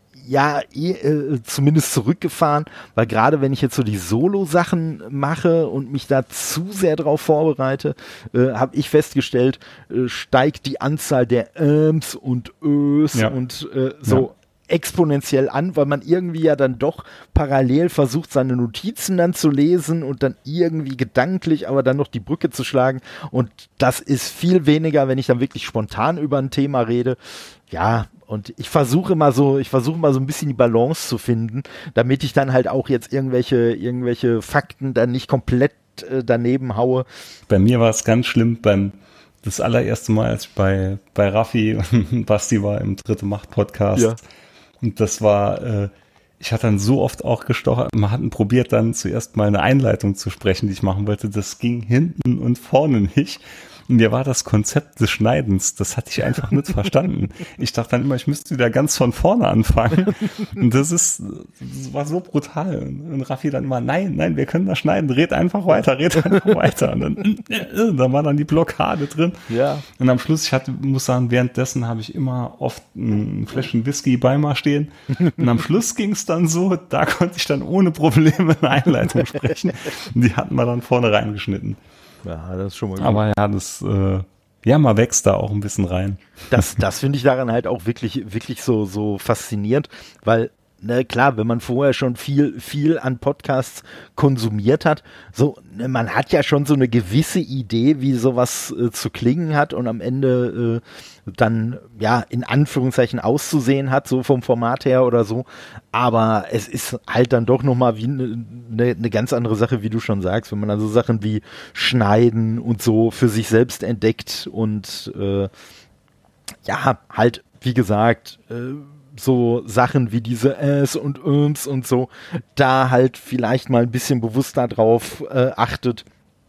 zumindest zurückgefahren, weil gerade wenn ich jetzt so die Solo-Sachen mache und mich da zu sehr drauf vorbereite, habe ich festgestellt, steigt die Anzahl der Äms und Ös und exponentiell an, weil man irgendwie ja dann doch parallel versucht, seine Notizen dann zu lesen und dann irgendwie gedanklich aber dann noch die Brücke zu schlagen und das ist viel weniger, wenn ich dann wirklich spontan über ein Thema rede. Ja, und ich versuche mal so ein bisschen die Balance zu finden, damit ich dann halt auch jetzt irgendwelche Fakten dann nicht komplett daneben haue. Bei mir war es ganz schlimm das allererste Mal, als ich bei Raffi und Basti war im Dritte Macht Podcast. Ja. Und das war, ich hatte dann so oft auch gestochert, man hat probiert dann zuerst mal eine Einleitung zu sprechen, die ich machen wollte. Das ging hinten und vorne nicht. mir war das Konzept des Schneidens, das hatte ich einfach nicht verstanden. Ich dachte dann immer, ich müsste wieder ganz von vorne anfangen. Und das war so brutal. Und Raffi dann immer, nein, wir können das schneiden, red einfach weiter. Und dann war dann die Blockade drin. Ja. Und am Schluss, muss sagen, währenddessen habe ich immer oft ein Fläschchen Whisky bei mir stehen. Und am Schluss ging es dann so, da konnte ich dann ohne Probleme eine Einleitung sprechen. Und die hatten wir dann vorne reingeschnitten. Ja, das ist schon mal gut. Aber ja, man wächst da auch ein bisschen rein. Das finde ich daran halt auch wirklich so faszinierend, weil, ne, klar, wenn man vorher schon viel an Podcasts konsumiert hat, so, ne, man hat ja schon so eine gewisse Idee, wie sowas zu klingen hat und am Ende dann, ja, in Anführungszeichen auszusehen hat, so vom Format her oder so. Aber es ist halt dann doch nochmal wie eine ganz andere Sache, wie du schon sagst, wenn man also Sachen wie Schneiden und so für sich selbst entdeckt und ja, halt, wie gesagt, so Sachen wie diese und und so, da halt vielleicht mal ein bisschen bewusster drauf achtet.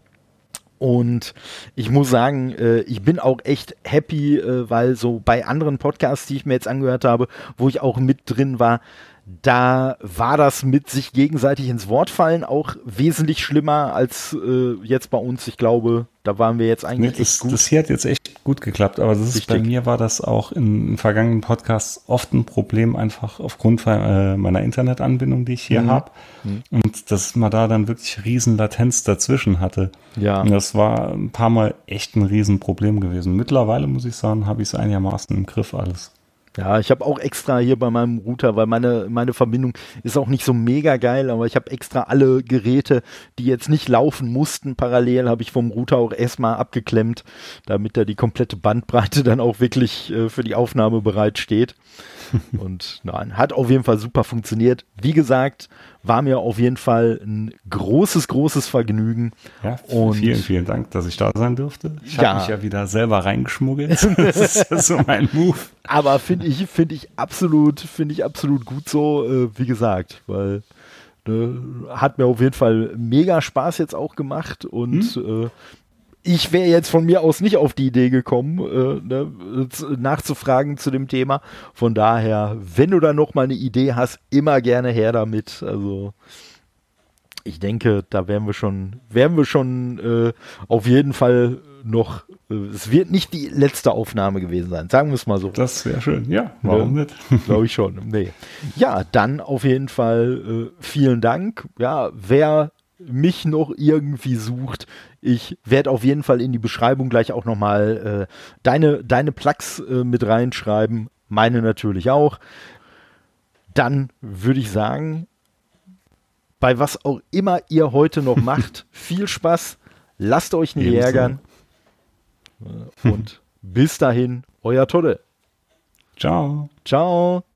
Und ich muss sagen, ich bin auch echt happy, weil so bei anderen Podcasts, die ich mir jetzt angehört habe, wo ich auch mit drin war, da war das mit sich gegenseitig ins Wort fallen auch wesentlich schlimmer als jetzt bei uns. Ich glaube, da waren wir jetzt eigentlich echt gut. Das hier hat jetzt echt gut geklappt, aber bei mir war das auch in vergangenen Podcasts oft ein Problem, einfach aufgrund meiner Internetanbindung, die ich hier habe. Und dass man da dann wirklich riesen Latenz dazwischen hatte. Ja. Und das war ein paar Mal echt ein Riesenproblem gewesen. Mittlerweile, muss ich sagen, habe ich es einigermaßen im Griff alles. Ja, ich habe auch extra hier bei meinem Router, weil meine Verbindung ist auch nicht so mega geil, aber ich habe extra alle Geräte, die jetzt nicht laufen mussten, parallel habe ich vom Router auch erstmal abgeklemmt, damit da die komplette Bandbreite dann auch wirklich für die Aufnahme bereit steht. Und nein, hat auf jeden Fall super funktioniert. Wie gesagt, war mir auf jeden Fall ein großes Vergnügen. Ja, und vielen Dank, dass ich da sein durfte. Ich habe mich ja wieder selber reingeschmuggelt. Das ist ja so mein Move. Aber finde ich absolut gut so, wie gesagt, weil hat mir auf jeden Fall mega Spaß jetzt auch gemacht und ich wäre jetzt von mir aus nicht auf die Idee gekommen, nachzufragen zu dem Thema. Von daher, wenn du da noch mal eine Idee hast, immer gerne her damit. Also ich denke, da wären wir schon auf jeden Fall noch. Es wird nicht die letzte Aufnahme gewesen sein, sagen wir es mal so. Das wäre schön, ja. Warum nicht? Glaube ich schon. Nee. Ja, dann auf jeden Fall vielen Dank. Ja, wer mich noch irgendwie sucht, ich werde auf jeden Fall in die Beschreibung gleich auch nochmal deine Plugs mit reinschreiben, meine natürlich auch. Dann würde ich sagen, bei was auch immer ihr heute noch macht, viel Spaß, lasst euch nicht ärgern und bis dahin, euer Todde. Ciao. Ciao.